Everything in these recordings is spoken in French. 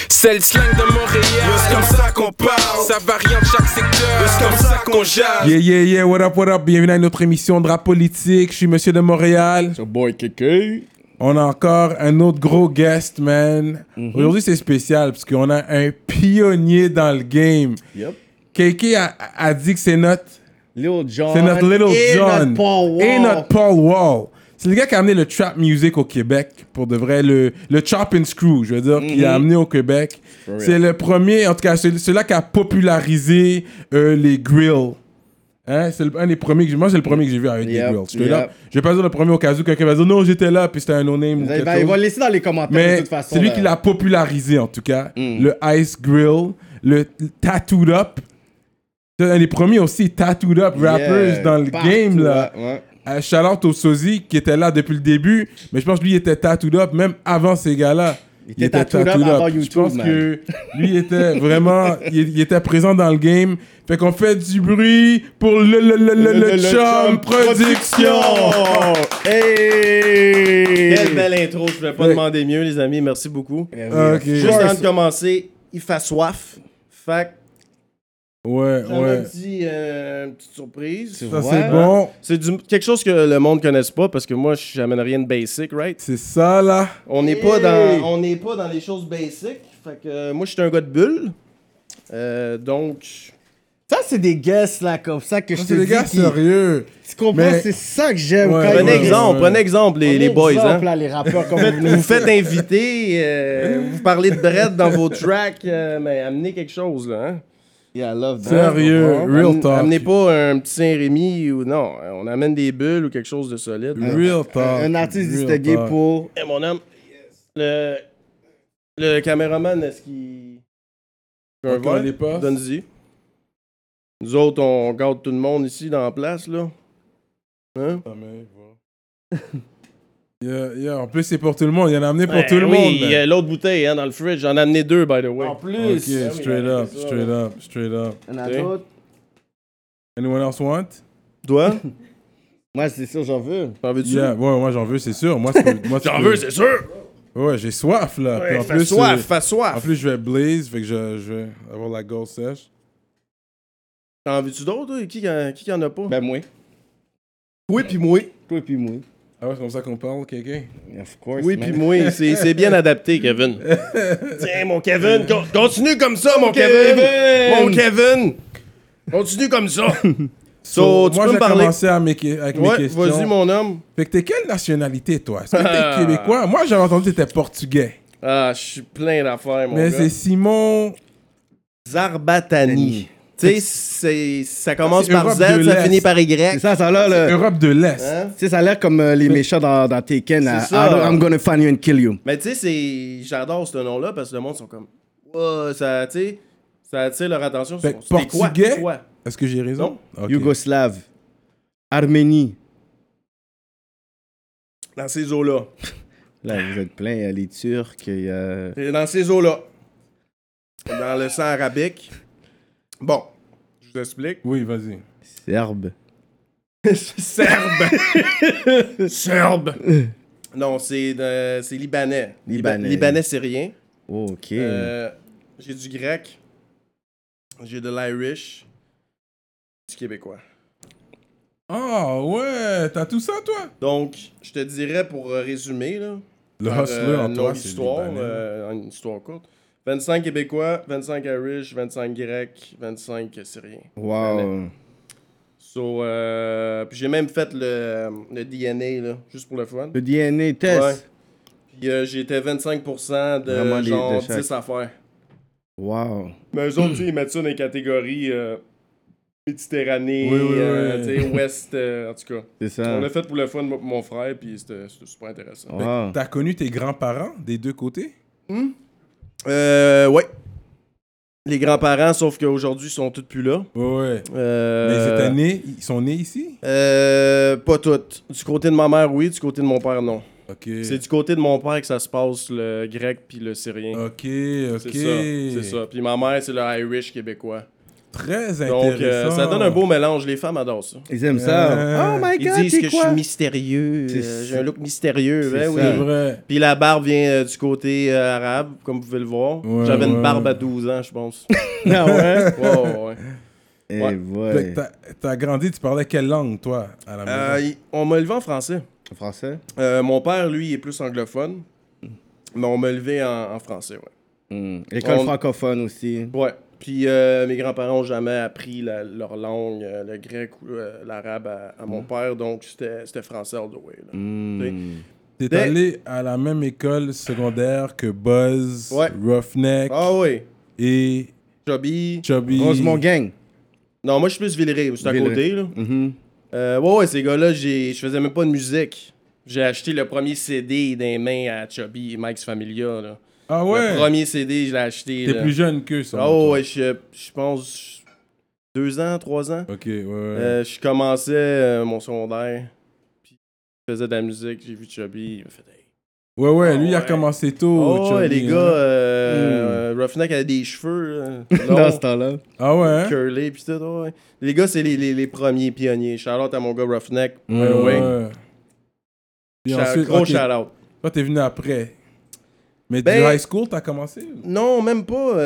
C'est le slang de Montréal. C'est comme ça qu'on parle. Ça varie en chaque secteur. C'est comme ça qu'on jase. Yeah, what up, bienvenue à notre émission de rap politique, je suis Monsieur de Montréal. It's your boy KK. On a encore un autre gros guest, man. Aujourd'hui, c'est spécial parce qu'on a un pionnier dans le game. Yep. KK a dit que c'est notre Lil Jon. C'est notre Little et John. Notre Paul Wall. Et notre Paul Wall. C'est le gars qui a amené le trap music au Québec, pour de vrai. Le chop and screw, je veux dire, qui a amené au Québec. C'est le premier, en tout cas, celui-là qui a popularisé les grills. Hein? C'est un des premiers moi, c'est le premier que j'ai vu avec les grills. Là, je vais pas dire le premier au cas où quelqu'un va dire non, j'étais là, puis c'était un no-name ou quelque chose. Il va le laisser dans les commentaires Mais de toute façon. c'est lui qui l'a popularisé, en tout cas. Le Ice Grill, le Tattooed Up. C'est un des premiers aussi, Tattooed Up rappers dans le game, là. Ouais. Shout out au Sozy qui était là depuis le début, mais je pense que lui il était tattooed up même avant ces gars-là. Il était tattooed up avant YouTube, je pense man. que lui il était vraiment, il était présent dans le game. Fait qu'on fait du bruit pour le Chum Production. Hey! Quelle belle intro, je ne vais pas demander mieux, les amis, merci beaucoup. Okay. Juste avant de commencer, il fait soif. Fait Ouais. une petite surprise. Ça c'est bon. C'est quelque chose que le monde ne connaisse pas parce que moi, j'amène rien de basic, right? C'est ça là. On n'est pas dans les choses basic. Fait que moi, je suis un gars de bulle. Donc. Ça, c'est des guests, là, comme ça, que je te C'est des dis. gars sérieux. Tu comprends? Mais- C'est ça que j'aime. Ouais, quand ouais, ils- Prenez exemple, les boys. Hein? Là, les rappeurs comme Vous faites inviter, vous parlez de bread dans vos tracks, mais amenez quelque chose, là. Hein? Yeah, I love that. Sérieux, real talk. Amenez pas un petit Saint-Rémy ou non, on amène des bulles ou quelque chose de solide. là. Real talk. Un artiste Real distingué talk. pour... Eh, mon homme, le caméraman, est-ce qu'il... Un Encore verre? les postes? Donne-y. Nous autres, on garde tout le monde ici dans la place, là. Hein? En plus c'est pour tout le monde, il y en a amené pour Ben tout le oui, monde. il y a l'autre bouteille hein, dans le fridge. J'en ai amené 2, by the way. En plus. Ok, oui, straight on a up, fait ça, straight up, straight up. Un Ok. autre. Anyone else want? Toi? Moi, c'est sûr, j'en veux. T'en veux-tu? Yeah, ouais, moi j'en veux, c'est sûr. Moi, J'en veux, c'est sûr! Ouais, j'ai soif là. Puis Ouais, en fais plus, soif, en fais soif! plus, je vais blaze, fait que je vais avoir la goal sèche. T'en veux-tu d'autres, toi? Qui en a pas? Ben, moi. Oui, puis moi. Toi et puis moi. Ah ouais, c'est comme ça qu'on parle, quelqu'un? Of course, Oui, man. puis moi. C'est bien adapté, Kevin. Tiens, mon Kevin, continue comme ça, mon Kevin! Mon Kevin! Continue comme ça! So, tu moi, peux j'ai me parler? commencé avec mes Ouais, questions. vas-y, mon homme. Fait que t'es quelle nationalité, toi? Est-ce que t'es québécois? Moi, j'avais entendu que t'étais portugais. Ah, je suis plein d'affaires, mon Mais gars. c'est Simon... Zarbatani. Tu sais, ça commence c'est par Europe Z, de ça l'Est. finit par C'est Y. ça a l'air, le... Europe de l'Est. Hein? Tu sais, ça a l'air comme les méchants dans Taken. là. C'est ça. I'm gonna find you and kill you. Mais tu sais, j'adore ce nom-là parce que le monde sont comme. Ouais, ça, tu sais, ça attire leur attention. Fait que C'était quoi? portugais? Quoi? Est-ce que j'ai raison? Ok. Yougoslave. Arménie. Dans ces eaux-là. Là, vous êtes plein. Il y a les Turcs, il y a... C'est dans ces eaux-là. Dans le sang arabique. Bon, je vous explique. Oui, vas-y. Serbe. Serbe. Serbe. Non, c'est libanais. Libanais. Libanais syrien. Oh, OK. J'ai du grec. J'ai de l'Irish. Du québécois. Ah ouais, t'as tout ça, toi? Donc, je te dirais pour résumer, là. Le par, hustler en une toi, longue c'est histoire, libanais. une histoire courte. 25 Québécois, 25 Irish, 25 Grecs, 25 Syriens. Wow. So, puis j'ai même fait le DNA, là, juste pour le fun. Le DNA test. Ouais. Puis j'étais 25% de Vraiment genre de chaque. 10 affaires. Wow. Mais eux autres, tu sais, ils mettent ça dans les catégories Méditerranée, Oui, oui, oui. tu sais, Ouest, en tout cas. C'est ça. On l'a fait pour le fun, moi et mon frère, puis c'était super intéressant. Wow. T'as connu tes grands-parents des deux côtés? Ouais. Les grands-parents, sauf qu'aujourd'hui, ils sont tous plus là. Ouais. Mais ils sont nés ici? Pas toutes. Du côté de ma mère, oui. Du côté de mon père, non. Ok. C'est du côté de mon père que ça se passe, le grec puis le syrien. Ok. C'est ça. Puis ma mère, c'est le Irish québécois. Très Donc, intéressant. ça donne un beau mélange. Les femmes adorent ça. Ils aiment ça. Oh my Ils god, disent c'est que je quoi? suis mystérieux. J'ai un look mystérieux. C'est Ben oui. ça. C'est vrai. Puis la barbe vient du côté arabe, comme vous pouvez le voir. Ouais, J'avais une ouais. barbe à 12 ans, je pense. Ah ouais? Ouais. Eh Ouais. Fait ouais. que t'as grandi, tu parlais quelle langue, toi, à la maison? On m'a élevé en français. En français? Mon père, lui, est plus anglophone. Mais on m'a élevé en français, ouais. École On- francophone aussi. Ouais. Puis mes grands-parents n'ont jamais appris leur langue, le grec ou l'arabe à mon père, donc c'était français all the way. Là. T'es Ben- allé à la même école secondaire que Buzz, Ouais. Roughneck Ah oui. et Chubby. Chubby. Rosemont Gang. Non, moi je suis plus Villeray, c'est à Villeray. côté. Là. Ouais, ces gars-là, je faisais même pas de musique. J'ai acheté le premier CD des mains à Chubby et Mike's Familia. Là. Ah Le ouais? premier CD, je l'ai acheté. T'es là. plus jeune qu'eux, ça. Ah ouais, je pense 2 ans, 3 ans. Ok, ouais. Je commençais mon secondaire. Puis je faisais de la musique, j'ai vu Chubby. Il m'a fait hey. Ouais, lui, il a ouais. commencé tôt. Oh, ouais, Chubby, les hein. gars, Roughneck avait des cheveux Dans longs, ce temps-là. Ah ouais? hein? curly, pis tout, ouais. Les gars, c'est les premiers pionniers. Shout-out à mon gars Roughneck. Ouais, by the way. ouais. Puis ensuite, Gros ok, shout-out. toi, t'es venu après. Mais Ben- du high school, t'as commencé? Non, même pas.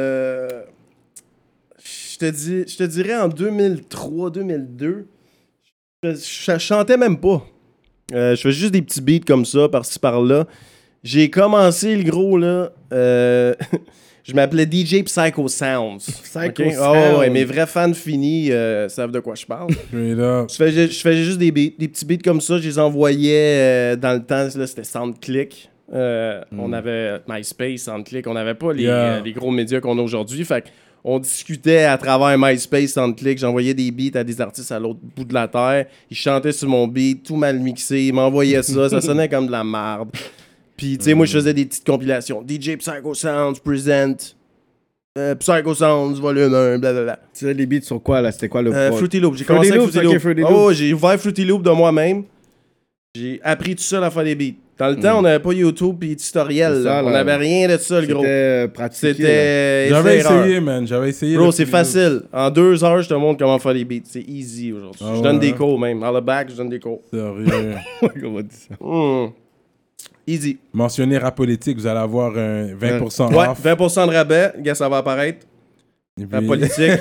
Je te dirais en 2003-2002, je chantais même pas. Je faisais juste des petits beats comme ça, par-ci, par-là. J'ai commencé le gros, là. Je m'appelais DJ Psycho Sounds. Psycho Ok? Sounds. Ah ouais, mes vrais fans finis savent de quoi je parle. Straight up. Je faisais juste des beats, des petits beats comme ça. Je les envoyais dans le temps, là, c'était SoundClick. On avait MySpace, SoundClick. On n'avait pas les gros médias qu'on a aujourd'hui. Fait on discutait à travers MySpace, SoundClick. J'envoyais des beats à des artistes à l'autre bout de la terre. Ils chantaient sur mon beat, tout mal mixé. Ils m'envoyaient ça. Ça sonnait comme de la merde. Puis, tu sais, moi, je faisais des petites compilations. DJ Psycho Sounds present. Psycho Sounds, volume 1, blablabla. Tu sais, les beats sur quoi, là? C'était quoi le prod? Fruity Loop. J'ai Fruity commencé avec Loops, Fruity ok, Loop. Fruity Oh, Loops. j'ai ouvert Fruity Loop de moi-même. J'ai appris tout seul à faire des beats. Dans le temps, on n'avait pas YouTube et tutoriel. C'est là. ça, On là. n'avait rien de ça, le gros. C'était pratiqué. C'était... J'avais essai-erreur. essayé, man. J'avais essayé. Bro, le c'est petit- facile. En 2 heures, je te montre comment faire les beats. C'est easy aujourd'hui. Ah Je donne ouais. des cours même. À la back, je donne des cours. Sérieux. là. Comment on dit ça? Easy. Mentionnez rap politique, vous allez avoir un 20% Ouais, off. 20% de rabais. Gars, ça va apparaître. Et La puis, politique.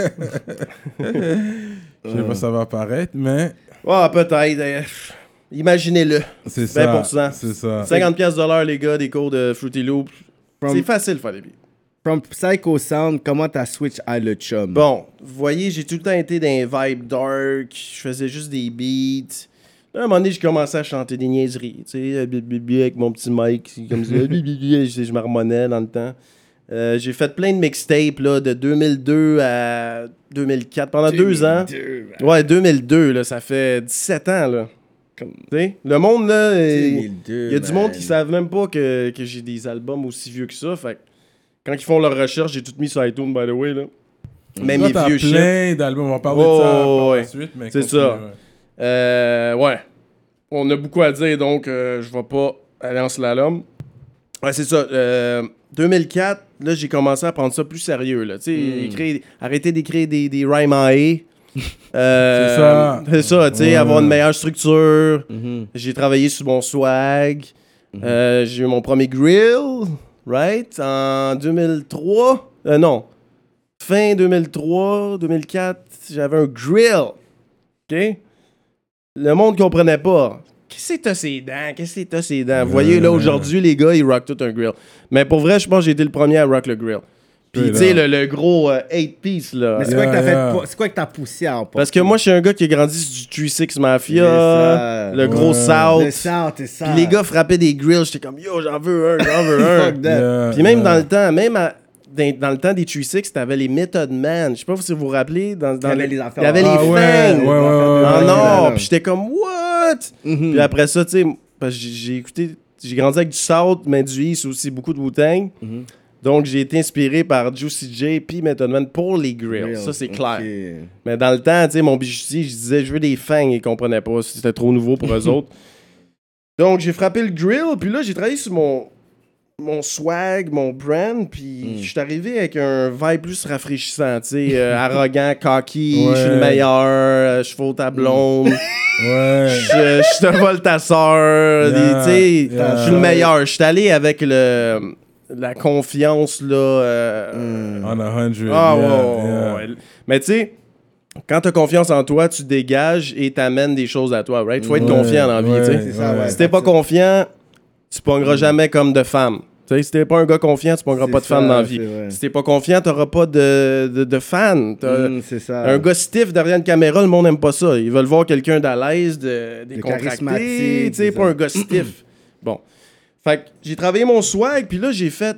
je sais pas si ça va apparaître, mais Ouais, peut-être. Imaginez-le. c'est ça. 20%. C'est ça. 50$ les gars, des cours de Fruity Loop. From- C'est facile de faire des beats. From Psycho Sound, comment t'as switch à Le Chum? Bon, vous voyez, j'ai tout le temps été dans un vibe dark. Je faisais juste des beats. Là, à un moment donné, j'ai commencé à chanter des niaiseries. Tu sais, avec mon petit mic, comme ça. Je marmonnais dans le temps. J'ai fait plein de mixtapes là, de 2002 à 2004, pendant 2 ans. Ouais, 2002, là, ça fait 17 ans. Là. Tu sais, le monde, là, il y a du monde qui savent même pas que j'ai des albums aussi vieux que ça. Fait que quand ils font leur recherche, j'ai tout mis sur iTunes, by the way. Là. Même Toi, mes t'as vieux shit. plein d'albums. On va parler de Oh, ça par ouais. la suite, mais C'est continue, ça. ouais. Ouais. On a beaucoup à dire, donc je vais pas aller en slalom. Ouais, c'est ça. 2004, là, j'ai commencé à prendre ça plus sérieux. Là. Arrêter d'écrire des rhymes en et. C'est ça. C'est ça, tu sais, Ouais. avoir une meilleure structure. Mhm. J'ai travaillé sur mon swag. J'ai eu mon premier grill, right? En 2003. Non. Fin 2003, 2004, j'avais un grill. OK? Le monde comprenait pas. Qu'est-ce que t'as ces dents? Qu'est-ce que t'as ces dents? Vous voyez, là, aujourd'hui, les gars, ils rock tout un grill. Mais pour vrai, je pense que j'ai été le premier à rock le grill. Puis, tu sais, le gros 8-piece, là. Mais c'est quoi que t'as Yeah. fait? C'est quoi que t'as poussé à emporter? Parce que moi, je suis un gars qui a grandi sur du 3-6 Mafia, C'est ça. le gros Ouais. South. Le South, c'est ça. Puis les gars frappaient des grills. J'étais comme, yo, j'en veux un, j'en veux un. Fuck that. Yeah, Puis même yeah. dans le temps, dans le temps des 3-6, t'avais les Method Man. Je sais pas si vous vous rappelez. Dans Il y avait les affaires. il y avait Ah les ouais, fangs. ouais, ouais, Ah ouais, non, ouais. puis j'étais comme, what? Mhm. Puis après ça, tu sais, parce que j'ai grandi avec du South, mais du East aussi, beaucoup de Wu-Tang. Mhm. Donc j'ai été inspiré par Juicy J puis Method Man pour les grills. Ça, c'est clair. Ok. Mais dans le temps, tu sais, mon bijoutier, je disais, je veux des fangs, ils comprenaient pas, c'était trop nouveau pour eux autres. Donc, j'ai frappé le grill, puis là, j'ai travaillé sur mon swag, mon brand, puis je suis arrivé avec un vibe plus rafraîchissant, tu sais, arrogant, cocky, je suis le meilleur, je fous ta blonde, je te vole ta soeur, tu sais, je suis le meilleur. Je suis allé avec la confiance, là. On a 100. Ah, ouais. Mais tu sais, quand t'as confiance en toi, tu dégages et t'amènes des choses à toi, right? Faut être confiant dans la vie, tu sais. C'est ça, Si t'es pas confiant, tu pogneras jamais comme de femme. T'sais, si t'es pas un gars confiant, tu pogneras pas de femme dans la vie. Si t'es pas confiant, t'auras pas de fans. C'est ça. Un gars stiff derrière une caméra, le monde aime pas ça. Ils veulent voir quelqu'un d'à l'aise, décontracté, tu sais, pas un gars stiff. Bon. Fait que j'ai travaillé mon swag, puis là, j'ai fait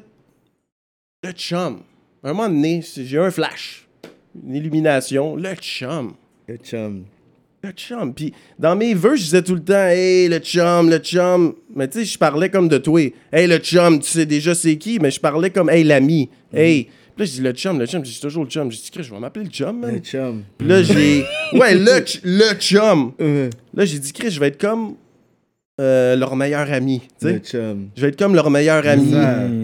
le chum. À un moment donné, j'ai eu un flash, une illumination, le chum. Le chum. Le chum. Puis dans mes vœux, je disais tout le temps, hey, le chum, le chum. Mais tu sais, je parlais comme de toi. Hey, le chum, tu sais déjà c'est qui, mais je parlais comme, hey, l'ami. Hey. Puis là, je dis le chum, je dis toujours le chum. J'ai dit, je vais m'appeler le chum, man. Le chum. Puis là, ouais, le chum. Là, j'ai dit, Chris, je vais être comme leur meilleur ami. Le chum. Je vais être comme leur meilleur ami.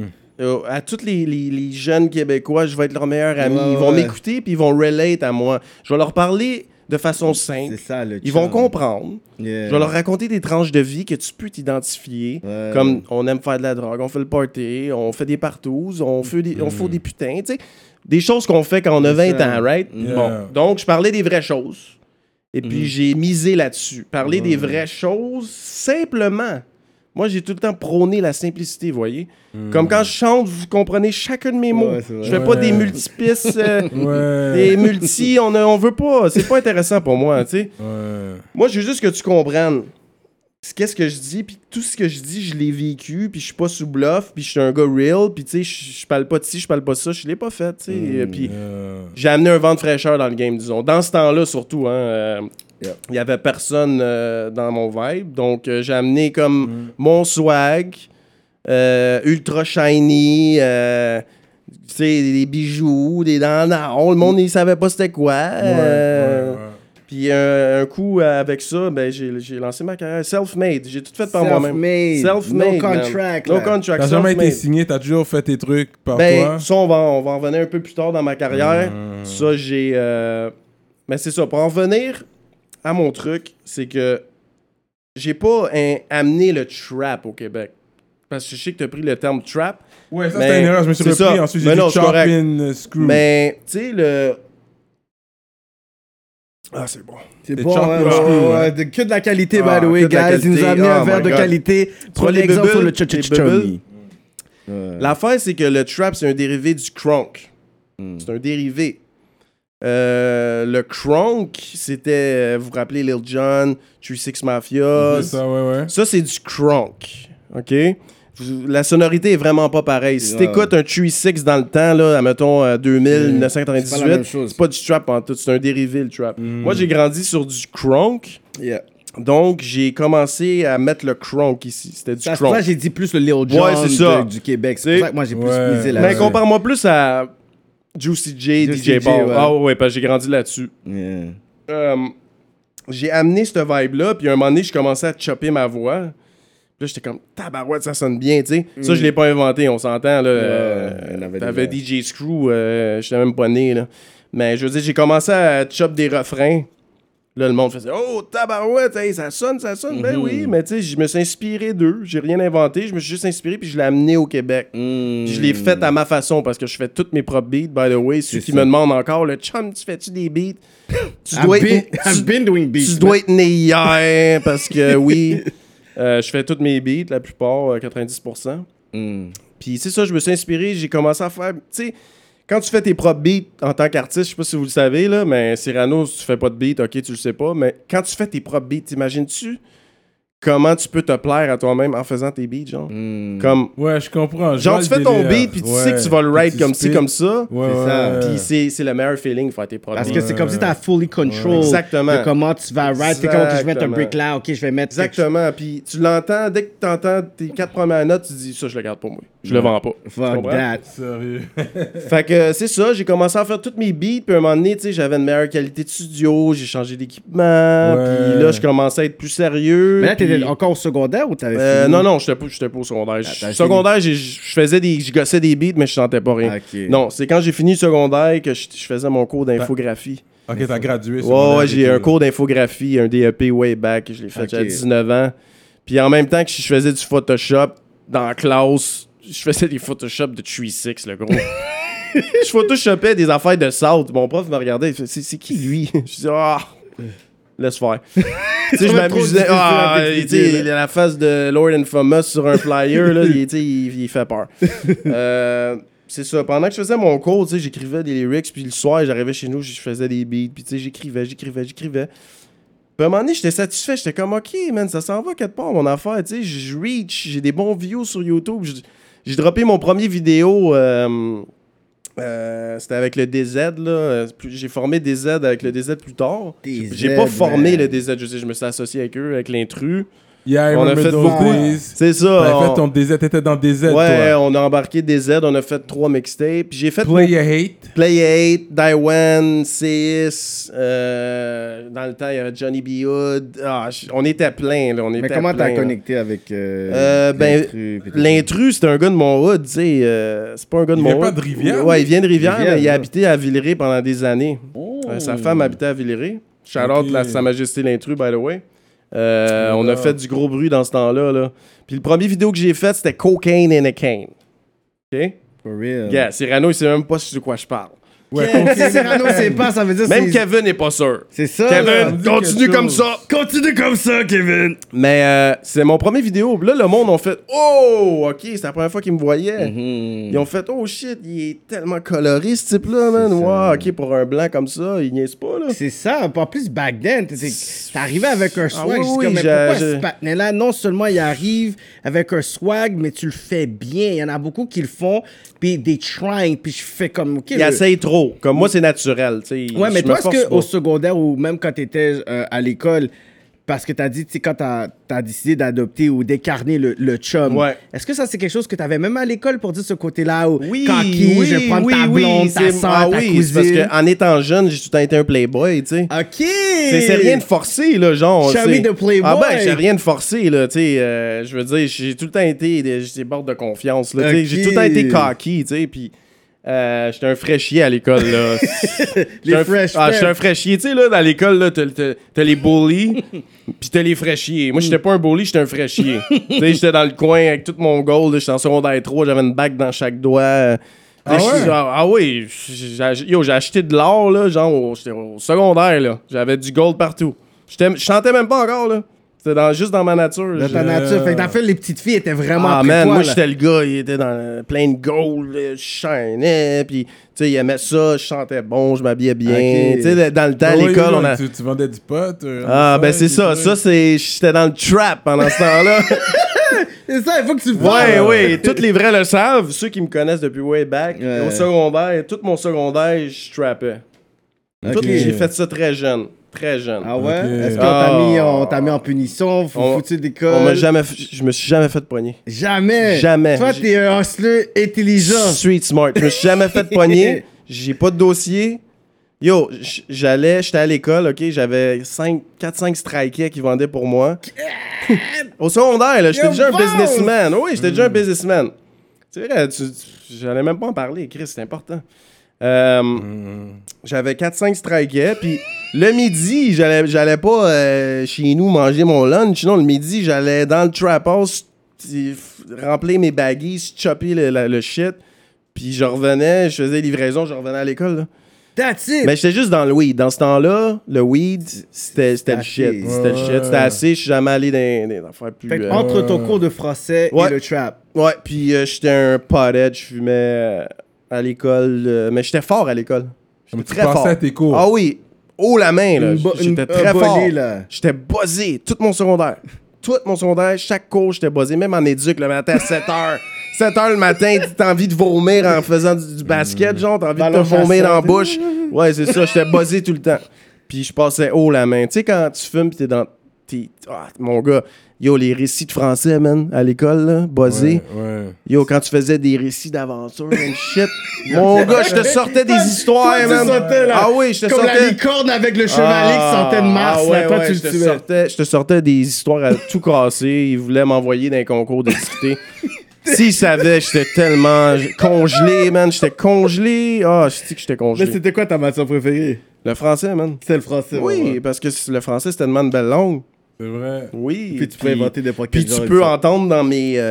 À tous les jeunes Québécois, je vais être leur meilleur ami. Ils vont m'écouter puis ils vont relate à moi. Je vais leur parler de façon simple. C'est ça, le chum. Ils vont comprendre. Yeah. Je vais leur raconter des tranches de vie que tu peux t'identifier. Ouais. Comme on aime faire de la drogue, on fait le party, on fait des partouzes, on fait des putains, tu sais. Des choses qu'on fait quand on a 20 ans, right? Yeah. Bon, donc je parlais des vraies choses. Et puis j'ai misé là-dessus. Parler des vraies choses simplement. Moi, j'ai tout le temps prôné la simplicité, vous voyez? Comme quand je chante, vous comprenez chacun de mes mots. Ouais, c'est vrai. Je fais pas des multipistes, des multi, on veut pas. C'est pas intéressant pour moi, tu sais. Moi, je veux juste que tu comprennes qu'est-ce que je dis, puis tout ce que je dis, je l'ai vécu, puis je suis pas sous bluff, puis je suis un gars real, puis tu sais, je parle pas de ci, je parle pas de ça, je l'ai pas fait, tu sais. Puis j'ai amené un vent de fraîcheur dans le game, disons. Dans ce temps-là, surtout, hein. Il y avait personne dans mon vibe, donc j'ai amené comme mon swag, ultra shiny, tu sais, des bijoux, des dents d'or. Le monde, il savait pas c'était quoi. Puis un coup, avec ça, ben, j'ai lancé ma carrière self-made. J'ai tout fait par moi-même. Self-made. No contract. No contract. T'as jamais été signé, t'as toujours fait tes trucs par toi. Ça, on va en revenir un peu plus tard dans ma carrière. Ça, j'ai... Mais c'est ça, pour en revenir à mon truc, c'est que j'ai pas amené le trap au Québec. Parce que je sais que t'as pris le terme trap. Ouais, ça c'était une erreur, je me suis repris. Ensuite, j'ai dit chop in screw. Mais, tu sais, le... Ah, c'est bon. C'est bon, que de la qualité, by the way, guys. Il nous a amené un verre de qualité. Prenez exemple sur le chummy. L'affaire, c'est que le trap, c'est un dérivé du crunk. C'est un dérivé. Le crunk, c'était, vous vous rappelez Lil Jon, 3-6 Mafia. Ça, c'est du crunk. OK? La sonorité est vraiment pas pareille. Si t'écoutes un 3-6 dans le temps, là, mettons 2000, 1998, c'est pas du trap en tout, c'est un dérivé le trap. Moi, j'ai grandi sur du crunk. Donc, j'ai commencé à mettre le crunk ici. C'était du crunk. C'est pour ça que j'ai dit plus le Lil Jon du Québec. C'est pour ça que moi, j'ai plus misé là-dessus. Mais compare-moi plus à Juicy J, DJ Ball. Ah ouais, parce que j'ai grandi là-dessus. J'ai amené cette vibe-là, puis à un moment donné, je commençais à chopper ma voix. Puis là, j'étais comme, tabarouette, ça sonne bien, tu sais. Ça, je l'ai pas inventé, on s'entend, là. T'avais DJ Screw, j'étais même pas né, là. Mais je veux dire, j'ai commencé à chop des refrains. Là, le monde faisait, oh, tabarouette, hey, ça sonne. Ben oui, mais tu sais, je me suis inspiré d'eux. J'ai rien inventé, je me suis juste inspiré, puis je l'ai amené au Québec. Puis je l'ai fait à ma façon, parce que je fais toutes mes propres beats, by the way. Ceux qui me demandent encore, le chum, tu fais-tu des beats? I've been doing beats. Tu dois être né hier, parce que oui. Je fais toutes mes beats, la plupart, 90%. Puis c'est ça, je me suis inspiré, j'ai commencé à faire... Tu sais, quand tu fais tes propres beats en tant qu'artiste, je sais pas si vous le savez, là, mais Cyrano, si tu fais pas de beats, ok, tu le sais pas, mais quand tu fais tes propres beats, t'imagines-tu comment tu peux te plaire à toi-même en faisant tes beats, genre? Comme... Ouais, je comprends. Genre, tu fais ton beat, puis tu sais que tu vas le write comme ci, comme ça. C'est ça. Puis c'est le meilleur feeling de faire tes propres beats. Parce que c'est comme si t'as fully control de comment tu vas write. T'es comme, ok, je vais mettre un break là, ok, je vais mettre... Exactement. Puis tu l'entends, dès que tu entends tes 4 premières notes, tu dis, ça, je le garde pour moi. Je le vends pas. Fuck that. Sérieux. Fait que c'est ça, j'ai commencé à faire toutes mes beats, puis à un moment donné, tu sais, j'avais une meilleure qualité de studio, j'ai changé d'équipement, puis là, je commençais à être plus sérieux. Mais là, t'es t'étais encore au secondaire ou t'avais fini? Non, j'étais pas au secondaire. Secondaire, je gossais des beats, mais je sentais pas rien. Okay. Non, c'est quand j'ai fini le secondaire que je faisais mon cours d'infographie. Ok, t'as gradué. Ouais, j'ai un cours d'infographie, un DEP way back. Je l'ai fait à 19 ans. Puis en même temps que je faisais du Photoshop dans la classe, je faisais des Photoshop de 3-6, le gros. Je Photoshopais des affaires de salt. Mon prof me regardait, il fait, c'est qui lui? Je dis, laisse faire. Tu sais, je m'amusais. Il a la face de Lord Infamous sur un flyer, là, il fait peur. C'est ça. Pendant que je faisais mon cours, tu sais, j'écrivais des lyrics, puis le soir, j'arrivais chez nous, je faisais des beats, puis tu sais, j'écrivais. Puis à un moment donné, j'étais satisfait. J'étais comme, OK, man, ça s'en va quelque part, mon affaire. Tu sais, je reach, j'ai des bons views sur YouTube. J'ai droppé mon premier vidéo. C'était avec le DZ, là. J'ai formé DZ avec le DZ plus tard. J'ai pas formé le DZ, je me suis associé avec eux, avec l'intrus. Yeah, on a fait beaucoup. C'est ça. En fait, ton DZ, t'étais dans DZ, ouais, toi. on a embarqué DZ, on a fait 3 mixtapes. Puis j'ai fait Play Your Hate. Play Your Hate, Daiwan, CS. Dans le temps, il y avait Johnny B. Hood. On était plein, là. Mais comment t'as connecté avec l'intrus, c'est un gars de mon hood, tu sais. C'est pas un gars de mon hood. Il vient pas de Rivière? Ouais, il vient de Rivière, mais il a habité à Villeray pendant des années. Sa femme habitait à Villeray. Shout-out à Sa Majesté l'intrus, by the way. On a fait du gros bruit dans ce temps-là. Là. Puis le premier vidéo que j'ai fait, c'était Cocaine in a Cane. OK? For real. Yeah, Cyrano, il sait même pas de quoi je parle. Ouais, Cyrano, c'est pas, ça veut dire même Kevin n'est pas sûr. C'est ça. Kevin, continue comme ça. Continue comme ça, Kevin. Mais c'est mon premier vidéo. Là, le monde a fait « Oh, OK, c'est la première fois qu'ils me voyaient. Ils ont fait « Oh, shit, il est tellement coloré, ce type-là, man. Wow, OK, pour un blanc comme ça, il niaise pas, là. » C'est ça. En plus, back then, t'arrivais avec un swag. Oui, comme, mais pourquoi ce patinet-là, non seulement il arrive avec un swag, mais tu le fais bien. Il y en a beaucoup qui le font, puis des trying, puis je fais comme... OK, il essaye trop. Comme moi, c'est naturel. Ouais, mais toi, est-ce qu'au secondaire ou même quand tu étais à l'école, parce que tu as dit, tu sais, quand tu as décidé d'adopter ou d'incarner le chum, est-ce que ça, c'est quelque chose que tu avais même à l'école pour dire ce côté-là où, je vais prendre ta blonde, ta soeur, ta cousine? Parce qu'en étant jeune, j'ai tout le temps été un playboy, tu sais. OK! C'est rien de forcé, là, genre. Chummy de playboy. Ah ben, j'ai rien de forcé, là, tu sais. Je veux dire, j'ai tout le temps été des bords de confiance, là, tu sais. J'ai tout le temps été cocky, tu sais, puis... j'étais un fraîchier à l'école, là. J'étais un fraîchier. Tu sais, là, dans l'école, là, t'as les bullies, pis t'as les fraîchiers. Moi, j'étais pas un bully, j'étais un fraîchier. Tu sais, j'étais dans le coin avec tout mon gold. J'étais en secondaire 3, j'avais une bague dans chaque doigt. Oui, j'ai acheté de l'or, là, genre, j'étais au secondaire, là. J'avais du gold partout. Je chantais même pas encore, là. C'était juste dans ma nature. Dans ta nature. Fait que dans le fait, les petites filles étaient vraiment moi, j'étais le gars, il était dans plein de gold, je shinais, puis tu sais, il aimait ça, je chantais bon, je m'habillais bien. Okay. Tu sais, dans le temps, à l'école, on a... Tu vendais du pot? Ben c'est ça. Ça, j'étais dans le trap pendant ce temps-là. C'est ça, il faut que tu le fasses. Oui. Tous les vrais le savent. Ceux qui me connaissent depuis way back. Au secondaire, tout mon secondaire, je trappais. J'ai fait ça très jeune. Très jeune. Ah ouais? Okay. Est-ce qu'on t'a mis en punition? Foutu d'école? Je me suis jamais fait pogner. Jamais? Jamais. Toi, t'es un hustler intelligent. Street smart. Je me suis jamais fait pogner. J'ai pas de dossier. Yo, j'étais à l'école, OK? J'avais 4-5 strikers qui vendaient pour moi. Au secondaire, là, j'étais déjà un businessman. Oui, j'étais déjà un businessman. C'est vrai, j'allais même pas en parler, Chris, c'est important. J'avais 4-5 strikers, puis le midi, j'allais pas chez nous manger mon lunch. Non, le midi, j'allais dans le trap house remplir mes baggies, chopper le shit, puis je revenais, je faisais livraison, je revenais à l'école, là. That's it! Mais j'étais juste dans le weed. Dans ce temps-là, le weed, c'était le shit. C'était le shit. C'était assez. Je suis jamais allé dans des affaires plus... Fait entre ton cours de français et le trap. Ouais, puis j'étais un pothead. Je fumais à l'école. Mais j'étais fort à l'école. J'étais très fort. Tu pensais à tes cours? Ah oui. Haut la main, là. J'étais très fort. J'étais buzzé. Tout mon secondaire. Chaque cours, j'étais buzzé. Même en éduc, le matin à 7h. 7h le matin, t'as envie de vomir en faisant du basket, genre, t'as envie de te vomir dans la bouche. Ouais, c'est ça, j'étais buzzé tout le temps. Puis je passais haut la main. Tu sais, quand tu fumes pis t'es mon gars, yo, les récits de français, man, à l'école, là, buzzé. Ouais. Yo, quand tu faisais des récits d'aventure and shit, mon gars, je te sortais des histoires, Toi, tu man. sortais, là, Ah oui, je te comme sortais. la licorne avec le chevalier qui sortait de Mars. ouais, là, toi, tu je le te tuais. je te sortais des histoires à tout casser. Ils voulaient m'envoyer dans un concours de dictée. S'ils savaient, j'étais tellement congelé, man. J'étais congelé. Ah, je dis que j'étais Mais congelé. c'était quoi ta matière préférée? Le français, man. C'était le français. Oui, ouais. parce que le français, c'est tellement une belle langue. C'est vrai. Oui. Puis tu peux inventer n'importe quel Puis tu genre peux de- entendre dans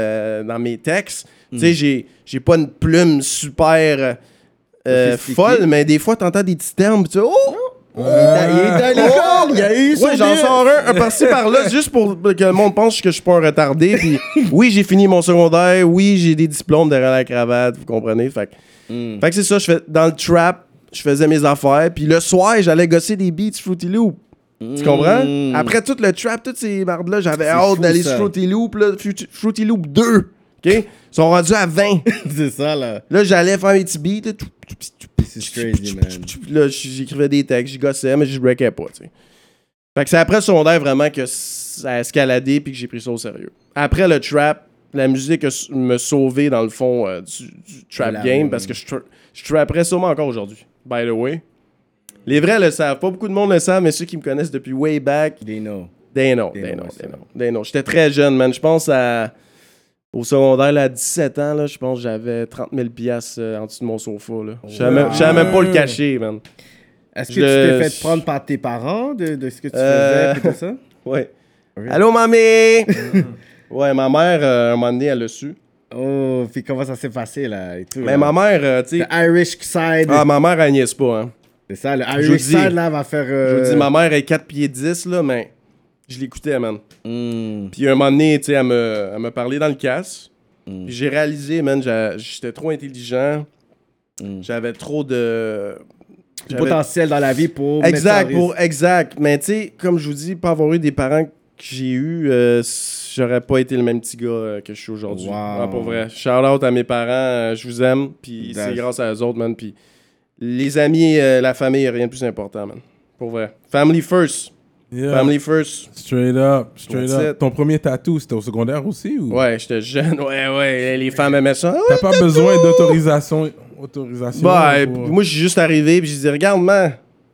mes textes. Tu sais, j'ai pas une plume super Sophistiquée. folle, mais des fois, t'entends des petits termes. Puis tu sais, oh! Il est dans l'école, il y a eu son Ouais, j'en DS. sors un par-ci par-là, juste pour que le monde pense que je suis pas un retardé. Puis oui, j'ai fini mon secondaire. Oui, j'ai des diplômes derrière la cravate, vous comprenez? Fait que c'est ça, je fais dans le trap, je faisais mes affaires. Puis le soir, j'allais gosser des beats Fruity Loop. Tu comprends? Après tout le trap, toutes ces mardes-là, j'avais hâte fou, d'aller ça. sur Fruity Loop. Là, Fruity Loop 2. OK? Ils sont rendus à 20. C'est ça, là. Là, j'allais faire mes petits beats. Là, C'est crazy, man. Là, j'écrivais des textes, je gossais, mais je breakais pas, tu sais. Fait que c'est après le secondaire vraiment que ça a escaladé puis que j'ai pris ça au sérieux. Après le trap, la musique me sauvé dans le fond du trap La game même. parce que je trapperais sûrement encore aujourd'hui, by the way. Les vrais le savent, pas beaucoup de monde le savent, mais ceux qui me connaissent depuis way back, They know. they know. J'étais très jeune, man. Je pense au secondaire, là, à 17 ans, là, je pense que j'avais 30 000 piastres en dessous de mon sofa. Là. Je savais même pas le cacher, man. Est-ce que tu t'es fait prendre par tes parents de ce que tu faisais et tout ça? Ouais. Ok. Allô, mamie? Ouais, ma mère, un moment donné, elle l'a su. Oh, puis comment ça s'est passé, là, et tout. Mais là? ma mère, tu sais... Le Irish side. Ah, ma mère, elle niaise pas, hein. C'est ça, le Je vous Irish dis. side, là, va faire... Je vous dis, ma mère est 4 pieds 10, là, mais je l'écoutais, man. Puis un moment donné, tu sais, elle me parlait dans le casse. Puis j'ai réalisé, man, j'étais trop intelligent. J'avais trop de... Du potentiel dans la vie pour... Exact, mettre en risque. exact. Mais tu sais, comme je vous dis, pas avoir eu des parents que j'ai eu, j'aurais pas été le même petit gars que je suis aujourd'hui. Wow. Ah, pour vrai. Shout out à mes parents, je vous aime. Puis c'est That's- grâce à eux autres, man. Puis les amis, la famille, y a rien de plus important, man. Pour vrai. Family first. Yeah. Family first. Straight up, straight That's up. it. Ton premier tattoo, c'était au secondaire aussi ou? Ouais, j'étais jeune. Ouais. Les femmes aimaient ça. Ah, T'as pas besoin d'autorisation. bah, pour- moi, je suis juste arrivé. Puis j'ai dit, regarde-moi.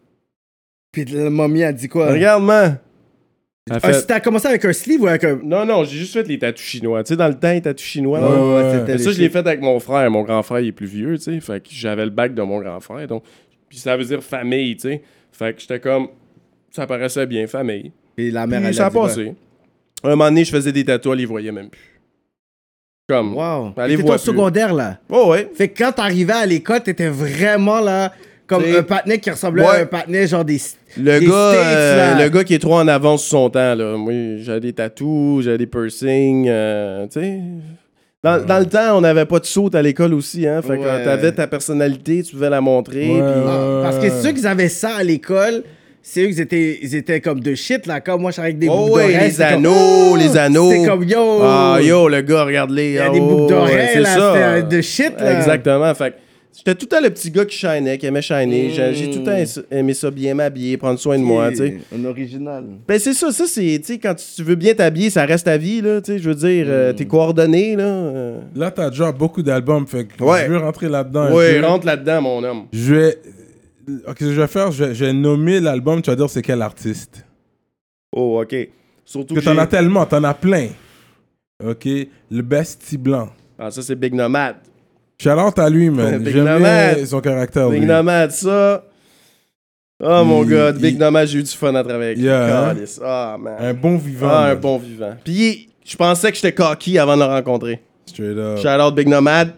Puis la momie a dit quoi? Regarde-moi. Elle Ah, fait- si t'as commencé avec un sleeve ou avec un... Non, j'ai juste fait les tatous chinois. Tu sais, dans le temps, les tatous chinois. là. Ouais. c'était Mais les ça, je l'ai shit. fait avec mon frère. Mon grand frère, il est plus vieux, tu sais. Fait que j'avais le bac de mon grand frère. Donc... Puis ça veut dire famille, tu sais. Fait que j'étais comme... Ça paraissait bien, famille. Puis la mère, Puis elle ça a a dit quoi? passé. Un moment donné, je faisais des tatous, elle les voyait même plus. Comme... Wow. Allez T'étais voir au plus. secondaire, là. Oh, ouais. Fait que quand t'arrivais à l'école, t'étais vraiment là, comme T'sais, un patinet qui ressemblait ouais. à un patinet genre des... Le des gars, States, là. le gars qui est trop en avance sur son temps, là. Moi, j'avais des tatous, j'avais des piercings, tu sais... Dans le temps, on n'avait pas de saute à l'école aussi, hein. Fait que Ouais. t'avais ta personnalité, tu pouvais la montrer, Ouais. puis... Ah, parce que ceux qui avaient ça à l'école, c'est eux ils étaient comme de shit, là. Comme moi, je suis avec des Oh boucles ouais, d'oreilles. les c'était comme, anneaux, oh! les anneaux. C'est comme, yo! Ah, yo, le gars, regarde-les. Il y a Ah, des oh, boucles ouais, d'oreilles, c'est là. ça. C'était de shit, là. Exactement. Fait que j'étais tout le temps le petit gars qui shinait, qui aimait shiner. J'ai tout le temps aimé ça, bien m'habiller, prendre soin de moi, tu sais. Un original. Ben, c'est ça, c'est, tu sais, quand tu veux bien t'habiller, ça reste ta vie, là, tu sais, je veux dire, tes coordonnées, là. Là, t'as déjà beaucoup d'albums, fait que Ouais. je veux rentrer là-dedans. un Ouais, peu. rentre là-dedans, mon homme. Je vais. Ok, ce que je vais faire, je vais nommer l'album, tu vas dire c'est quel artiste. Oh, OK. Surtout Parce que que t'en as tellement, t'en as plein. Ok, le Bestie Blanc. Ah, ça, c'est Big Nomad. Shout-out à lui, man. Big J'aime Nomad. bien son caractère. Big lui. Nomad, ça... Oh, mon Il- God, Big il- Nomad, j'ai eu du fun à travailler avec lui. Yeah, hein? Calice. Ah, man. Un bon vivant. Ah, un man. bon vivant. Puis, je pensais que j'étais cocky avant de le rencontrer. Straight up. Shout out Big Nomad.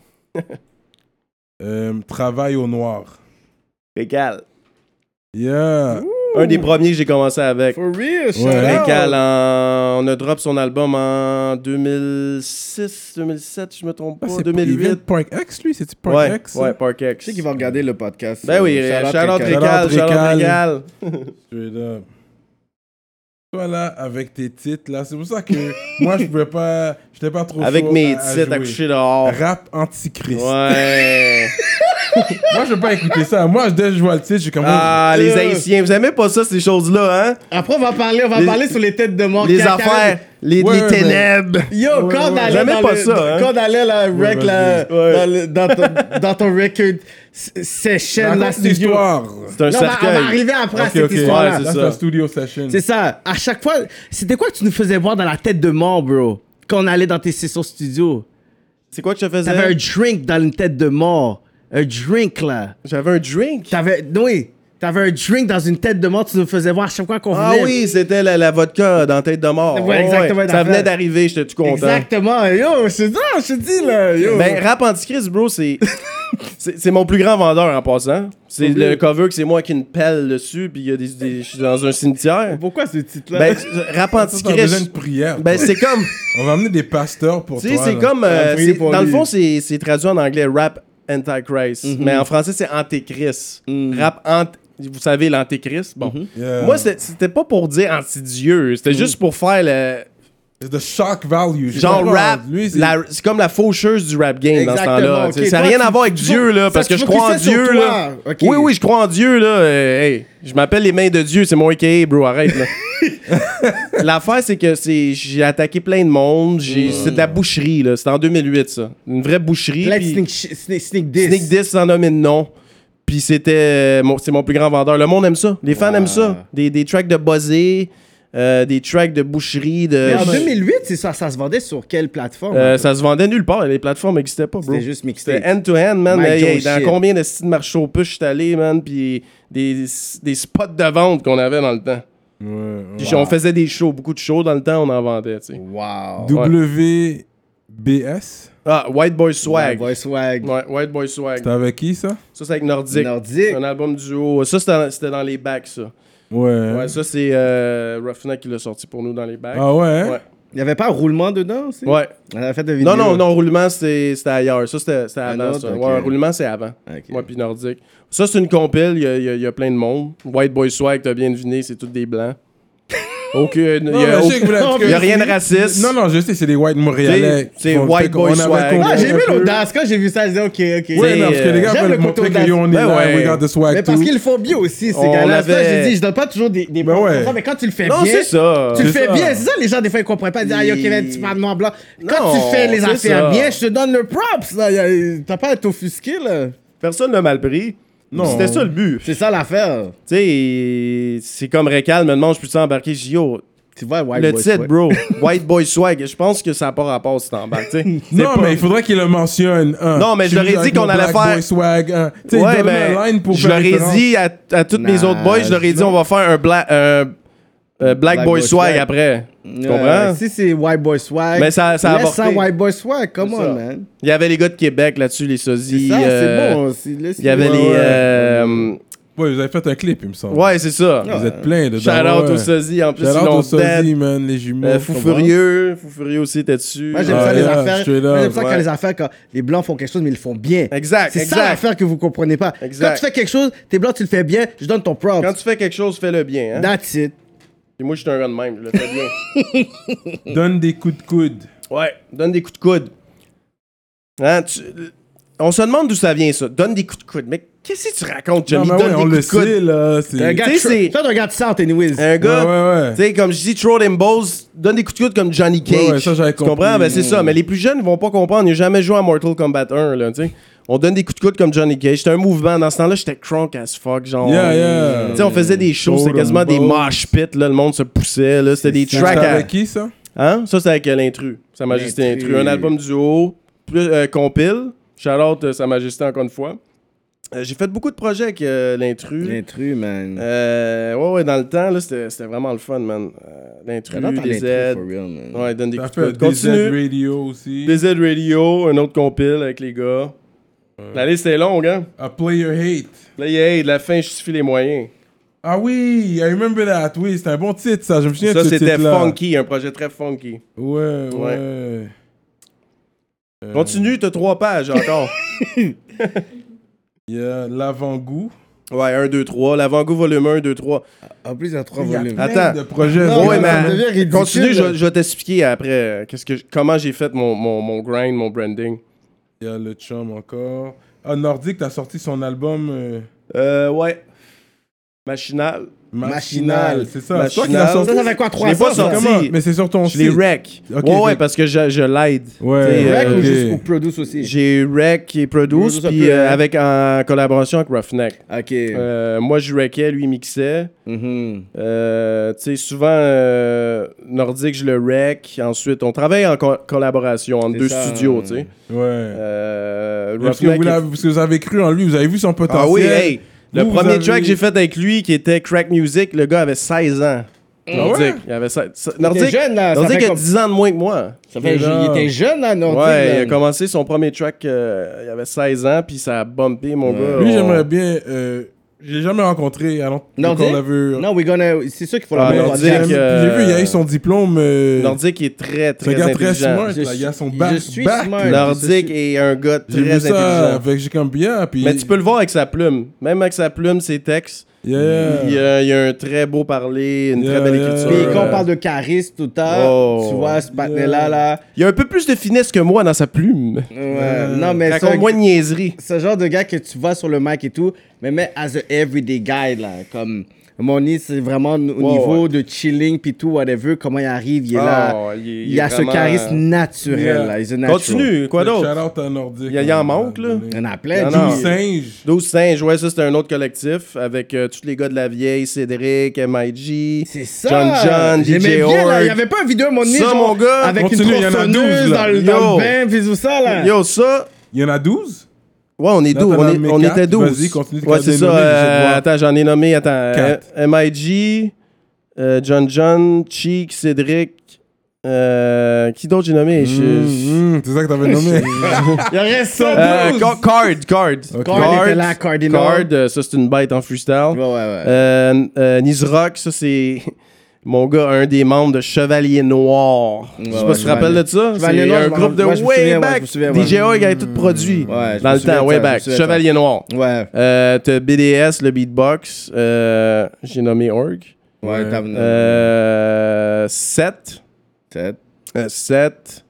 Travail au noir. Récal. Yeah. Un des premiers que j'ai commencé avec. For real, shout Ouais. out. Récal, on a drop son album en 2006, 2007, je me trompe Ah, pas, c'est 2008. Park X, lui, c'est-tu Park Ouais, X? ouais, Park X. Je sais qu'il va regarder le podcast. Ben oui, shout out Récal, shout out Récal. Straight up. Toi là, avec tes titres là, c'est pour ça que moi je pouvais pas, j'étais pas trop Avec chaud mes à titres à jouer. coucher dehors. Rap antichrist. Ouais. Moi, je veux pas écouter ça. Moi, dès que je vois le titre, je suis comme... Ah, les Haïtiens, vous aimez pas ça, ces choses-là, hein? Après, on va parler sur les têtes de mort. Les affaires, les ténèbres. Yo, quand on allait J'aimais pas ça, hein. quand on allait là, rec, là, Ouais. dans ton record session, la Raconte studio. l'histoire. C'est un Non, mais on cercueil. va arriver après à Ok, cette ok. histoire-là. Ouais, c'est Là, ça. c'est un studio session. C'est ça. À chaque fois, c'était quoi que tu nous faisais voir dans la tête de mort, bro? Quand on allait dans tes sessions studio. C'est quoi que je faisais? T'avais un drink dans une tête de mort. Un drink, là. J'avais un drink. Oui. T'avais un drink dans une tête de mort, tu nous faisais voir à chaque fois qu'on venait. Ah oui, c'était la vodka dans Tête de mort. Ouais, exactement, Ça d'affaire. venait d'arriver, j'étais tout content. Exactement. Yo, je te dis, là. Yo. Ben, Rap Antichrist, bro, c'est mon plus grand vendeur en passant. C'est le cover que c'est moi qui ai une pelle dessus, puis il y a je suis dans un cimetière. Pourquoi ce titre-là? Ben, Rap Ça, t'as besoin de Antichrist, prière. ben, toi. c'est comme. On va amener des pasteurs pour Tu toi. sais, c'est là. comme. prier pour dans le lui. fond, c'est traduit en anglais Rap Antichrist. Mais en français, c'est Antéchrist. Vous savez, l'Antéchrist. Bon. Yeah. Moi, c'était pas pour dire anti-Dieu. C'était juste pour faire le. C'est the shock value. je Genre comprends. rap, Lui, c'est... c'est comme la faucheuse du rap game dans ce Exactement, temps-là. ok. Tu sais, ça n'a Toi, rien tu- à voir avec tu Dieu, fo- là, ça, parce tu que je crois en focusais sur Dieu, toi. là. Ok. Oui, je crois en Dieu, là. Hey, je m'appelle les mains de Dieu, c'est mon AKA, bro, arrête, là. L'affaire, c'est que j'ai attaqué plein de monde. C'est de la boucherie, là. C'était en 2008, ça. Une vraie boucherie. Plein de puis- sneak diss. Sneak Diss sans nommer de nom. Puis c'est mon plus grand vendeur. Le monde aime ça. Les fans aiment ça. Des tracks de buzzé, des tracks de boucherie. Mais en 2008, c'est ça se vendait sur quelle plateforme? Ça se vendait nulle part. Les plateformes n'existaient pas, bro. C'était juste mixtape. C'était end-to-end, man. Mike Hey, Joe dans shit. combien de styles marché aux puces je suis allé, man. Puis des spots de vente qu'on avait dans le temps. Puis on faisait des shows, beaucoup de shows dans le temps, on en vendait, tu sais. Wow. WBS. Ah, White Boy Swag. Boy Swag. Ouais, White Boy Swag. C'était avec qui, ça? Ça, c'est avec Nordique. Nordique. Un album duo. Ça, c'était dans les bacs, ça. Ouais. Ouais, ça, c'est Roughneck qui l'a sorti pour nous dans les bacs. Ah ouais? hein? Ouais. Il n'y avait pas un roulement dedans aussi? Ouais. On avait fait de vidéos. Non, roulement, c'était ailleurs. Ça, c'était avant. autre, Ça. ok. Ouais, un roulement, c'est avant. Ok. Moi, puis Nordique. Ça, c'est une compile. Il y a plein de monde. White Boy Swag, t'as bien deviné, c'est tous des blancs. Aucune. Non, mais je sais que vous l'avez- Il y a rien de raciste. Non, je sais, c'est des white montréalais. C'est qui font- white fait qu'on boy avait swag. compris Ah, j'ai un aimé peu. l'audace. Quand j'ai vu ça, j'ai dit OK. Ouais, non, parce que les gars J'aime le veulent montrer côté que yo, on est audace. là, Ben we got the swag Mais parce too. qu'ils le font bien aussi, ces On gars-là. C'est ça que avait- j'ai dit, je donne pas toujours des Ben points ouais. comme ça, mais quand tu le fais Non, bien, c'est ça. tu le C'est fais ça. bien. C'est ça, les gens, des fois, ils comprennent pas. Ils disent, ah, yo, Kevin, tu parles noir blanc. Quand Non, tu fais les c'est affaires ça. bien, je te donne le props. Là. T'as pas à t'offusquer, là. Personne n'a mal pris. Non. C'était ça le but. C'est ça l'affaire. Tu sais, c'est comme Récal me demande, je peux embarquer? Je dis, yo, Tu vois, White le Boy titre, Swag. bro. White Boy Swag. Je pense que ça n'a pas rapport si t'embarques, tu sais. Non, mais il faudrait qu'il le mentionne. hein. Non, mais je leur ai dit avec qu'on mon allait black faire- boy swag. hein. Tu sais, Ouais, donne ben, un line pour je faire leur ai référence. dit à tous mes autres boys, je leur ai dit, on va faire un Black Boy Swag après. Tu comprends? Si c'est White Boy Swag, Mais ça a laisse avorté. ça White Boy Swag. Come C'est on, ça. man. Il y avait les gars de Québec là-dessus, les sosies. C'est ça, c'est bon. Il y avait les... Ouais, vous avez fait un clip, il me semble. Ouais, c'est ça. Vous êtes plein dedans. Shout-out ouais. aux sosies. En plus, Shout ils out l'ont aux fait. sosies, man, les jumeaux. Fou tu comprends? Furieux. Fou Furieux aussi était dessus. Moi, j'aime Ah, ça, les yeah, affaires. straight Moi, up, j'aime ça quand ouais. les affaires, quand les blancs font quelque chose, mais ils le font bien. Exact, C'est ça exact. l'affaire que vous comprenez pas. Exact. Quand tu fais quelque chose, t'es blanc, tu le fais bien, je donne ton props. Quand tu fais quelque chose, fais-le bien. Hein? That's it. Puis moi, je suis un gars de même. Je le fais bien. Donne des coups de coude. Ouais, donne des coups de coude. Hein, on se demande d'où ça vient, ça. Donne des coups de coude. Mais qu'est-ce que tu racontes, Johnny? Non, mais Donne ouais, des on coups le de coude. sait, là. T'es un gars Tu sais, c'est- toi, t'es un gars de South, anyways. Un gars, Ouais. tu sais, comme je dis, Troll and Balls, donne des coups de coude comme Johnny Cage. Ouais, ça, j'avais tu comprends? compris. Ben, c'est ça. Mais les plus jeunes, ils vont pas comprendre. Ils n'ont jamais joué à Mortal Kombat 1, là, tu sais. On donne des coups de coude comme Johnny Cage. C'était un mouvement. Dans ce temps-là, j'étais crunk as fuck, genre. Yeah. Tu sais, on faisait des shows, c'était Troll and quasiment des Balls. mosh pits, là. Le monde se poussait, là. C'était des C'était tracks à... avec qui, ça? Hein? Ça, c'est avec l'Intrus. Sa Majesté L'Intrus. Intrus. Un album duo, plus compile. Shout-out Sa Majesté encore une fois. J'ai fait beaucoup de projets avec l'Intrus. L'intrus, man. Ouais, dans le temps, là, c'était vraiment le fun, man. L'Intrus, J'adore les l'intrus, Z. for real, man. Ouais, donne des T'as coups de fait coude. des Z Continue. Radio aussi. Des Z Radio, un autre compile avec les gars. La liste est longue, hein? A Play Your Hate. Là, hey, de la fin justifie les moyens. Ah oui, I remember that. Oui, c'était un bon titre, ça. Je me souviens Ça, de ce c'était titre-là. funky, un projet très funky. Ouais. Continue, t'as 3 pages encore. Il y a l'avant-goût. Ouais, 1, 2, 3. L'avant-goût volume 1, 2, 3. En plus, il y a 3 Il y a volumes. plein Attends. de projets. Non, Ouais, mais ça mais devient ridicule, continue, là. je vais t'expliquer après comment j'ai fait mon grind, mon branding. Il y a le chum encore. Ah, Nordique, t'as sorti son album Ouais. Machinal. Machinal. C'est ça. C'est toi qui l'as Machinal. sorti. Ça fait quoi, Je l'ai 300? pas sorti. Comment? Mais c'est sur ton Je l'ai site. rec. Ok, ouais, fait- parce que je l'aide. Ouais, T'sais, Rec ou ok. juste ou produce aussi? J'ai rec et produce, Produce un puis peu, hein. avec en collaboration avec Roughneck. OK. Moi, je recais, lui, il mixait. Mhm. Tu sais, souvent, Nordique, je le rec. Ensuite, on travaille en collaboration entre C'est deux ça, studios, tu sais. Ouais. Parce que, Roughneck parce que vous avez cru en lui, vous avez vu son potentiel. Ah oui, hey! Le Vous premier avez- track que j'ai fait avec lui, qui était Crack Music, le gars avait 16 ans. Nordique. ouais? Il avait 16... Il Nordique, était jeune, là. Ça Nordique fait a comme- 10 ans de moins que moi. Ça fait, là. il était jeune, là, Nordique. Ouais, il a man. commencé son premier track, il avait 16 ans, puis ça a bumpé, mon gars. Lui, On- j'aimerais bien. Je l'ai jamais rencontré. Alors, Nordique? on l'a vu. Non, c'est sûr qu'il faut Ah, le Nordique, J'ai vu, il a eu son diplôme. Nordique est très, C'est un très gars très intelligent. smart. Je là. Il a son suis- bac. je suis bac, smart. là. Nordique est un gars J'ai très vu ça. intelligent. Fait que j'ai comme bien. Puis, Mais tu peux le voir avec sa plume. Même avec sa plume, ses textes, Yeah. il y a un très beau parler, une Yeah, très belle yeah. écriture. Puis quand on parle de charisme tout le temps, Oh. tu vois, ce partenaire-là, là. Il y a un peu plus de finesse que moi dans sa plume. Ouais. Non, mais Raconte moins de niaiseries. ce genre de gars que tu vois sur le mic et tout, mais as a everyday guy, là. Comme, Moni, c'est vraiment au niveau de chilling puis tout, whatever, comment il arrive, il est là. Oh, Il est a ce vraiment- charisme naturel, Yeah. là. He's a natural. Continue, quoi d'autre? Shout-out à Nordique. Il y en manque, là. Il y en a plein. Non, non. 12 singes. 12 singes, ouais, ça c'était un autre collectif avec tous les gars de la vieille, Cédric, MIG, C'est ça. John, J'aimais DJ bien, là. Org. Il n'y avait pas une vidéo à mon nez, Ça, genre, mon gars, avec continue, une il y en a tronçonneuse 12, là. dans le Yo. bain, puis tout ça, là. Yo, ça, Il y en a 12? ouais, on est Là, 12, t'en as nommé on quatre. était 12. Vas-y, continue de Ouais, c'est les nommer, je vais ça. voir. Attends, j'en ai nommé, Quatre. MIG, John, Cheek, Cédric, qui d'autre j'ai nommé? C'est ça que t'avais nommé. Il y aurait ça. Card. Card était là, Cardinal. Card, ça c'est une bête en freestyle. Ouais. Nizrock, ça c'est mon gars, un des membres de Chevalier Noir. Je sais pas ouais, si tu te rappelles de ça. Chevalier C'est Noir, un je me groupe de rappelle. Ouais, je me way souviens, ouais, back. je me souviens, ouais. DJ Org avait tout produit Ouais, je dans me le souviens temps, de way ça, je me back. souviens de ça. Chevalier Noir. Ouais. T'as BDS, le beatbox. J'ai nommé Org. Ouais, t'as 7. Peut-être. 7.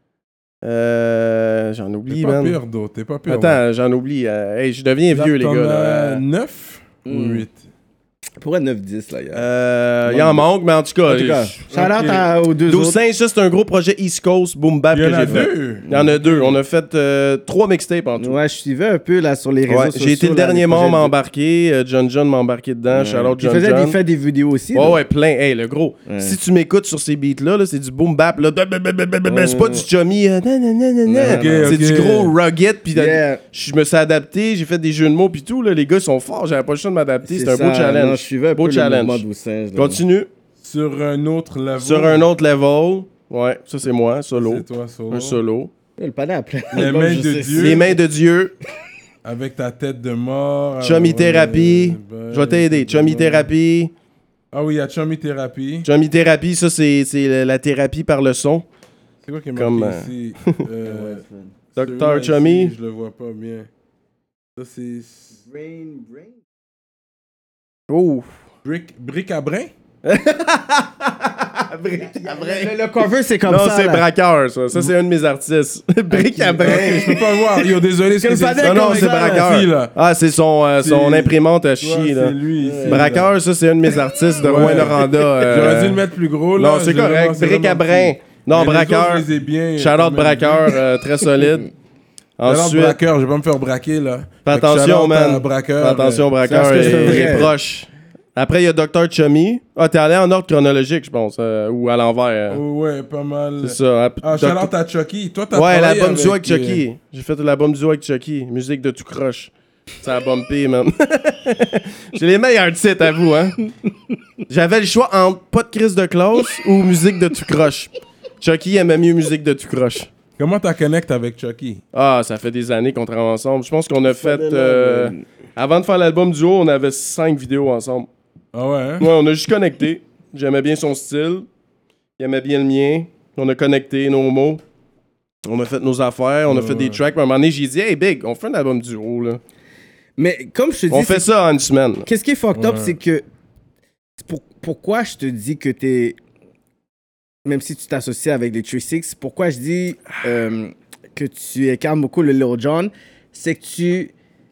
J'en T'es oublie, pas man. pire d'autre. T'es pas pire. Attends, j'en oublie. Hey, je deviens vieux, les gars. Là. 9 ou 8? Pour être 9-10, là. Il en manque, mais en tout cas. En tout cas, shout-out aux deux 12 autres. singes, ça, c'est un gros projet East Coast, boom bap Il y que en a j'ai fait. 2. Il y en a 2. On a fait 3 mixtapes en tout. Ouais, je suivais un peu là sur les réseaux Ouais, sociaux. j'ai été le là, dernier les membre projets de- embarqué. John m'a embarqué dedans. Shout-out Il John faisait John. des faits des vidéos aussi. Ouais, là. ouais, plein. Hey, le gros. Ouais. Si tu m'écoutes sur ces beats-là, là, c'est du boom bap. Là. C'est pas du chummy. Ok, C'est du gros rugged. Puis Yeah. je me suis adapté. J'ai fait des jeux de mots. Puis tout. Là, les gars sont forts. J'avais pas le choix de m'adapter. C'est un beau ça. challenge. Non, je suivais un Beau peu le challenge. mouvement de singes, là. Continue. Sur un autre level. Sur un autre level. Ouais, ça c'est moi, solo. C'est toi, solo. Un solo. Le panneau a plein. Les d'albums, mains je de sais. Dieu. Les mains de Dieu. Avec ta tête de mort. Chummy Thérapie. Ben, Je vais t'aider. Chummy Thérapie. Ah oui, il y a Chummy Thérapie. Chummy Thérapie, ça c'est la thérapie par le son. C'est quoi qui est Comme, marqué ici? Dr. Celui-là Chummy. ici, je le vois pas bien. Ça, c'est... Oh. Brick à brin? Le cover, c'est comme Non, ça. c'est là. Braqueur, ça. Ça, c'est un de mes artistes. Brick à brin. Ok, je peux pas le voir. Yo, désolé, Quel c'est panel Non, non, comme c'est ça, là. Braqueur. Si, là. Ah, c'est son C'est- imprimante à Ouais, chier, là. c'est lui ici. Braqueur, ça, c'est un de mes artistes de Ouais. Rouen-Noranda. J'aurais dû le mettre plus gros, là. Non, c'est Je l'ai correct. vraiment- c'est Brick à vraiment brin. petit. Non, Mais les autres, Braqueur. je les ai bien. Shout-out quand même Braqueur, très solide. bien. Shout-out Ensuite, Braqueur, je vais pas me faire braquer, là. fais Fait que attention, shout-out à man. Braqueur. Fais attention, Braqueur parce que c'est est vrai. proche. Après, il y a Dr. Chummy. Ah, t'es allé en ordre chronologique, je pense. Ou à l'envers. Oh, ouais, pas mal. C'est ça. Ah, Dr. shout-out à Chucky. Toi, t'as Ouais, travaillé l'album duo avec avec, Chucky. J'ai fait l'album duo avec Chucky. Musique de tout croche. Ça a bumpé, man. J'ai les meilleurs titres à vous, hein. J'avais le choix entre pas de crise de classe ou musique de tout croche. Chucky aimait mieux musique de tout croche. Comment t'as connecté avec Chucky? Ah, ça fait des années qu'on travaille ensemble. Je pense qu'on a fait... là, avant de faire l'album duo, on avait 5 vidéos ensemble. Ah ouais, hein? Ouais, on a juste connecté. J'aimais bien son style. Il aimait bien le mien. On a connecté nos mots. On a fait nos affaires. On a fait des tracks. Puis à un moment donné, j'ai dit, hey, Big, on fait un album duo, là. Mais comme je te dis, On fait ça en une semaine. qu'est-ce qui est fucked up, Ouais. c'est que. Pourquoi je te dis que t'es. Même si tu t'associes avec les 36, pourquoi je dis que tu incarnes beaucoup le Lil Jon, c'est que tu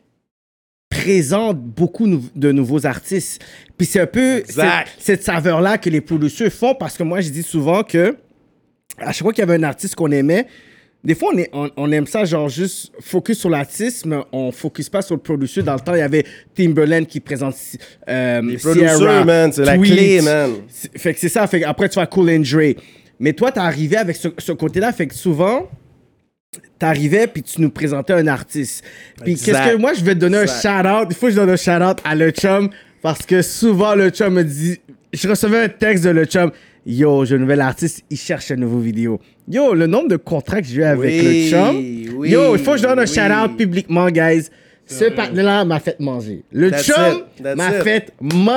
présentes beaucoup de nouveaux artistes. Puis c'est un peu cette saveur-là que les producteurs font, parce que moi, je dis souvent que à chaque fois qu'il y avait un artiste qu'on aimait, des fois, on aime ça, genre juste focus sur l'artiste, mais on focus pas sur le producteur. Dans le temps, il y avait Timberland qui présente les producteurs, man, c'est la clé, man. Fait que c'est ça. Fait que après, tu vas Cool and Dre. Mais toi, t'es arrivé avec ce côté-là. Fait que souvent, t'arrivais puis tu nous présentais un artiste. Puis qu'est-ce que moi, je vais te donner un shout-out. Il faut que je donne un shout-out à Le Chum, parce que souvent, Le Chum me dit... Je recevais un texte de Le Chum. Yo, j'ai un nouvel artiste, il cherche une nouvelle vidéo. Yo, le nombre de contrats que j'ai eu avec Le Chum. Yo, il faut que je donne un shout-out publiquement, guys. Ce partenaire m'a fait manger. Le Chum m'a fait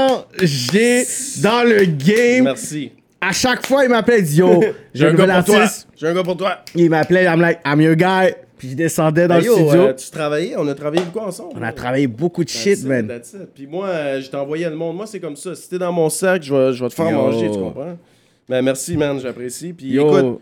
manger dans le game. Merci. À chaque fois, il m'appelait, il dit yo, j'ai un nouvel artiste. J'ai un gars pour toi. Il m'appelait, I'm like, I'm your guy. Puis je descendais dans le studio. Tu travaillais, on a travaillé de quoi ensemble? On a travaillé beaucoup de shit, man. That's it. Puis moi, je t'envoyais le monde. Moi, c'est comme ça. Si t'es dans mon sac, je vais te faire manger, tu comprends? Mais merci, man, j'apprécie. Puis écoute,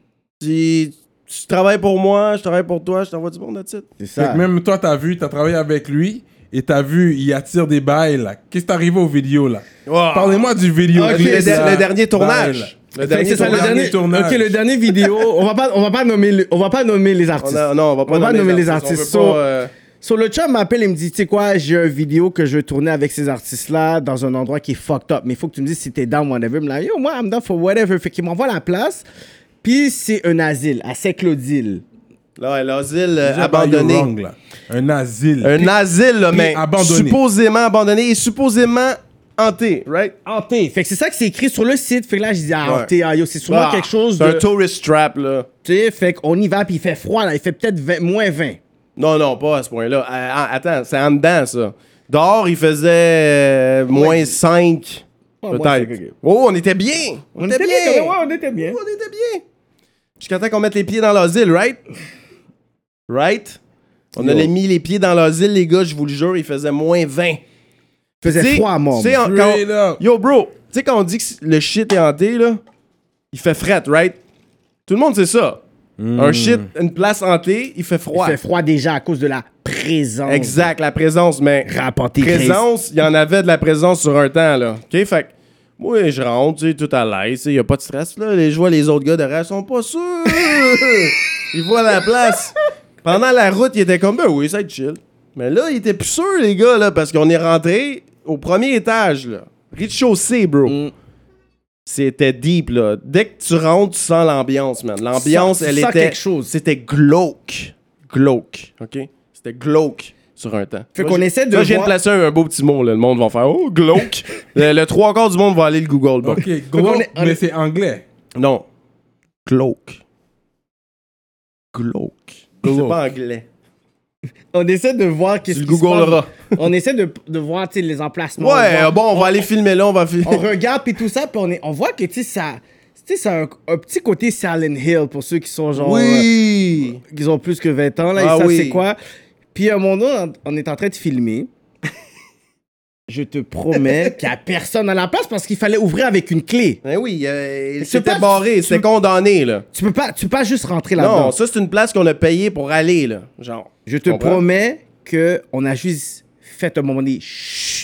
si tu travailles pour moi, je travaille pour toi, je t'envoie du bon, that's it. C'est ça. Même toi, t'as travaillé avec lui et t'as vu, il attire des bails, là. Qu'est-ce qui est arrivé aux vidéos, là? Wow. Parlez-moi du vidéo. Le dernier tournage. Le dernier tournage. Ok, le dernier vidéo. On va pas nommer les artistes. Non, on va pas nommer les artistes. So, le chum m'appelle et me dit, tu sais quoi, j'ai une vidéo que je veux tourner avec ces artistes-là dans un endroit qui est fucked up. Mais il faut que tu me dises si t'es down, whatever. Il me dit, yo, moi, I'm down for whatever. Fait qu'il m'envoie la place. Puis c'est un asile à Saint-Claudille. Là, l'asile abandonné. Wrong, là. Un asile. Un asile, là, mais abandonné. Supposément abandonné et supposément hanté, right? Hanté. Fait que c'est ça que c'est écrit sur le site. Fait que là, je dis, hanté, yo, c'est sûrement quelque chose de... C'est un tourist trap, là. Tu sais, fait qu'on y va, puis il fait froid, là. Il fait peut-être moins 20. Non, pas à ce point-là. Attends, c'est en dedans, ça. Dehors, il faisait moins 5, peut-être. Oh, on était bien! On était bien! Ouais, on était bien. On était bien! Jusqu'à temps qu'on mette les pieds dans l'asile, right? Right? On a mis les pieds dans l'asile, les gars, je vous le jure, il faisait moins 20. Il faisait froid à mort. Yo, bro, tu sais, quand on dit que le shit est hanté, là, il fait fret, right? Tout le monde sait ça. Un shit, une place hantée, il fait froid. Il fait froid déjà à cause de la présence. Exact, la présence, mais rapporté présence, il y en avait de la présence sur un temps, là. OK, fait que moi, je rentre, tu sais, tout à l'aise, il n'y a pas de stress, là. Je vois les autres gars derrière, ils sont pas sûrs. Ils voient la place. Pendant la route, ils étaient comme, ben oui, ça va être chill. Mais là, ils étaient plus sûrs, les gars, là, parce qu'on est rentré au premier étage, là. Rez-de-chaussée, bro. C'était deep, là. Dès que tu rentres, tu sens l'ambiance, man. L'ambiance, elle était... quelque chose. C'était glauque. Glauque, OK? C'était glauque sur un temps. Fait qu'on essaie de je viens de placer un beau petit mot, là. Le monde va faire « Oh, glauque! » Le 3/4 du monde va aller le Google. OK, glauque, mais c'est anglais. Non. Glauque. Glauque. C'est pas anglais. On essaie de voir qu'est-ce qui se passe. On essaie de voir les emplacements. Ouais, on va aller filmer là, on va filmer. On regarde puis tout ça, puis on voit que ça a un petit côté Silent Hill pour ceux qui sont genre... Oui! Qui ont plus que 20 ans, là, ils savent c'est quoi. Puis à un moment donné, on est en train de filmer. Je te promets qu'il n'y a personne à la place parce qu'il fallait ouvrir avec une clé. Ben oui, c'était barré, c'était condamné, là. Tu peux pas juste rentrer là-dedans. Non, ça, c'est une place qu'on a payée pour aller, là. Genre. Je te promets qu'on a juste fait un moment donné. Chut.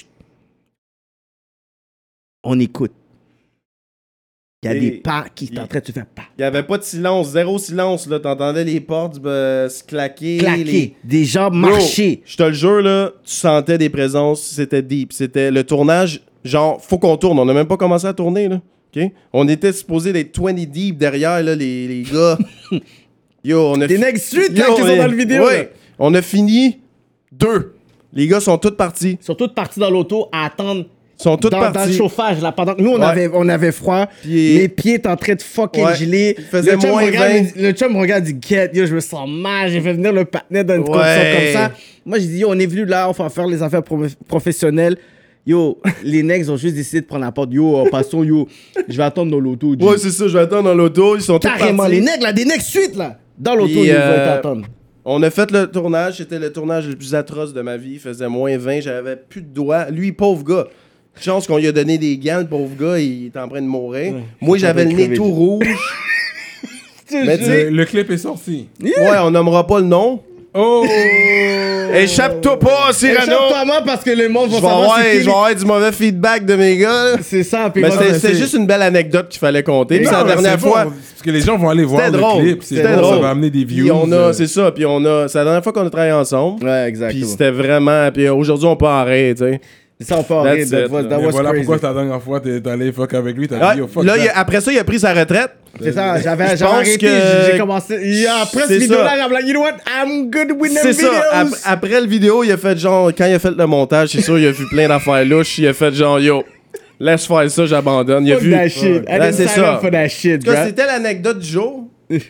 On écoute. Il y a des pas qui sont en train de se faire pas. Il n'y avait pas de silence, zéro silence, là. T'entendais les portes se claquer. Des gens marcher. Je te le jure, là, tu sentais des présences, c'était deep. C'était le tournage, genre, faut qu'on tourne. On n'a même pas commencé à tourner, là. OK? On était supposé d'être 20 deep derrière, là, les gars. Yo, on a... Des Next Street, là, qui sont dans le vidéo. Ouais. On a fini 2. Les gars sont tous partis. Ils sont tous partis dans l'auto à attendre... Sont toutes dans le chauffage, là, pendant que nous, on avait froid. Puis les pieds étaient en train de fucking geler. Il faisait moins 20. Le chum me regarde, il dit, get, yo, je me sens mal, j'ai fait venir le patinet dans une condition comme ça. Moi, j'ai dit, yo, on est venu là, on va faire les affaires professionnelles. Yo, les necks ont juste décidé de prendre la porte. Yo, passons, yo, je vais attendre dans l'auto. Ouais, c'est ça, je vais attendre dans l'auto. Ils sont tous partis. Carrément, les necks, là, des necks suite, là. Dans l'auto, ils vont attendre. On a fait le tournage, c'était le tournage le plus atroce de ma vie. Il faisait moins 20, j'avais plus de doigts. Lui, pauvre gars. Chance qu'on lui a donné des gants, le pauvre gars, il est en train de mourir. Ouais, moi, j'avais le nez tout rouge. Mais tu sais, Le clip est sorti. ouais, on nommera pas le nom. Oh! Échappe-toi pas, Cyrano! Échappe-toi moi parce que le monde va savoir Je vais avoir du mauvais feedback de mes gars. Là. C'est ça. Puis Mais moi, c'était juste une belle anecdote qu'il fallait compter. Puis c'est la dernière fois. Parce que les gens vont aller voir le drôle. clip. C'était drôle. Ça drôle. va amener des Puis views. c'est ça. Puis c'est la dernière fois qu'on a travaillé ensemble. Ouais, exactement. Puis c'était vraiment. Puis aujourd'hui, on peut arrêter, tu sais. C'est ça, on peut arrêter. That's it, That Mais was voilà crazy. pourquoi la dernière fois t'es allé fuck avec lui. T'as Ah, dit, oh fuck là, that. après ça, il a pris sa retraite. C'est ça, j'avais pense arrêté, que- j'ai commencé. Après C'est cette vidéo-là, ça. I'm like, you know what, I'm good with them C'est videos. ça. Après le vidéo, il a fait genre. Quand il a fait le montage, c'est sûr, il a vu plein d'affaires louches. Il a fait genre, yo, laisse faire ça, j'abandonne. Il a Fuck vu. that shit. I Là, didn't c'est sign ça. up for that shit, En tout cas, bro. c'était l'anecdote du jour.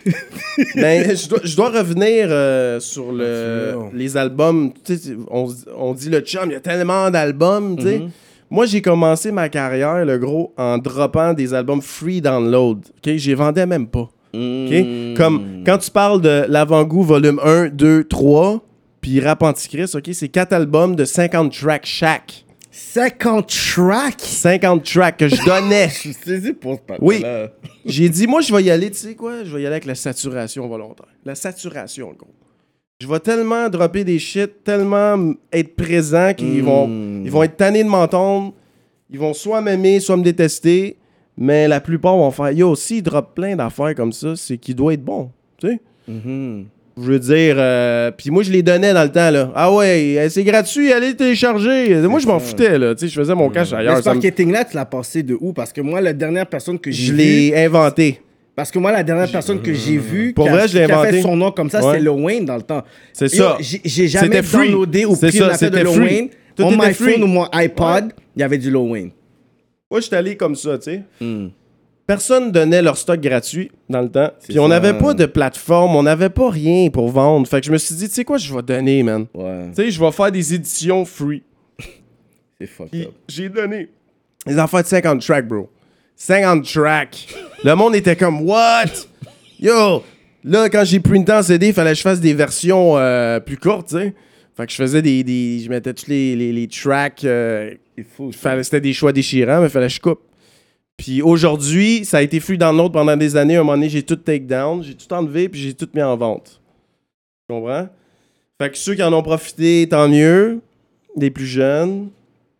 Ben, je dois revenir sur les albums. Tu sais, on dit le chum, il y a tellement d'albums, tu sais. Moi, j'ai commencé ma carrière, le gros, en droppant des albums free download. OK? J'y vendais même pas. OK? Comme quand tu parles de l'Avant-Goût volume 1, 2, 3, puis Rap Antichrist, OK? C'est 4 albums de 50 tracks chaque. 50 tracks? 50 tracks que je donnais. Je suis saisi pour ce patin. Oui. J'ai dit, moi, je vais y aller, tu sais quoi? Je vais y aller avec la saturation volontaire. La saturation, gros. Je vais tellement dropper des shit, tellement être présent qu'ils vont être tannés de m'entendre. Ils vont soit m'aimer, soit me détester. Mais la plupart vont faire, yo, s'ils droppent plein d'affaires comme ça, c'est qu'il doit être bon. Tu sais? Je veux dire, puis moi, je les donnais dans le temps, là. Ah ouais, c'est gratuit, allez télécharger. Moi, je m'en foutais, là. Tu sais, je faisais mon cash Mais ailleurs. ce marketing-là, tu l'as passé de où? Parce que moi, la dernière personne que j'ai Je vue... l'ai inventé. Parce que moi, la dernière personne que j'ai vue Pour qui vrai, je l'ai qui a inventé. fait son nom comme ça, Ouais. c'était Lil Wayne dans le temps. C'est Yo, ça. J'ai jamais C'était free. downloadé ou C'est pris ça, une affaire de c'était Lil free. Wayne. Tout On était my free. phone ou mon iPod, il y avait du Lil Wayne. Moi, je suis allé comme ça, tu sais. Personne donnait leur stock gratuit dans le temps. Puis on ça. n'avait pas de plateforme, on n'avait pas rien pour vendre. Fait que je me suis dit, tu sais quoi, je vais donner, man. Ouais, Tu sais, je vais faire des éditions free. c'est fucked Puis up. j'ai donné des affaires de 50 tracks, bro. 50 tracks. Le monde était comme, what? Yo! Là, quand j'ai printé en CD, il fallait que je fasse des versions plus courtes, tu sais. Fait que je faisais je mettais tous les tracks. C'était des choix déchirants, mais il fallait que je coupe. Puis aujourd'hui, ça a été free dans l'autre pendant des années. À un moment donné, j'ai tout take down, j'ai tout enlevé, puis j'ai tout mis en vente. Tu comprends? Fait que ceux qui en ont profité, tant mieux. Les plus jeunes.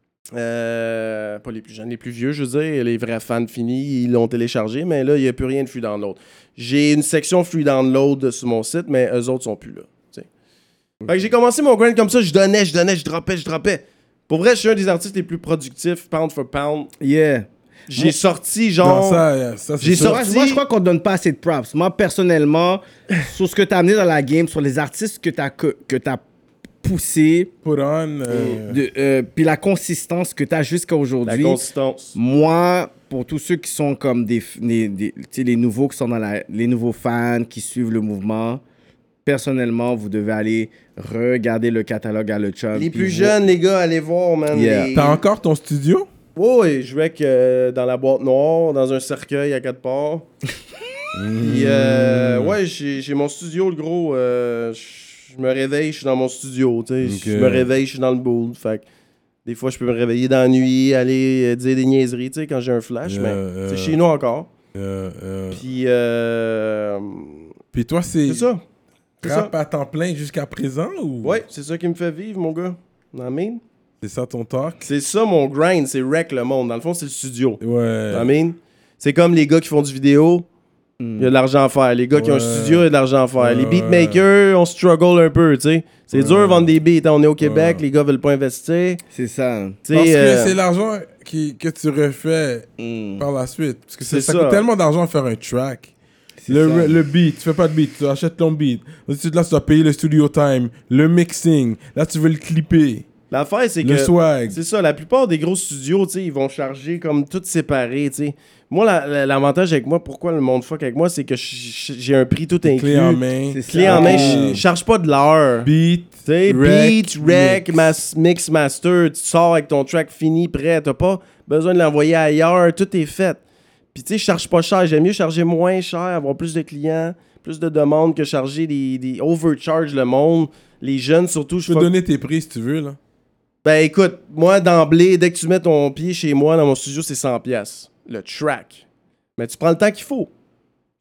Pas les plus jeunes, les plus vieux, je veux dire. Les vrais fans finis, ils l'ont téléchargé, mais là, il n'y a plus rien de free download. J'ai une section free download sur mon site, mais eux autres sont plus là. T'sais. Fait que j'ai commencé mon grind comme ça, je donnais, je droppais. Pour vrai, je suis un des artistes les plus productifs, pound for pound. Yeah. J'ai sorti genre. Non, ça, c'est J'ai sûr. sorti- Moi, je crois qu'on donne pas assez de props. Moi, personnellement, sur ce que tu as amené dans la game, sur les artistes que tu as poussés, Put on. puis la consistance que tu as jusqu'à La aujourd'hui. consistance. Moi, pour tous ceux qui sont comme tu sais, les nouveaux qui sont les nouveaux fans qui suivent le mouvement, personnellement, vous devez aller regarder le catalogue à Le Chum. Les puis plus vous- jeunes, les gars, allez voir, man. Yeah. T'as encore ton studio? Oui, je jouais dans la boîte noire, dans un cercueil à 4 parts. Puis, ouais, j'ai mon studio, le gros. Je me réveille, je suis dans mon studio, tu sais. Ok. Je me réveille, je suis dans le boot. Fait que des fois, je peux me réveiller dans la nuit, aller dire des niaiseries, tu sais, quand j'ai un flash. Mais c'est chez nous encore. Puis, Puis toi, c'est c'est ça. C'est ça. rap à temps plein jusqu'à présent ou Ouais, c'est ça qui me fait vivre, mon gars. I mean? c'est ça ton talk? C'est ça mon grind, c'est wreck le monde. Dans le fond, c'est le studio. Ouais. I mean? C'est comme les gars qui font du vidéo, il y a de l'argent à faire. Les gars qui ont un Ouais. studio, il y a de l'argent à faire. Les Ouais. beatmakers, on struggle un peu, tu sais. C'est dur de vendre des beats. Hein. On est au Québec, les gars veulent pas investir. C'est ça. Tu sais, Parce que c'est l'argent que tu refais Mm. par la suite. Parce que C'est ça ça. coûte tellement d'argent de faire un track. C'est Le, ça. le beat, tu fais pas de beat, tu achètes ton beat. Ensuite, là, tu dois payer le studio time, le mixing. Là, tu veux le clipper, l'affaire, c'est le que. swag. C'est ça, la plupart des gros studios, tu sais, ils vont charger comme tout séparé, tu sais. Moi, l'avantage avec moi, pourquoi le monde fuck avec moi, c'est que j'ai un prix tout inclus. Clé en main, C'est Clé ça. en main, je charge pas de l'heure. beat, Tu sais, rec, beat, rec, mix. mix, master, tu sors avec ton track fini, prêt, t'as pas besoin de l'envoyer ailleurs, tout est fait. Puis tu sais, je charge pas cher, j'aime mieux charger moins cher, avoir plus de clients, plus de demandes que charger des overcharge le monde. Les jeunes surtout, Je peux donner tes prix si tu veux, là. Ben écoute, moi d'emblée, dès que tu mets ton pied chez moi dans mon studio, c'est 100$. Le track. Mais tu prends le temps qu'il faut.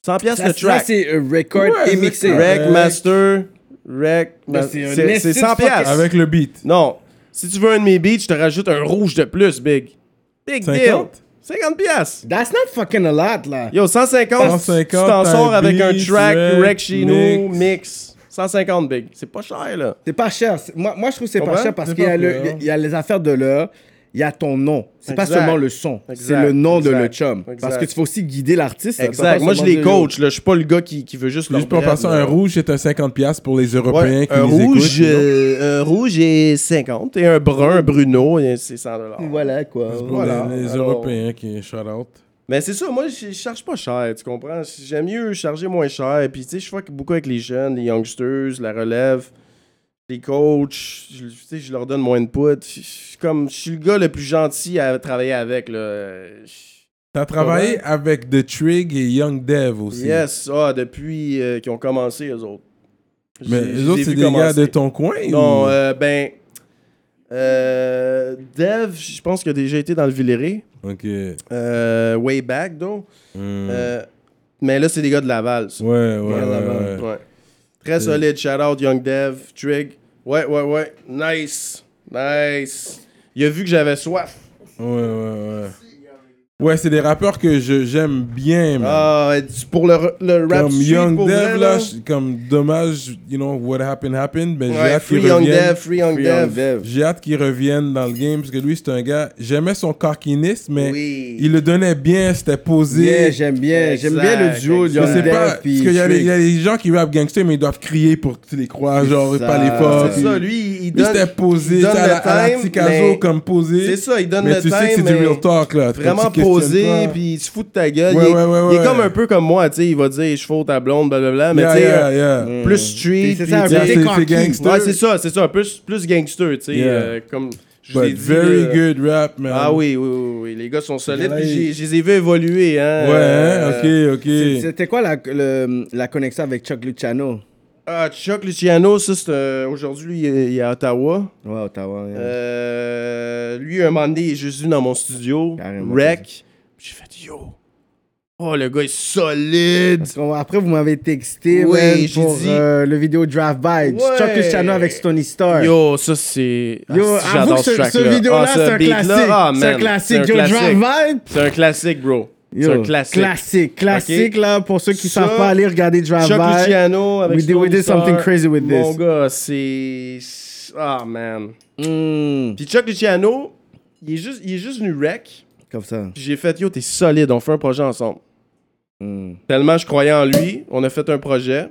$100 le Ça, track. c'est record Ouais, et mixé. Rec, master, c'est c'est 100$. Avec le beat. Non. Si tu veux un de mes beats, je te rajoute un rouge de plus, big. Big 50? deal. 50$. That's not fucking a lot, là. Yo, 150, tu t'en sors avec un track, rec chez nous, mix. 150, big. C'est pas cher, là. C'est pas cher. Moi, je trouve que c'est pas Comprends? cher parce C'est qu'il y, pas a cher. il y a les affaires de l'heure, il y a ton nom. C'est pas Exact. seulement le son, c'est Exact. le nom de le Exact. chum. Parce Exact. que tu faut aussi guider l'artiste. Exact. Moi, je les coach, là. Je suis pas le gars qui veut juste leur Juste pour bread, passer, là. un rouge, c'est un 50$ pour les Européens Ouais, qui un nous rouge, écoutent. you know. un rouge est 50 et un brun, Bruno, c'est 100$. Voilà, quoi. Pour voilà. les Alors- Européens qui shout out. Mais c'est ça, moi, je charge pas cher, tu comprends? J'aime mieux charger moins cher. Puis, tu sais, je fuck beaucoup avec les jeunes, les youngsters, la relève, les coachs. Tu sais, je leur donne moins de poudre. Je suis le gars le plus gentil à travailler avec, là. T'as travaillé avec The Trig et Young Dev aussi. Yes, depuis qu'ils ont commencé, eux autres. Mais Je les les autres, ai c'est vus des gars commencer. de ton coin? Non, ou... Dev, je pense qu'il a déjà été dans le Villeray. Ok. Way back, though. Hmm. Mais là, c'est des gars de Laval, ça. Ouais. Ouais. Très solide. Shout out Young Dev, Trig. Ouais. Nice. Il a vu que j'avais soif. Ouais. Ouais, c'est des rappeurs que j'aime bien, man. Ah, pour le rap Comme street, Young pour Dev, vrai, là, comme dommage, you know, what happened, mais j'ai Ouais, hâte Free qu'il Young revienne. Dev, Free Young Dev. J'ai hâte qu'il revienne dans le game, parce que lui, c'est un gars, j'aimais son cockiness, mais Oui. il le donnait bien, c'était posé. Yeah, j'aime bien le duo Je Young sais Dev pas, parce puis qu'il y a Trig. des gens qui rappent gangster, mais ils doivent crier pour que tu les crois, genre, ça, pas les forts. C'est ça, lui, il Lui, donne... c'était posé, il tu sais, donne à le la time, Ticazo, mais- comme posé. C'est ça, il donne mais le tu sais que time, c'est du mais real talk, là. vraiment Tu questionnes posé, pas. puis il se fout de ta gueule. Ouais, il est, ouais, il est ouais. comme un peu comme moi, tu sais, il va dire « je fous ta blonde », blablabla, mais tu sais, Yeah. plus street, C'est puis ça, un tu sais, côté c'est cocky. gangster. ouais, c'est ça, plus gangster, tu sais, Yeah. comme je l'ai But dit. very là. good rap, man. Ah oui, les gars sont solides, Là, puis je les ai vus évoluer, hein. Ouais, ok. C'était quoi la connexion avec Chuck Luciano? Chuck Luciano, ça, c'est aujourd'hui, il est à Ottawa. Ouais, Ottawa. Yeah. Lui, un moment donné, il est juste venu dans mon studio, Carrément. rec. J'ai fait yo. Oh, le gars est solide. Parce qu'après, vous m'avez texté Oui, man, j'ai pour dit- le vidéo Draft By. Ouais. Chuck Luciano avec Stony Star. Yo, ça c'est. Yo, Ah, avoue j'adore que ce track-là. vidéo-là, Ah, c'est un beat-là, classique. ah, C'est un man, classique. c'est Yo, un Draft classique. Vibe. C'est un classique, bro. C'est Yo, un classique. Classique, là, pour ceux qui Ça, savent pas aller regarder Draft Chuck By. Luciano avec We did Stony something Star. crazy with Mon this. gars, c'est. Ah, man. Mm, Puis Chuck Luciano, il est juste venu rec. comme ça. Puis j'ai fait yo, t'es solide, on fait un projet ensemble. Mm. Tellement je croyais en lui, on a fait un projet.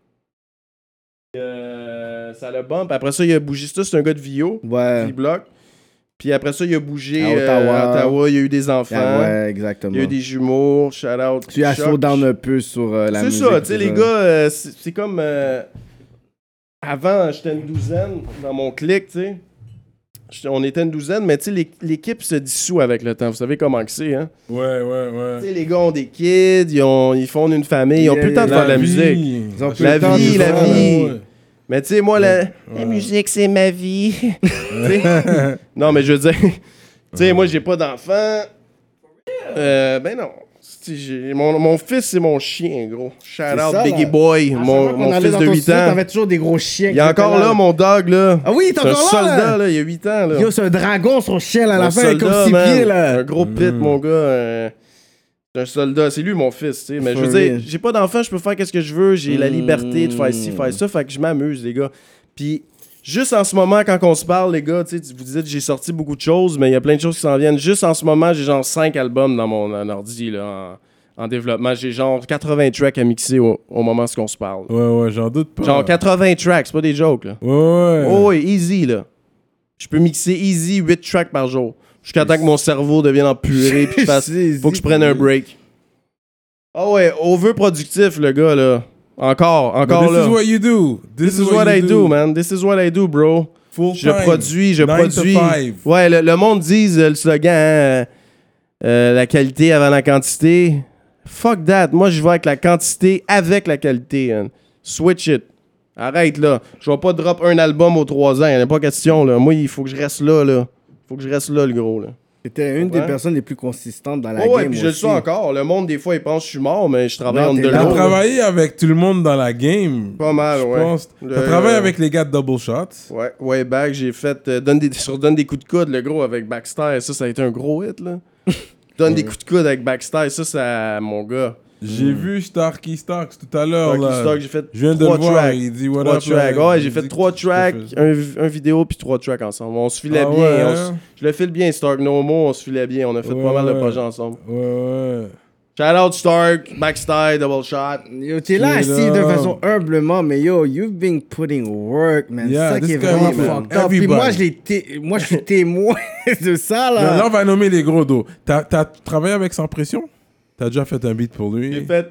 Ça le bump. Après ça, il a bougé. C'est un gars de Vio, Ouais. V-Block. Puis après ça, il a bougé À Ottawa. à Ottawa. Il y a eu des enfants. Ah, ouais, exactement. Il y a eu des jumeaux. Shout out. Tu as slow down un peu sur la C'est musique. ça, tu sais, les gars, c'est comme. Avant, j'étais une douzaine dans mon clic, tu sais. On était une douzaine, mais tu sais, l'équipe se dissout avec le temps. Vous savez comment que c'est, hein? Ouais. Tu sais, les gars ont des kids, ils fondent une famille, ils ont plus le temps de faire de la musique. Ils ont plus La le temps de vie, la faire, vie. Ouais. Mais tu sais, moi, la musique, c'est ma vie. Tu sais? Non, mais je veux dire, tu sais, moi, j'ai pas d'enfant. Ben non. Mon fils, c'est mon chien, gros. Shout C'est out ça, Biggie là. Boy, À chaque fois mon qu'on allait fils dans de ton 8 studio, ans. T'avais toujours des gros chiens. Il est qui étaient encore là, mon dog, là. Ah oui, il est C'est un encore là, soldat, là. là, il y a 8 ans, là. Yo, c'est un dragon, son chien, là, à la Mon fin, il est comme soldat, 6 man. pieds, là. Un gros pit, mon gars. C'est un soldat. C'est lui, mon fils, tu sais. Mais je veux For dire, real. j'ai pas d'enfant, je peux faire qu'est-ce que je veux. J'ai la liberté de faire ci, faire ça. Fait que je m'amuse, les gars. Puis, juste en ce moment, quand on se parle, les gars, tu sais, vous dites que j'ai sorti beaucoup de choses, mais il y a plein de choses qui s'en viennent. Juste en ce moment, j'ai genre 5 albums dans mon ordi, là, en développement. J'ai genre 80 tracks à mixer au moment où on se parle. Ouais, j'en doute pas. Genre 80 tracks, c'est pas des jokes, là. Ouais. Oh oui, easy, là. Je peux mixer easy 8 tracks par jour. Jusqu'à temps que mon cerveau devienne empuré puis faut que je prenne un break. Ah ouais, overproductif, le gars, là. Encore But là. this is what you do. This is what I do, man. This is what I do, bro. Full Je time. produis. 9 to 5. Ouais, le monde dise le slogan, hein, la qualité avant la quantité. Fuck that. Moi, je vais avec la quantité avec la qualité. Hein. Switch it. Arrête, là. Je vais pas drop un album aux 3 ans. Il n'y a pas question, là. Moi, il faut que je reste là, là. Faut que je reste là, le gros, là. T'étais une des personnes les plus consistantes dans la Oh, game. ouais, puis je le aussi. suis encore. Le monde, des fois, il pense que je suis mort, mais je travaille Non, en t'es de là. T'as l'eau. travaillé avec tout le monde dans la game. Pas mal, Je ouais. pense. T'as travaillé avec les gars de Double Shots. Ouais, way back, j'ai fait donne des coups de coude, le gros, avec Backstyle. Ça a été un gros hit, là. Donne des coups de coude avec Backstyle. Ça, mon gars. J'ai vu Starkey Starks tout à l'heure. Starkey là. Stark, j'ai fait Je viens de 3 le voir. tracks. Il dit what 3 up. tracks. là. Ouais, Il j'ai dit fait que 3 tu tracks, fais un vidéo puis 3 tracks ensemble. On se filait Ah bien. ouais, hein? Je le file bien, Stark No More, on se filait bien. On a fait Ouais, pas mal de ouais. projets ensemble. Ouais. Shout out Stark, Backstyle, Double Shot. Yo, t'es là Straight assis de up. façon humblement, mais yo, you've been putting work, man. Yeah, C'est ça this qui est guy, vraiment man. fucked up. Puis Everybody. moi, je suis témoin de ça, Là, là. on va nommer les gros dos. T'as travaillé avec Sans Pression? T'as déjà fait un beat pour lui? J'ai fait.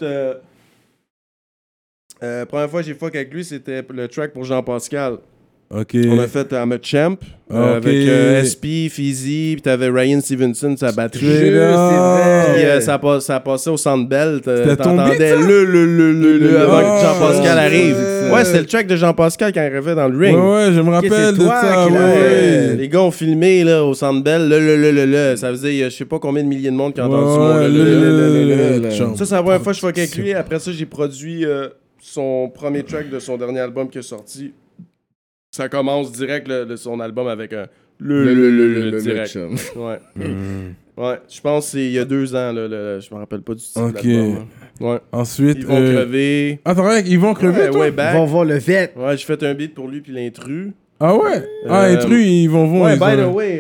Première fois que j'ai fuck avec lui, c'était le track pour Jean-Pascal. Ok. On a fait I'm a Champ Ok. avec SP, Fizzy, puis t'avais Ryan Stevenson, sa batterie. Straight up. Puis ça passait au Centre Bell. C'était ton beat, T'entendais ça? le avant que Jean-Pascal Ah, arrive. shit. Ouais, c'était le track de Jean-Pascal quand il arrivait dans le ring. Ouais, je me rappelle de toi ça. qui l'as Ouais. Les gars ont filmé là, au Centre Bell. Ça faisait, je sais pas combien de milliers de monde qui a entendu ce Ouais, mot. chum. Ça, c'est la première fois que je fuck avec lui. Après ça, j'ai produit son premier track de son dernier album qui est sorti. Ça commence direct son album avec un direct. chum. Ouais. Ouais, je pense que c'est il y a 2 ans. Je me rappelle pas du titre Ok. de l'album. Hein. Ouais. Ensuite. Ils vont crever. Ah, t'as travaillé avec Yvon Crevé, Ouais, toi? way Ils back. vont voir le vet. Ouais, j'ai fait un beat pour lui puis l'intrus. Ah ouais? Ah, Euh, Intrus, ils vont voir. Ouais, ils by ont- the way,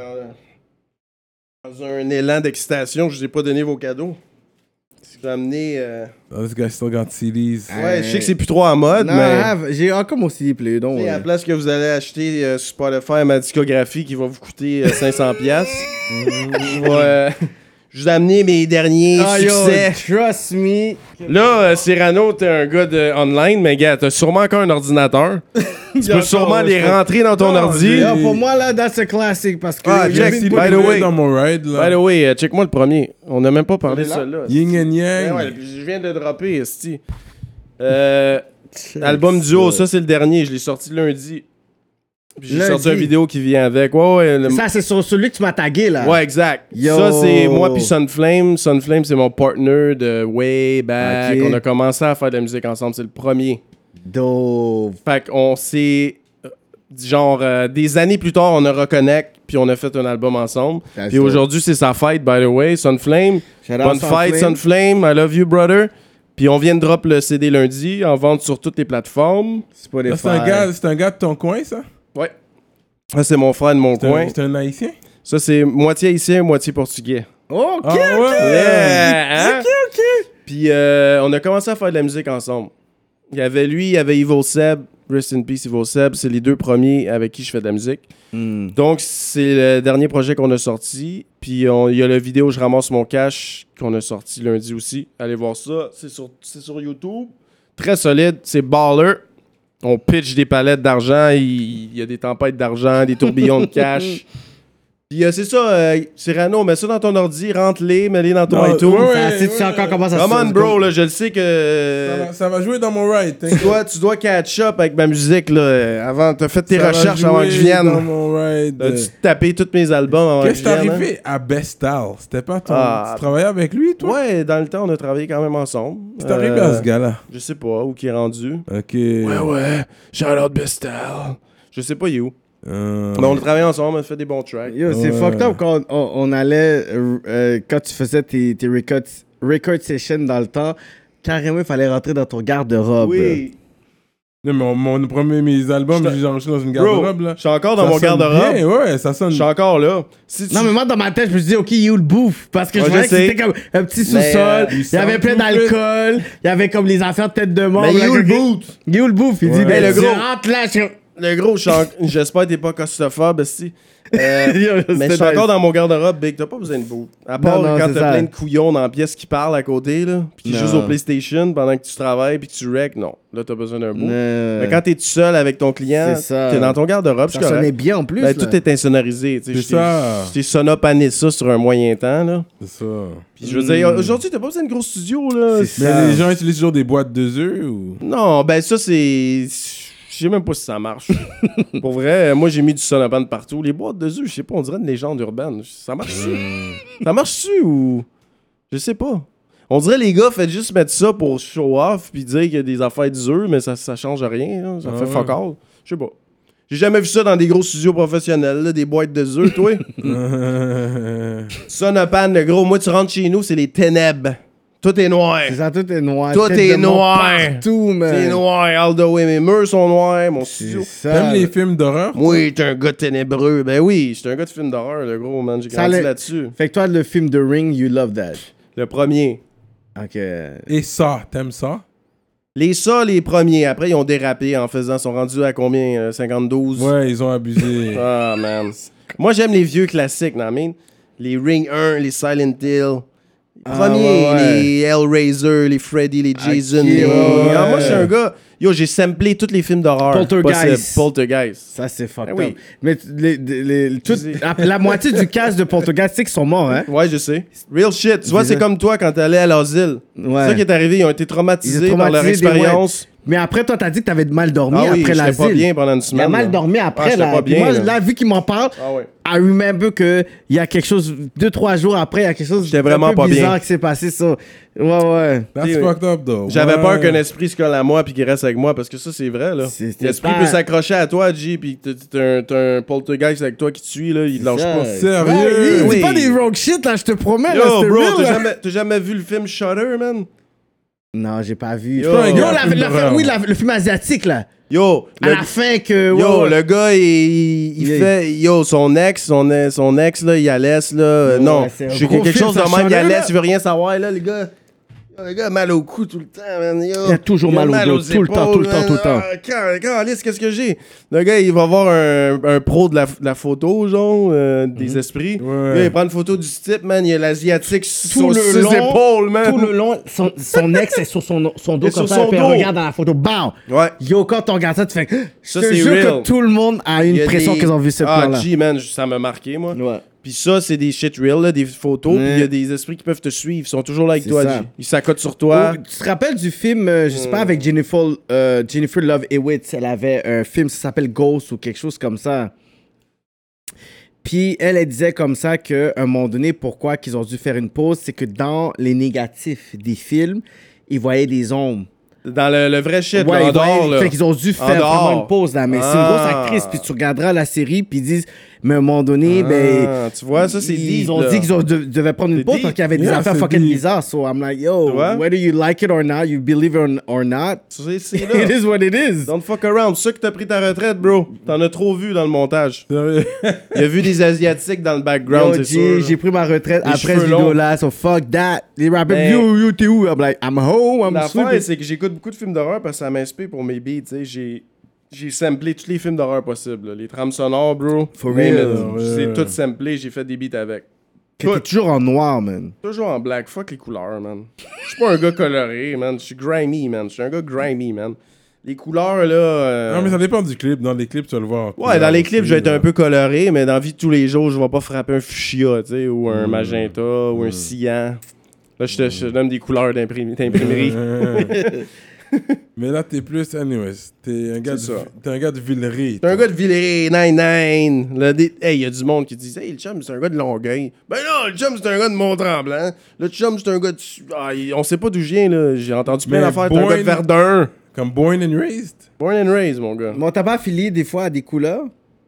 dans un élan d'excitation, je vous ai pas donné vos cadeaux. Je t'ai amené. Oh, this guy still got CDs. Ouais, je sais que c'est plus trop en mode, Non, mais. j'ai encore mon CD Play, donc. Tu sais, à la place que vous allez acheter sur Spotify ma discographie qui va vous coûter 500$, je vous ai amené mes derniers succès. Trust me. Là, Cyrano, t'es un gars de online, mais gars, t'as sûrement encore un ordinateur. Tu peux sûrement les rentrer dans ton Non, ordi. j'ai- Pour moi, là, that's a classic parce que. Ah, J'ai Jack, un CD by the way. dans mon ride, By là. the way, check-moi le premier. On n'a même pas parlé de là? ça là. Yin and Ouais, Yang. ouais, je viens de le dropper, esti. Album duo, ça c'est le dernier, je l'ai sorti lundi. Puis j'ai Lundi. sorti une vidéo qui vient avec. Ouais, Ça, c'est sur celui que tu m'as tagué, là. ouais, exact. Yo. Ça c'est moi puis Sunflame. Sunflame c'est mon partner de way back. Ok. On a commencé à faire de la musique ensemble, c'est le premier. Dope. Fait qu'on s'est genre des années plus tard, on a reconnect puis on a fait un album ensemble. That's Puis dope. aujourd'hui, c'est sa fête by the way, Sunflame. Shout out Bonne fête Sunflame, I love you brother. Puis on vient de drop le CD lundi, en vente sur toutes les plateformes. Spotify. Là, c'est un gars de ton coin, ça? Ouais. Ça c'est mon frère de mon coin. C'est un haïtien? Ça c'est moitié haïtien, moitié portugais. OK. Ah ouais? Yeah, hein? Puis on a commencé à faire de la musique ensemble. Il y avait lui, il y avait Evil Seb. Rest in peace, Evil Seb. C'est les 2 premiers avec qui je fais de la musique. Donc, c'est le dernier projet qu'on a sorti. Puis, il y a la vidéo Je ramasse mon cash qu'on a sorti lundi aussi. Allez voir ça. C'est sur YouTube. Très solide. C'est baller. On pitch des palettes d'argent. Il y a des tempêtes d'argent, des tourbillons de cash. Puis, c'est ça. Cyrano, mets ça dans ton ordi. Rentre-les, mets-les dans ton Non, iTunes. ouais, Ça, tu sais encore comment ça se Come on, passe. bro. Là, je le sais que... Ça va jouer dans mon ride. Tu dois catch up avec ma musique là, avant. T'as fait tes Ça va recherches avant que je jouer dans vienne. mon ride. T'as-tu tapé tous mes albums avant que je Qu'est-ce qui t'est vienne? arrivé à Best Style? C'était pas ton... Ah. Tu travaillais avec lui, Hein? toi? Ouais, dans le temps, on a travaillé quand même ensemble. Qu'est-ce qui t'est arrivé à ce gars-là? Je sais pas où qui est rendu. Ok. Ouais. Shout out Best Style. Je sais pas il est où. Mais on a travaillé ensemble, on a fait des bons tracks. Yo, c'est Ouais. fucked up quand on allait, quand tu faisais tes record sessions dans le temps, carrément, il fallait rentrer dans ton garde-robe. Oui. Non, mais mes albums, Je te- j'ai enregistré dans une Bro, garde-robe, là. je suis encore dans Ça mon sonne garde-robe. bien, ouais, ça sonne... Je suis encore là. Si tu- Non, mais moi, dans ma tête, je me suis dit, OK, il est où le bouffe? Parce que Ouais, je je voyais que sais. c'était comme un petit Mais, sous-sol, il il y avait sent plein tout d'alcool, il y avait comme les affaires de tête de mort. Mais il est là, où le que- boot? Il est où le bouffe? Il dit, Ouais. ben, Le tu gros. rentres là, Le gros, j'espère que t'es pas costophobe, si. Yo, Mais je suis c'était encore nice. dans mon garde-robe, Big. T'as pas besoin de boot. À part non, quand c'est t'as ça. plein de couillons dans la pièce qui parlent à côté, là, puis qui Non. jouent au PlayStation pendant que tu travailles puis que tu wreck, non. Là, t'as besoin d'un boot. Euh, Mais quand t'es tout seul avec ton client, C'est ça. t'es dans ton garde-robe, ça c'est sonnait correct. bien en plus. Ben, là. tout est insonorisé. tu sais. C'est ça. Je t'ai sonopané ça sur un moyen temps, là. C'est ça. Puis je veux dire, aujourd'hui, t'as pas besoin de gros studio, là. C'est Mais ça. les gens utilisent toujours des boîtes de œufs ou... Non, ben ça, c'est Je sais même pas si ça marche. Pour vrai, moi, j'ai mis du Son of Band partout. Les boîtes de œufs, je sais pas, on dirait une légende urbaine. Ça marche-tu? Ça marche-tu ou... Je sais pas. On dirait les gars, faites juste mettre ça pour show off puis dire qu'il y a des affaires d'œufs, mais ça change rien. Là. Ça fait fuck all. Je sais pas. J'ai jamais vu ça dans des gros studios professionnels, là, des boîtes de œufs, toi. Son of Band, le gros. Moi, tu rentres chez nous, c'est les ténèbres. Tout est noir. C'est ça, tout est noir. Tout Tête est de mort noir. Partout, man. C'est noir all the way. Mes murs sont noirs, mon studio. C'est ça. T'aimes les films d'horreur? Moi, t'es un gars ténébreux. Ben oui, j'étais un gars de film d'horreur, le gros, man. J'ai grandi là-dessus. Fait que toi, le film The Ring, you love that. Le premier. Ok. Et ça, t'aimes ça? Les premiers. Après, ils ont dérapé en faisant... Ils sont rendus à combien? 52? Ouais, ils ont abusé. Ah, man. Moi, j'aime les vieux classiques, non, I mean? Les Ring 1, les Silent Hill. Premiers, les Hellraiser, les Freddy, les Jason. Moi, je suis un gars... Yo, j'ai samplé tous les films d'horreur. Poltergeist. Ça, c'est fucked oui. up. Mais la moitié du cast de Poltergeist, c'est qu'ils sont morts, hein? Ouais, je sais. Real shit. Tu vois, c'est comme toi quand t'allais à l'asile. Ouais. C'est ça qui est arrivé. Ils ont été traumatisés par leur expérience. Mais après, toi, t'as dit que t'avais mal dormi oui, après l'asile. pas bien pendant une Il semaine. a mal dormi après, là. Pas bien, moi, là, vu qu'il m'en parle, ouais. I remember qu'il y a quelque chose, 2-3 jours après, il y a quelque chose vraiment un peu pas bizarre bien. qui s'est passé, ça. Ouais. That's fucked up, though. J'avais peur qu'un esprit se colle à moi puis qu'il reste avec moi parce que ça, c'est vrai, là. L'esprit peut s'accrocher à toi, G, puis t'as un poltergeist avec toi qui te suit, là, il te lâche pas. Sérieux? Dis pas des rogue shit, là, je te promets. Yo, là, bro, real, là. t'as jamais vu le film Shutter, man? Non, j'ai pas vu. Yo, le film asiatique, là. Yo, À la fin que... le gars, il fait... Yo, son ex, là, il la laisse, là. Non, c'est un je sais gros quelque film, chose ça, de même, il la Shutter, laisse, là. il veut rien savoir, là, le gars. Le gars a mal au cou tout le temps, man. Yo. Il a toujours mal au dos, tout le temps. Qu'est-ce que j'ai? Le gars, il va voir un pro de la photo, genre, des esprits. Ouais. Là, il prend une photo du type, man. Il y a l'asiatique sur le ses long, épaules, man. Tout le long, son ex est sur son dos Et comme sur ça, son puis dos. elle regarde dans la photo, bam! Ouais. Yo, quand on regarde ça, tu fais... Ça, Je te c'est jure real. que tout le monde a Il une y a impression des- qu'ils ont vu ce plan-là. G, man, ça m'a marqué, moi. Ouais. Puis ça, c'est des shit real, là, des photos. Puis il y a des esprits qui peuvent te suivre. Ils sont toujours là avec C'est toi, ça. G. Ils s'accotent sur toi. Oh, tu te rappelles du film, je sais pas, avec Jennifer Love Hewitt, elle avait un film, ça s'appelle Ghost ou quelque chose comme ça. Puis elle disait comme ça qu'à un moment donné, pourquoi qu'ils ont dû faire une pause, c'est que dans les négatifs des films, ils voyaient des ombres. Dans le vrai shit, Ouais, là, en dehors, là. Fait qu'ils ont dû En faire dehors. vraiment une pause là. Mais c'est une grosse actrice. Puis tu regarderas la série, puis ils disent, mais à un moment donné, Tu vois, ça, c'est ils deep, ont là. dit qu'ils devaient prendre une C'est pause deep. parce qu'il y avait des Yeah, affaires c'est fucking deep. bizarres. So I'm like, yo, Tu vois? whether you like it or not, you believe it or not, C'est it là. is what it is. Don't fuck around. C'est ça que t'as pris ta retraite, bro. T'en as trop vu dans le montage. Sérieux? Il a vu des Asiatiques dans le background, Yo, c'est sûr. j'ai pris ma retraite Les après cheveux cette longs. vidéo-là, so fuck that. Les rappeurs, Mais- yo, t'es où? I'm like, I'm home, I'm L'affaire, sleeping. c'est que j'écoute beaucoup de films d'horreur parce que ça m'inspire pour mes beats, tu sais. J'ai samplé tous les films d'horreur possibles. Là. Les trames sonores, bro. For Name real. it. J'ai tout samplé, j'ai fait des beats avec. Puis t'es toujours en noir, man. Toujours en black. Fuck les couleurs, man. Je suis pas un gars coloré, man. Je suis grimy, man. Je suis un gars grimy, man. Les couleurs, là... Non, mais ça dépend du clip. Dans les clips, tu vas le voir. Ouais, dans les clips, je vais être un peu coloré, mais dans la vie de tous les jours, je vais pas frapper un fuchsia, tu sais, ou un magenta, ou un cyan. Là, je te donne des couleurs d'imprimerie. Mais là, t'es plus, anyways. T'es un gars de Villeray. T'es un gars de Villeray, 99. Hey, il y a du monde qui dit, hey, le chum, c'est un gars de Longueuil. Ben non, le chum, c'est un gars de Mont-Tremblant. Le chum, c'est un gars de... Ah, on sait pas d'où je viens, là. J'ai entendu plein Mais d'affaires. T'es un gars de Verdun. Comme Born and Raised. Born and raised, mon gars. Mais on t'a pas affilié des fois à des couleurs?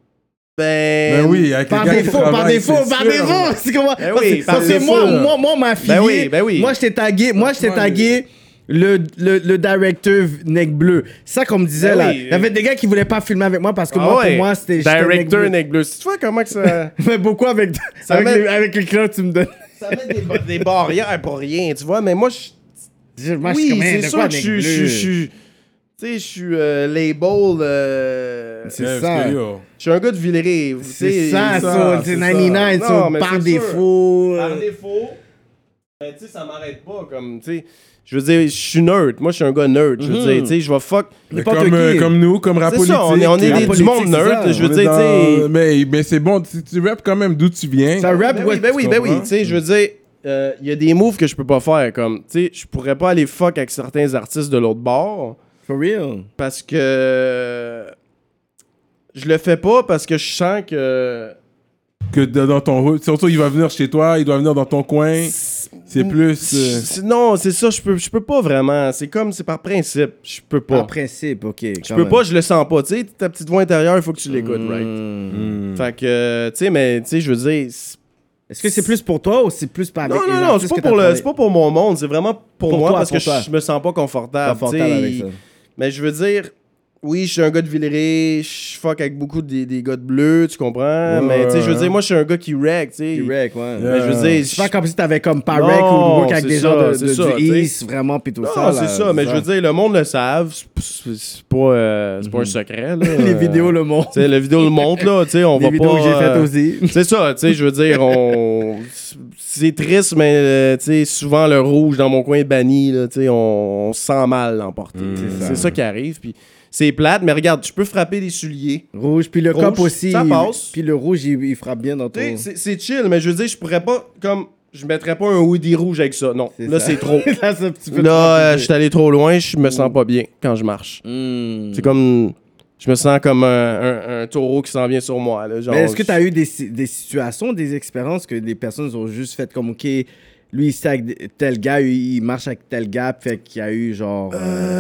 Ben oui, avec Par les gars qui défaut, travaillent, par c'est défaut. sûr. C'est comment? Ben Parce oui, que- par parce que défaut. moi, on m'a affilié. Ben oui. Moi, je t'ai tagué le directeur Nec Bleu. C'est ça qu'on me disait, Ben là. oui. Il y avait des gars qui voulaient pas filmer avec moi parce que Ah moi, ouais. pour moi, c'était... j'étais Directeur Nec Bleu. Nec Bleu. Tu vois comment que ça... Mais beaucoup avec les clients que tu me donnes. ça met des barrières pour rien, tu vois. Mais moi, Moi, je suis oui, comme, c'est de sûr quoi, que Nec je Bleu? suis... Tu sais, je suis label... C'est Yeah, ça. parce que, yo, Je suis un gars de Villeray. C'est ça, c'est c'est ça. 99, Non, ça, mais par c'est défaut. Par défaut, ben, tu sais, ça m'arrête pas, comme, tu sais... Je veux dire, je suis nerd. Moi, je suis un gars nerd. Je veux dire, tu sais, je vais fuck... mais N'importe comme, qui. comme nous, comme rap C'est politique. ça, on est rap du politique, monde c'est nerd. ça. Je veux On est dire, tu sais... dans- mais c'est bon, tu rappes quand même d'où tu viens. Ça rap, Ben ouais, oui, ben oui, tu ben oui. comprends? Tu sais, je veux dire, il y a des moves que je peux pas faire. Comme, tu sais, je pourrais pas aller fuck avec certains artistes de l'autre bord. For real? Parce que je le fais pas parce que je sens que dans ton hood. Surtout, il va venir chez toi, il doit venir dans ton coin. C'est plus. Non, c'est ça, je peux pas vraiment. C'est par principe, je peux pas. Par principe, ok. Je peux pas, je le sens pas. Tu sais, ta petite voix intérieure, il faut que tu l'écoutes, right? Fait que, tu sais, mais tu sais, je veux dire. Est-ce que c'est plus pour toi ou c'est plus par avec les Non, artistes c'est pas pour mon monde, c'est vraiment pour moi toi, parce que toi. je me sens pas confortable. avec ça? Mais je veux dire, oui, je suis un gars de Villeray, je fuck avec beaucoup des gars de bleu, tu comprends? Mais tu sais, je veux dire, moi, je suis un gars qui wreck, tu sais. Qui wreck, ouais. Mais je veux dire, C'est pas comme si t'avais comme Parek ou work avec des gens du East, vraiment, pis tout ça. Non, c'est ça, mais je veux dire, le monde le savent, c'est pas un secret, là. Les vidéos le montrent. Tu sais, la vidéo le montre, là, tu sais, on va pas... Les vidéos que j'ai faites aussi. C'est ça, tu sais, je veux dire, c'est triste, mais tu sais, souvent le rouge dans mon coin est banni, là, tu sais, on se sent mal l'emporter. C'est ça qui arrive, puis c'est plate, mais regarde, tu peux frapper des souliers. Rouge, puis le Rouge, cop aussi. ça passe. Puis le rouge, il frappe bien dans ton... C'est chill, mais je veux dire, je pourrais pas, comme, je mettrais pas un hoodie rouge avec ça, non. Là, c'est trop. Là, c'est un petit peu Là, je suis allé trop loin, je me sens pas bien quand je marche. C'est comme... Je me sens comme un taureau qui s'en vient sur moi. Là, genre, mais est-ce que tu as eu des situations, des expériences que des personnes ont juste fait comme, OK, lui, il est avec tel gars, il marche avec tel gars, fait qu'il y a eu genre...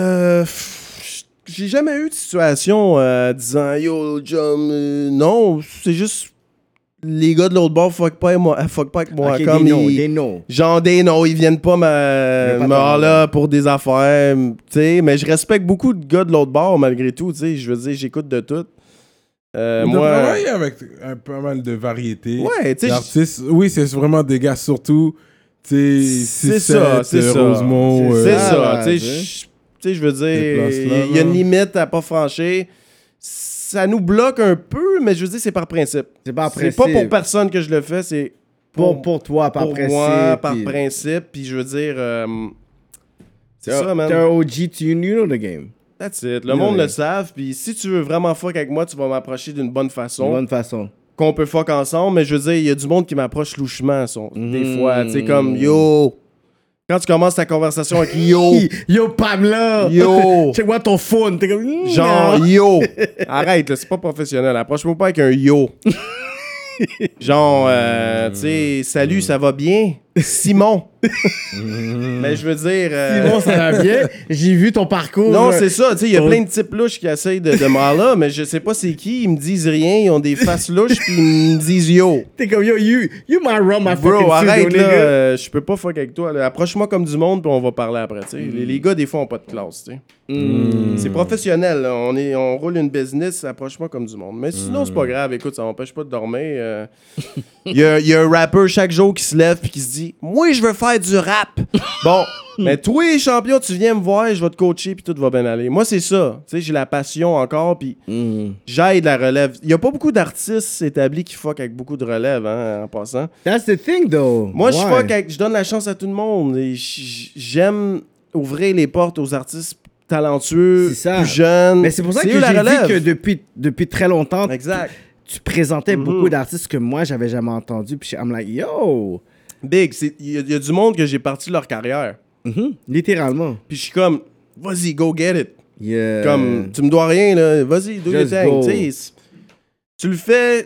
J'ai jamais eu de situation disant « Yo, Jum, non, c'est juste... Les gars de l'autre bord fuck pas avec moi. Okay, comme des noms. Genre des noms, ils viennent pas me là pour des affaires, tu sais, mais je respecte beaucoup de gars de l'autre bord malgré tout, tu sais, je veux dire, j'écoute de tout. Moi, travailler avec pas mal de variétés. Ouais, tu sais. L'artiste, oui, c'est vraiment des gars surtout, tu sais, c'est ça. Rosemont. C'est ça, tu sais, je veux dire, il y a une limite à pas franchir. Ça nous bloque un peu, mais je veux dire, c'est par principe. C'est pas pour personne que je le fais, c'est pour toi, par principe. Pour moi, par principe. Puis je veux dire, c'est ça, man. T'es un OG, you know the game. That's it. Le monde le savent. Puis si tu veux vraiment fuck avec moi, tu vas m'approcher d'une bonne façon. D'une bonne façon. Qu'on peut fuck ensemble, mais je veux dire, il y a du monde qui m'approche louchement, des fois. Tu sais, comme, yo... Quand tu commences ta conversation avec yo. Yo, Pamela. Yo. Check-moi ton phone. T'es comme. Genre, yo. Arrête, là, c'est pas professionnel. Approche-moi pas avec un yo. Genre, tu sais, salut, ça va bien? Simon. Mais je veux dire. Simon, ça va bien. J'ai vu ton parcours. Non, c'est ça. Tu sais, il y a plein de types louches qui essayent de là, mais je sais pas c'est qui. Ils me disent rien. Ils ont des faces louches, puis ils me disent yo. T'es comme yo, you might run my fucking bro, arrête studio, là. Je peux pas fuck avec toi. Là. Approche-moi comme du monde, puis on va parler après. Tu sais. Les gars, des fois, ont pas de classe. Tu sais. C'est professionnel. Là. On roule une business. Approche-moi comme du monde. Mais sinon, c'est pas grave. Écoute, ça m'empêche pas de dormir. Il y a un rappeur chaque jour qui se lève, puis qui se dit. Moi, je veux faire du rap. Bon, mais toi, champion, tu viens me voir, je vais te coacher, puis tout va bien aller. Moi, c'est ça. Tu sais, j'ai la passion encore, puis j'aide la relève. Il y a pas beaucoup d'artistes établis qui fuck avec beaucoup de relève, hein, en passant. That's the thing, though. Moi, je donne la chance à tout le monde. Et j'aime ouvrir les portes aux artistes talentueux, plus jeunes. Mais c'est pour ça que j'ai dit que depuis très longtemps, exact. Tu présentais beaucoup d'artistes que moi, j'avais jamais entendus, puis I'm like, yo... Big, il y a du monde que j'ai parti leur carrière. Littéralement. Puis je suis comme, vas-y, go get it. Yeah. Comme, tu me dois rien, là. Vas-y, do your thing. Tu le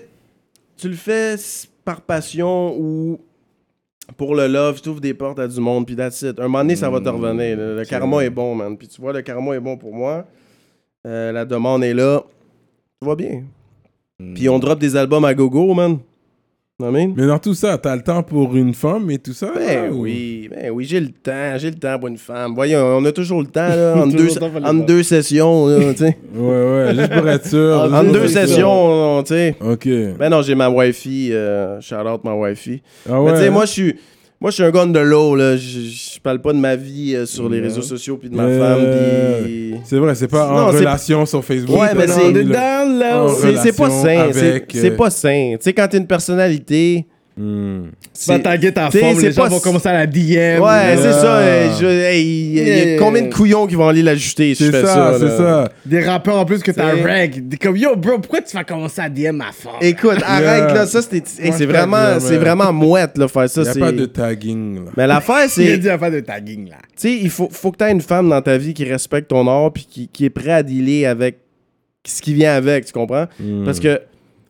fais par passion ou pour le love, tu ouvres des portes à du monde, puis that's it. Un moment donné, ça va te revenir. Le karma est bon, man. Puis tu vois, le karma est bon pour moi. La demande est là. Tout va bien. Puis on drop des albums à gogo, man. Mais dans tout ça, t'as le temps pour une femme et tout ça? Oui, j'ai le temps pour une femme. Voyons, on a toujours le temps, là, entre deux sessions, là, tu sais. Ouais, juste pour être sûr. Entre deux sessions, tu sais. OK. Ben non, j'ai ma wifey, shout out ma wifey. Ah ouais, mais tu sais, moi, je suis un gars de l'eau, là. Je parle pas de ma vie sur les réseaux sociaux puis de ma femme. Pis... C'est vrai, c'est pas en relation sur Facebook. Ouais, mais c'est pas sain. C'est C'est pas sain. Tu sais, quand t'es une personnalité, Tu vas taguer ta femme, les gens vont commencer à la DM. Ouais, c'est ça. Il y a combien de couillons qui vont aller l'ajuster si je fais ça? C'est ça. Des rappeurs en plus que t'as reg. Comme yo, bro, pourquoi tu vas commencer à DM ma femme? Écoute, arrête là, ça c'est vraiment mouette là, faire ça. Il n'y a pas de tagging. Là. Mais l'affaire, c'est. Il y a pas de tagging là. Tu sais, il faut que tu aies une femme dans ta vie qui respecte ton art puis qui est prêt à dealer avec ce qui vient avec, tu comprends? Parce que,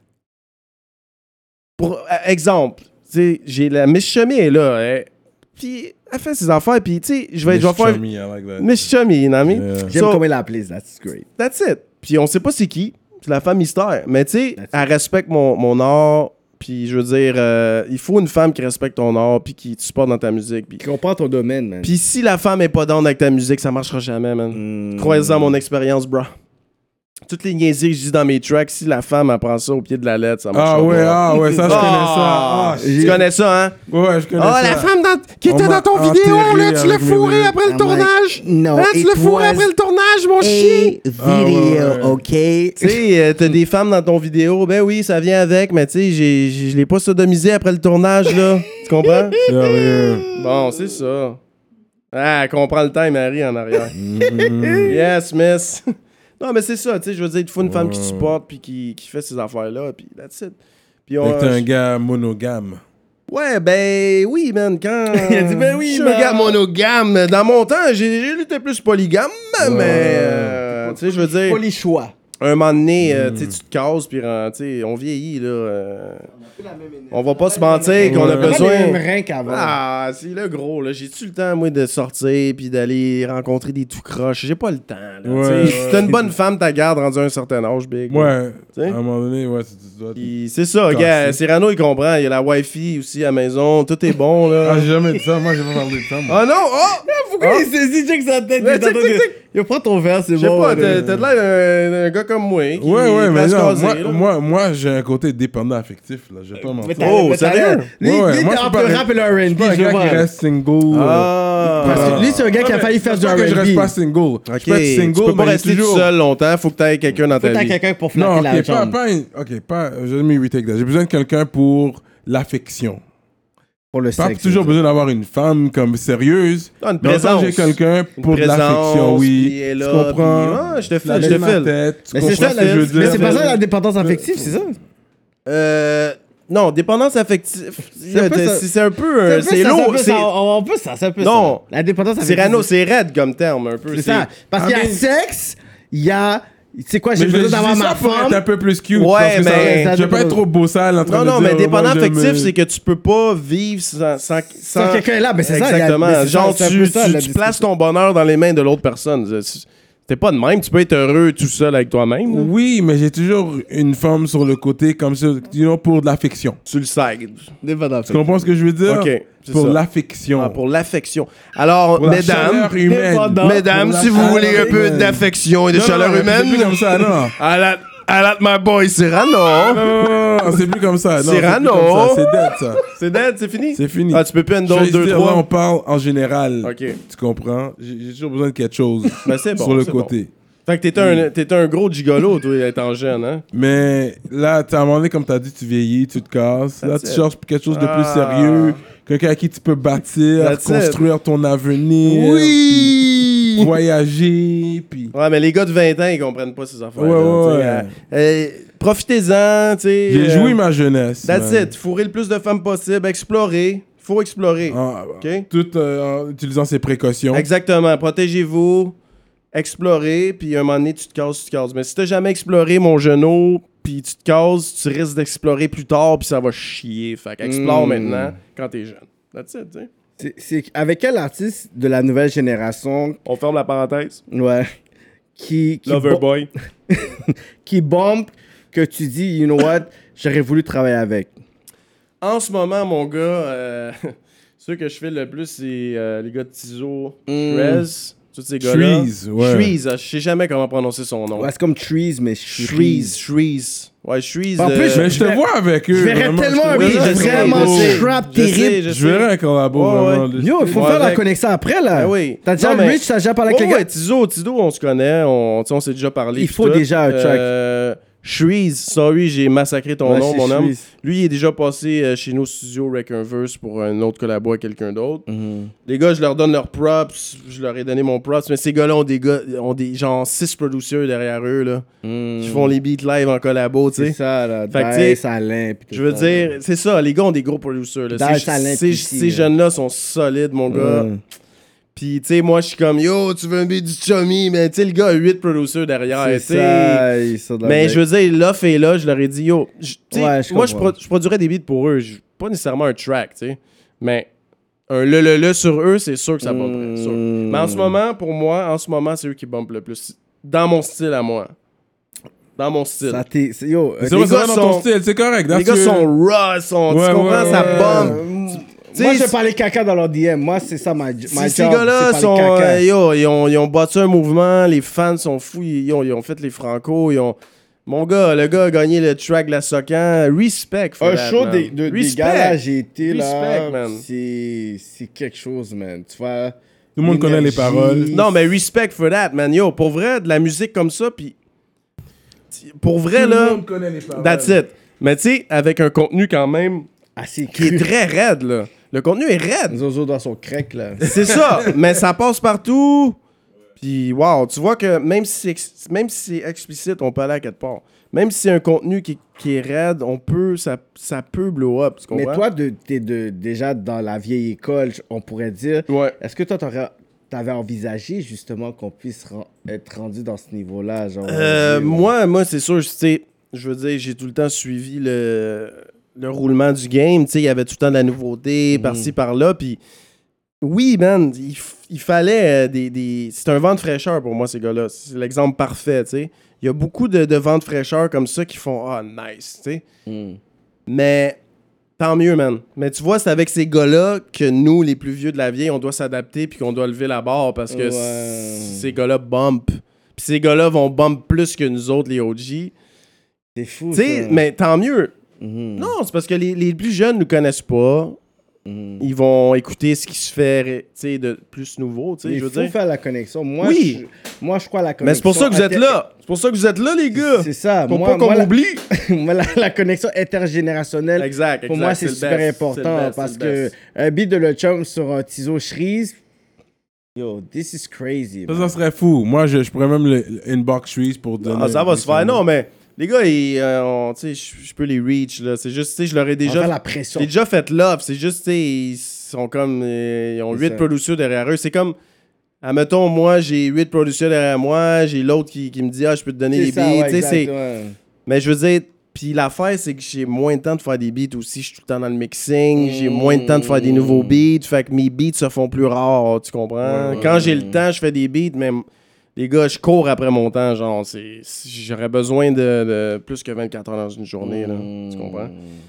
pour exemple, tu sais, j'ai la Miss Chummy est là, puis elle fait ses affaires, puis tu sais, je vais faire... Miss Chummy, you know what I mean? J'aime comment elle appelé, that's great. That's it. Puis on sait pas c'est qui, c'est la femme mystère, mais tu sais, elle respecte mon art, puis je veux dire, il faut une femme qui respecte ton art, puis qui te supporte dans ta musique. Puis qui comprend ton domaine, man. Puis si la femme est pas down avec ta musique, ça marchera jamais, man. Croyez-en mon expérience, bro. Toutes les niaiseries que je dis dans mes tracks, si la femme apprend ça au pied de la lettre, ça marche pas. Ah ouais, ça, je connais ça. Tu connais ça, hein? Ouais, je connais ça. La femme qui était dans ton vidéo, là, tu l'as fourré après le tournage. Non, tu l'as fourré après le tournage, mon chien. Vidéo, OK? Tu sais, t'as des femmes dans ton vidéo, ben oui, ça vient avec, mais tu sais, je l'ai pas sodomisé après le tournage, là. Tu comprends? Sérieux. Bon, c'est ça. Ah, elle comprend le time, Marie, en arrière. Yes, miss. Non, mais c'est ça, tu sais, je veux dire, il faut une femme qui te supporte puis qui fait ces affaires-là, puis that's it. Puis t'es un gars monogame. Ouais, ben oui, man, quand... Il a dit, ben oui, je suis un gars monogame. Dans mon temps, j'ai lutté plus polygame, mais... tu sais, je veux dire... Polychoix. Un moment donné, tu te casses, puis on vieillit, là. On va pas se mentir qu'on a besoin... On a le même qu'avant. Ah, c'est le gros, là. J'ai-tu le temps, moi, de sortir, puis d'aller rencontrer des tout croches? J'ai pas le temps, là. Ouais, Si t'as une bonne femme, ta garde rendu à un certain âge, big. Ouais, t'sais? à un moment donné, ouais, c'est ça, gars. Cyrano, il comprend. Il y a la Wi-Fi aussi à la maison. Tout est bon, là. Ah, j'ai jamais dit ça. Moi, j'ai pas parlé de ça, moi. Ah non! Oh! Pourquoi il s'est dit, check sa tête? Yo, prends ton verre, c'est bon. Je sais pas, t'as de l'air d'un gars comme moi. Ouais, mais non, moi, j'ai un côté dépendant affectif, là. Je vais pas mentir. Oh, sérieux? Lui, t'es entre le rap et le R&B, je suis un gars qui reste single. Parce que lui, c'est un gars qui a failli faire du R&B. Je reste pas single. Je peux être single, tu peux pas rester tout seul longtemps. Faut que t'aies quelqu'un dans ta vie. Faut que t'aies quelqu'un pour flatter la jambe. Je vais me retake that. J'ai besoin de quelqu'un pour l'affection. Pour le pas sexe. toujours besoin d'avoir une femme comme sérieuse. Non, une présence. J'ai quelqu'un pour de l'affection, oui. Tu comprends? Je te file. Mais c'est ça, mais c'est pas ça la dépendance affective, c'est ça? Non, dépendance affective. C'est un peu. C'est lourd. On peut ça, c'est un peu ça. Non. La dépendance affective. Cyrano, c'est raide comme terme, un peu. C'est ça. Parce qu'il y a sexe, il y a. C'est quoi, j'ai besoin d'avoir ma femme. Être un peu plus cute. Ouais, mais. Je vais pas être trop beau sale en train de dire. Non, mais dépendant affectif, c'est que tu peux pas vivre sans quelqu'un là. Mais c'est ça. Exactement. Genre, tu places ton bonheur dans les mains de l'autre personne. T'es pas de même, tu peux être heureux tout seul avec toi-même. Oui, mais j'ai toujours une femme sur le côté comme ça, pour de l'affection. Sur le side. Tu comprends ce que je veux dire? Ok. Pour l'affection. Pour l'affection. Alors, pour mesdames, si vous voulez un peu d'affection et de chaleur humaine. C'est plus comme ça, non. I like my boy Cyrano. Non, c'est plus comme ça. Cyrano. C'est dead, ça. C'est dead, c'est fini? C'est fini. Ah, tu peux plus une dose 2-3? Là, on parle en général. OK. Tu comprends? J'ai toujours besoin de quelque chose c'est bon, sur le côté. Bon. Fait que t'étais un gros gigolo, toi, étant jeune, hein? Mais là, à un moment donné, comme t'as dit, tu vieillis, tu te casses. Là, tu cherches quelque chose de plus sérieux. Quelqu'un à qui tu peux bâtir, construire ton avenir. Oui! Puis voyager, puis... Ouais, mais les gars de 20 ans, ils comprennent pas ces affaires. Ouais. Profitez-en, tu sais. J'ai joui ma jeunesse. That's it. Fourrer le plus de femmes possible. Explorer. Faut explorer. OK? Tout en utilisant ses précautions. Exactement. Protégez-vous. Explorer. Puis un moment donné, tu te casses. Mais si t'as jamais exploré, mon genou, puis tu te casses, tu risques d'explorer plus tard, puis ça va chier. Fait qu'explore maintenant quand t'es jeune. That's it, tu sais. C'est avec quel artiste de la nouvelle génération... On ferme la parenthèse. Ouais. Qui Loverboy. qui bombe que tu dis, you know what, j'aurais voulu travailler avec. En ce moment, mon gars, ceux que je fais le plus, c'est les gars de Tizo, Trez, tous ces gars-là. Trees, ouais. Trees, je sais jamais comment prononcer son nom. Ouais, c'est comme Trees, mais Trees. Ouais, Trees. En plus, mais je te vois avec eux. Je verrais tellement un beat vraiment trap terrible. Je verrais un collabo vraiment. Yo, il faut faire la connexion après, là. Oui. T'as déjà Rich, t'as déjà parlé avec les gars? Ouais, Tizo, on se connaît, on s'est déjà parlé. Il faut déjà un track. Shreeze, sorry, j'ai massacré ton Ouais, nom, c'est mon homme. Shreeze. Lui, il est déjà passé chez nos studios Wreck-Verse pour un autre collabo avec quelqu'un d'autre. Mhm. Les gars, je leur donne leurs props, je leur ai donné mon props, mais ces gars-là ont des genre 6 producers derrière eux, là, qui font les beats live en collabo, tu C'est sais. ça, là. Fait que, Dice, Alain, pis tout Je veux ça, dire, là. c'est ça, les gars ont des gros producers. Là. Dice, Alain, Ces Petit, là. jeunes-là sont solides, mon gars. Ouais. Puis, tu sais, moi, je suis comme, yo, tu veux un beat du chummy, mais tu sais, le gars a 8 producers derrière. C'est tu sais. ça, ils sont dans Mais le- je veux dire, l'offre est là, je leur ai dit, yo, tu sais, Ouais, je moi, je, comprends. je produirais des beats pour eux, pas nécessairement un track, tu sais, mais un le sur eux, c'est sûr que ça bumperait, sûr. Mais en ce moment, pour moi, c'est eux qui bumpent le plus, dans mon style à moi. Dans mon style. Ça t'est- c'est- Yo, C'est vrai, gars ça va dans ton sont- style, c'est correct. Les gars sont raw, Ouais, tu comprends, ouais, ça ouais. bump. Moi, sais, je parlais caca dans leur DM. Moi, c'est ça ma job. Ces gars-là sont. Ils ont bâti un mouvement, les fans sont fous, ils ont fait les Franco, Mon gars, le gars a gagné le track de la Socan. Respect. For Un that, show man. des Respect. gars là, j'ai été Respect, là. man. C'est quelque chose, man. Tu vois. Tout le monde connaît les l'énergie. paroles. Non, mais respect for that, man. Yo, pour vrai, de la musique comme ça, puis. Pour vrai, Tout là. le monde connaît les paroles. That's it. Mais tu sais, avec un contenu quand même Assez qui est cru. très raide, là. Le contenu est raide. Zozo dans son crack, là. C'est ça, mais ça passe partout. Puis, wow, tu vois que même si c'est explicite, on peut aller à quelque part. Même si c'est un contenu qui est raide, ça peut blow up, tu comprends? Mais toi, t'es déjà dans la vieille école, on pourrait dire. Ouais. Est-ce que toi, t'avais envisagé justement qu'on puisse être rendu dans ce niveau-là? Genre, Moi, c'est sûr, tu sais, je veux dire, j'ai tout le temps suivi le roulement du game. Tu sais, il y avait tout le temps de la nouveauté, par-ci, par-là. Puis, oui, man, il fallait c'est un vent de fraîcheur pour moi, ces gars-là. C'est l'exemple parfait, tu sais. Il y a beaucoup de vents de fraîcheur comme ça qui font « Ah, nice », tu sais. Mais tant mieux, man. Mais tu vois, c'est avec ces gars-là que nous, les plus vieux de la vieille, on doit s'adapter puis qu'on doit lever la barre parce que ces gars-là bump. Puis ces gars-là vont bump plus que nous autres, les OG. c'est fou. Tu sais, ça. mais tant mieux. Mhm. Non, c'est parce que les plus jeunes ne nous connaissent pas. Ils vont écouter ce qui se fait, tu sais, de plus nouveau, tu sais, Il je veux faut dire. faire la connexion. Moi, Oui. je crois à la connexion. Mais c'est pour ça que vous êtes là. C'est pour ça que vous êtes là, les gars. C'est ça. Pour moi, pas qu'on moi, m'oublie. moi, la connexion intergénérationnelle, Exact. pour moi, c'est le super best. important C'est le best, parce c'est le que best. un beat de Le Chum sur un Tizo Shreeze, yo, this is crazy. Ça, man. ça serait fou. Moi, je pourrais même le inbox Shreeze pour donner. Ah, ça va se faire. Non, mais les gars, tu sais, je peux les reach, là. C'est juste, tu sais, je leur ai On va déjà. faire la pression. J'ai déjà fait love. C'est juste, tu sais, ils sont comme. Ils ont C'est 8 ça. producers derrière eux. C'est comme. Admettons, moi, j'ai 8 producers derrière moi. J'ai l'autre qui me dit, ah, je peux te donner C'est des ça, beats. ouais, Tu sais, exact, c'est. ouais. Mais je veux dire, puis l'affaire, c'est que j'ai moins de temps de faire des beats aussi. Je suis tout le temps dans le mixing. J'ai moins de temps de faire des nouveaux beats. Fait que mes beats se font plus rares, tu comprends? Quand j'ai le temps, je fais des beats, mais les gars, je cours après mon temps. Genre, j'aurais besoin de plus que 24 heures dans une journée, là. Tu comprends?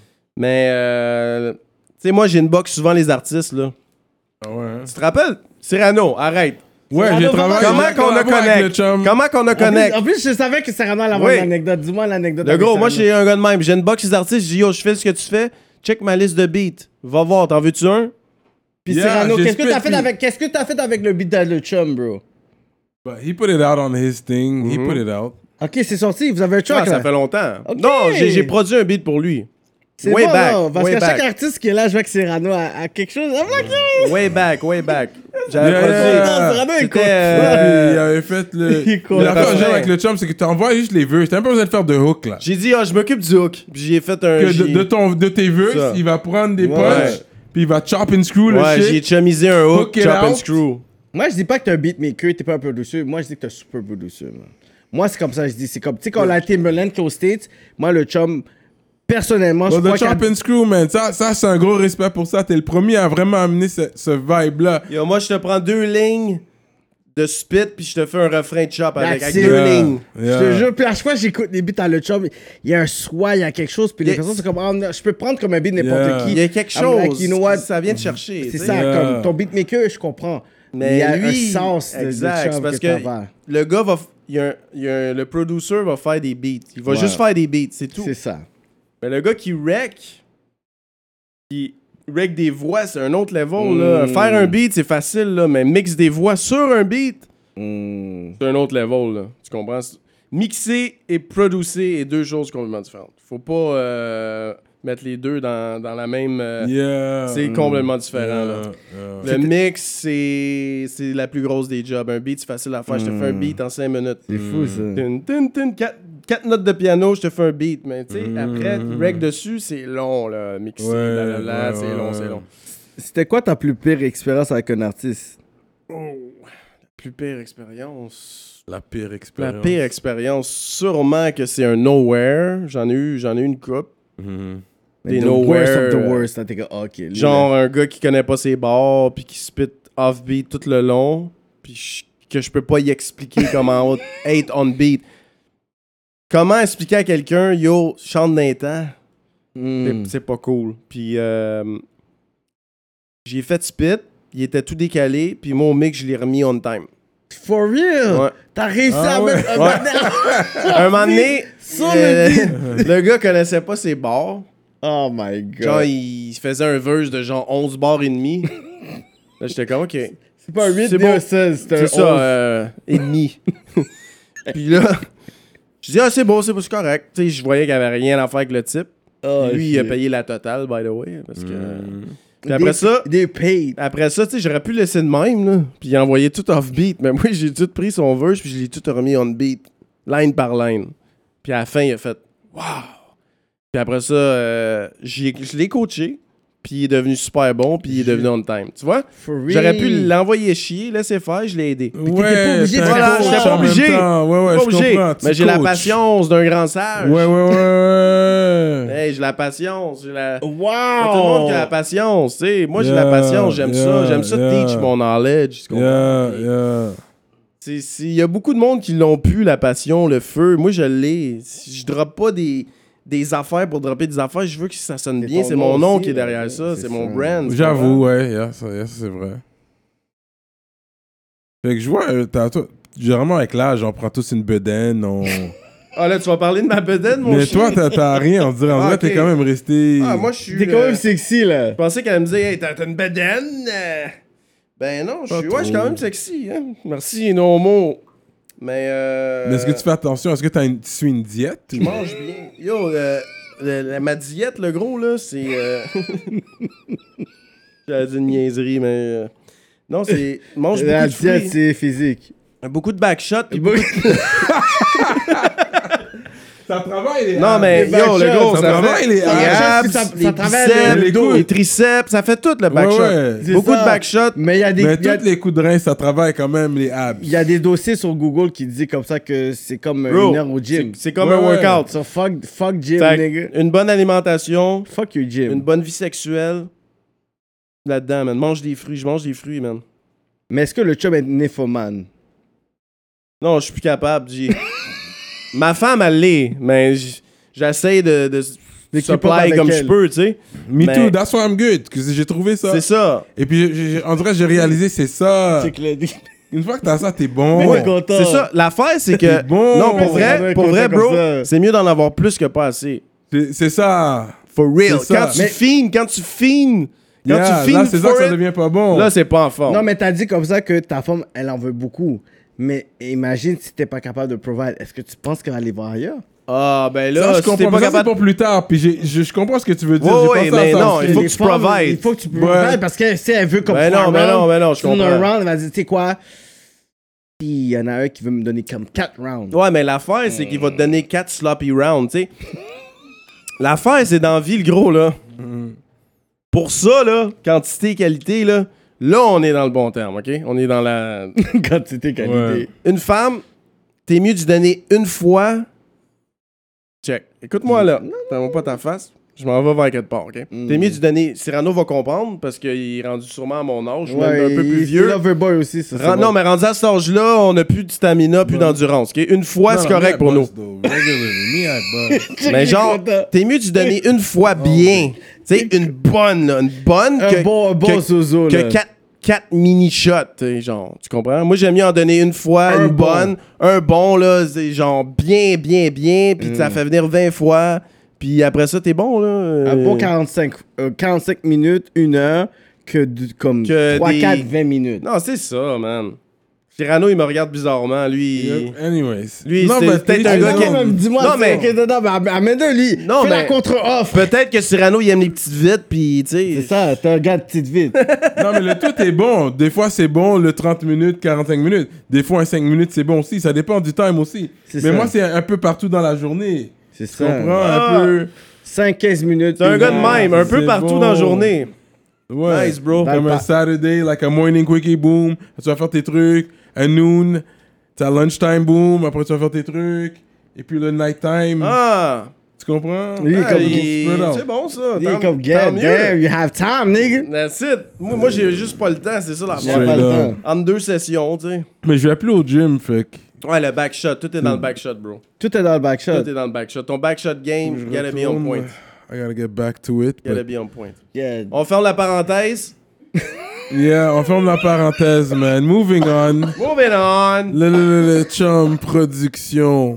Mais, tu sais, moi, j'ai une box souvent les artistes, là. Ah ouais. hein. Tu te rappelles? Cyrano, arrête. Ouais, j'ai travaillé. Comment j'ai qu'on a collaboré avec connect? le chum. Comment qu'on a connect? En plus, je savais que Cyrano allait avoir Oui. une anecdote. Dis-moi l'anecdote. Le avec gros, moi, Cyrano. j'ai un gars de même. J'ai une box les artistes. Je dis, yo, je fais ce que tu fais. Check ma liste de beats. Va voir, t'en veux-tu un? Puis Yeah, Cyrano, j'ai qu'est-ce que t'as spit, fait avec, qu'est-ce que t'as fait avec le beat de Le Chum, bro? But he put it out on his thing. He put it out. Ok, c'est sorti. Vous avez un track, Ah, ça là. fait longtemps. Ok. Non, j'ai produit un beat pour lui. C'est way bon, back, non, parce way qu'à chaque back. artiste qui est là, je vois que Cyrano a quelque chose. I'm like, Way back. J'avais Yeah, produit. yeah. Cyrano, il C'était, compte. Puis il avait fait le. Il court. L'affaire Parfait. que j'aime avec le chum, c'est que t'envoies juste les verses. T'as même pas besoin de faire de hook, là. J'ai dit, je m'occupe du hook. Puis j'ai fait un. Que j'ai- de tes verses, Ça. il va prendre des Ouais. punches, puis il va chop and screw le Ouais, j'ai shit. chumisé un hook, Hook it chop and out. screw. Moi, je dis pas que t'es un beatmaker, t'es pas un producer. Moi, je dis que t'es un super producer, man. Moi, c'est comme ça, je dis. C'est comme, tu sais, quand on a Timberland qui est aux States, moi, le chum, personnellement, je Bon, crois the chop qu'il and screw, man. Ça c'est un gros respect pour ça. T'es le premier à vraiment amener ce vibe-là. Yo, moi, je te prends 2 lignes de spit, puis je te fais un refrain de chop avec That's 2 it. lignes. je te jure, puis à chaque fois que j'écoute des beats à le chum, il y a un swag, il y a quelque chose, puis les Yeah. personnes, c'est comme, oh, non, je peux prendre comme un beat n'importe Yeah. qui. Il y a quelque I'm like, chose. you know what? Ça vient de chercher. C'est tu ça, sais. Yeah. comme ton beatmaker, je comprends. Mais il y a lui, un sens de exact, chum c'est parce que que t'as. le gars va. Le producer va faire des beats. Il va Ouais. juste faire des beats, c'est tout. C'est ça. Mais le gars qui rec des voix, c'est un autre level. Là. Faire un beat, c'est facile, là, mais mix des voix sur un beat, c'est un autre level. Là. Tu comprends? Mixer et producer est deux choses complètement différentes. Faut pas mettre les deux dans la même... c'est complètement différent. Là. Le mix, c'est la plus grosse des jobs. Un beat, c'est facile à faire. Je te fais un beat en 5 minutes. C'est fou, ça. 4 notes de piano, je te fais un beat. Mais tu sais, après, reg dessus, c'est long, là. Mixer, c'est long. C'était quoi ta plus pire expérience avec un artiste? La plus pire expérience... La pire expérience. La pire expérience, sûrement que c'est un nowhere. J'en ai eu une couple. Des the nowhere. worst of the worst. Là, t'es comme, OK. Genre un gars qui connaît pas ses bars, puis qui spit off-beat tout le long, puis que je peux pas y expliquer comment être on-beat. Comment expliquer à quelqu'un, yo, chante d'un temps? C'est pas cool. Puis j'ai fait spit, il était tout décalé, puis mon mix, je l'ai remis on time. For real? Ouais. T'as réussi à mettre un moment donné, le gars connaissait pas ses bars. Oh my God. Genre, il faisait un verse de genre 11 bars et demi. Là, j'étais comme, OK. C'est pas un 8, c'est bon. bon. C'est ça, et demi. Puis là, je dis, c'est bon, c'est correct. Tu sais, je voyais qu'il n'y avait rien à faire avec le type. Lui, il a payé la totale, by the way. Parce que... Puis après ça, après ça, tu sais, j'aurais pu le laisser de même, là. Puis il envoyait tout off-beat. Mais moi, j'ai tout pris son verse, puis je l'ai tout remis on-beat, line par line. Puis à la fin, il a fait « Wow! » Puis après ça, je l'ai coaché, puis il est devenu super bon, puis il est devenu on time. Tu vois? J'aurais pu l'envoyer chier, laisser faire, je l'ai aidé. Ouais, pas obligé de voilà, j'étais pas obligé. Ouais, Pas obligé. Mais j'ai la coaches. patience d'un grand sage. Ouais. Hey, j'ai la patience. Pas tout le Wow! monde qui a la patience, tu sais. Moi, j'ai la patience, j'aime ça. J'aime ça teach mon knowledge. Tu comprends? Il y a beaucoup de monde qui l'ont pu, la passion, le feu. Moi, je l'ai. Je drop pas des affaires pour dropper des affaires. Je veux que ça sonne bien. C'est mon nom qui est derrière ça. C'est mon brand. J'avoue, ouais. Ça, c'est vrai. Fait que je vois, généralement avec l'âge, on prend tous une bedaine, Ah là, tu vas parler de ma bedaine, mon mais chien? toi, t'as rien, on dirait. En vrai, t'es quand même resté... Ah, moi, je suis... T'es quand même sexy, là. Je pensais qu'elle me disait, hey, t'as une bedaine? Ben non, je suis quand même sexy. Hein? Merci, no mots. Mais est-ce que tu fais attention? Est-ce que tu suis une diète? Je mange bien. Yo, ma diète, le gros, là, c'est... J'allais dire une niaiserie, mais... Non, c'est... Mange beaucoup de fruits. La diète, c'est physique. Beaucoup de backshot, puis beaucoup de... Ça travaille les Non, mais yo, le gros, ça travaille les abs, les biceps, les triceps, ça fait tout le backshot. Ouais. Beaucoup de backshot. Mais il y a des... Mais tous les coups de rein, ça travaille quand même les abs. Il y a des dossiers sur Google qui disent comme ça que c'est comme une heure au gym. C'est comme un workout. So fuck gym, nigga. Une bonne alimentation. Fuck your gym. Une bonne vie sexuelle. Là-dedans, man. Mange des fruits. Je mange des fruits, man. Mais est-ce que le chum est nymphomane? Non, je suis plus capable. Ma femme, elle l'est, mais j'essaie de supply comme je peux, tu sais. Me too, that's why I'm good. J'ai trouvé ça. C'est ça. Et puis, on dirait que j'ai réalisé, c'est ça. Une fois que t'as ça, t'es bon. C'est ça. L'affaire, c'est que... bon. Non, pour vrai, bro, c'est mieux d'en avoir plus que pas assez. C'est ça. For real. Quand tu finis, là, c'est ça que ça devient pas bon. Là, c'est pas en forme. Non, mais t'as dit comme ça que ta femme, elle en veut beaucoup. Mais imagine si t'es pas capable de provide. Est-ce que tu penses qu'elle va aller voir ailleurs? Ah, ben là, ça, je si t'es comprends, pas ça, capable... c'est pour plus tard. Puis je comprends ce que tu veux dire. Oui, mais non, il faut que tu provides. Il faut que tu provides parce que si elle veut comme mais non, je comprends. Un round, elle va dire, tu sais quoi? Puis il y en a un qui veut me donner comme 4 rounds. Ouais, mais l'affaire, c'est qu'il va te donner 4 sloppy rounds, tu sais. L'affaire, c'est dans la vie, le gros, là. Pour ça, là, quantité et qualité, là, on est dans le bon terme, OK? On est dans la... quantité, qualité. Ouais. Une femme, t'es mieux de donner une fois... Check. Écoute-moi, là. T'as pas ta face. Je m'en vais vers quelque part, OK? T'es mieux de donner... Cyrano va comprendre, parce qu'il est rendu sûrement à mon âge. Je suis même un peu plus vieux. Loverboy aussi, ça. Non, mais rendu à cet âge-là, on n'a plus de stamina, plus d'endurance, OK? Une fois, c'est correct pour nous. Mais genre, t'es mieux de donner une fois bien. Tu sais, une bonne, là. Une bonne... Un bon zozo, là. Que 4 mini-shots, genre, tu comprends? Moi, j'aime mieux en donner une fois, une bonne. Un bon, là, c'est genre bien, puis ça fait venir 20 fois. Puis après ça, t'es bon, là. Un bon 45 minutes, 1 heure, comme 3, 4, 20 minutes. Non, c'est ça, man. Cyrano, il me regarde bizarrement. Lui, Anyways. lui Non, c'est mais peut-être un gars qui aime... Dis-moi, Non, mais- amène-le, lui. Non, Fais la mais- contre-offre. Peut-être que Cyrano, il aime les petites vites, puis tu sais... C'est ça, t'es un gars de petite vite. Non, mais le tout est bon. Des fois, c'est bon, le 30 minutes, 45 minutes. Des fois, un 5 minutes, c'est bon aussi. Ça dépend du time aussi. C'est Mais ça. moi, c'est un peu partout dans la journée. C'est Tu comprends? Ah. Un peu... 5-15 minutes. C'est un gars de une heure. même, un peu c'est partout bon. dans la journée. Ouais. Nice, bro. Comme un Saturday, like a morning quickie, boom. Tu vas faire tes trucs. Un noon, t'as lunchtime, boom. Après, tu vas faire tes trucs. Et puis le nighttime. Ah! Tu comprends? Lui, Ah, comme- c'est bon, ça. Il est Tant- comme, tant God mieux. damn, you have time, nigga. That's it. Moi, j'ai juste pas le temps, c'est ça la Il a Straight pas le up. temps. Entre 2 sessions, tu sais. Mais je vais plus au gym, fait que... Ouais, le backshot. Tout est dans le backshot, bro. Tout est dans le backshot. Tout est dans le backshot. Ton backshot game, je gotta be on retourne. point. I gotta get back to it. Gotta but- be on point. Yeah. On ferme la parenthèse. Yeah, on ferme la parenthèse, man. Moving on. Moving on. Le chum production.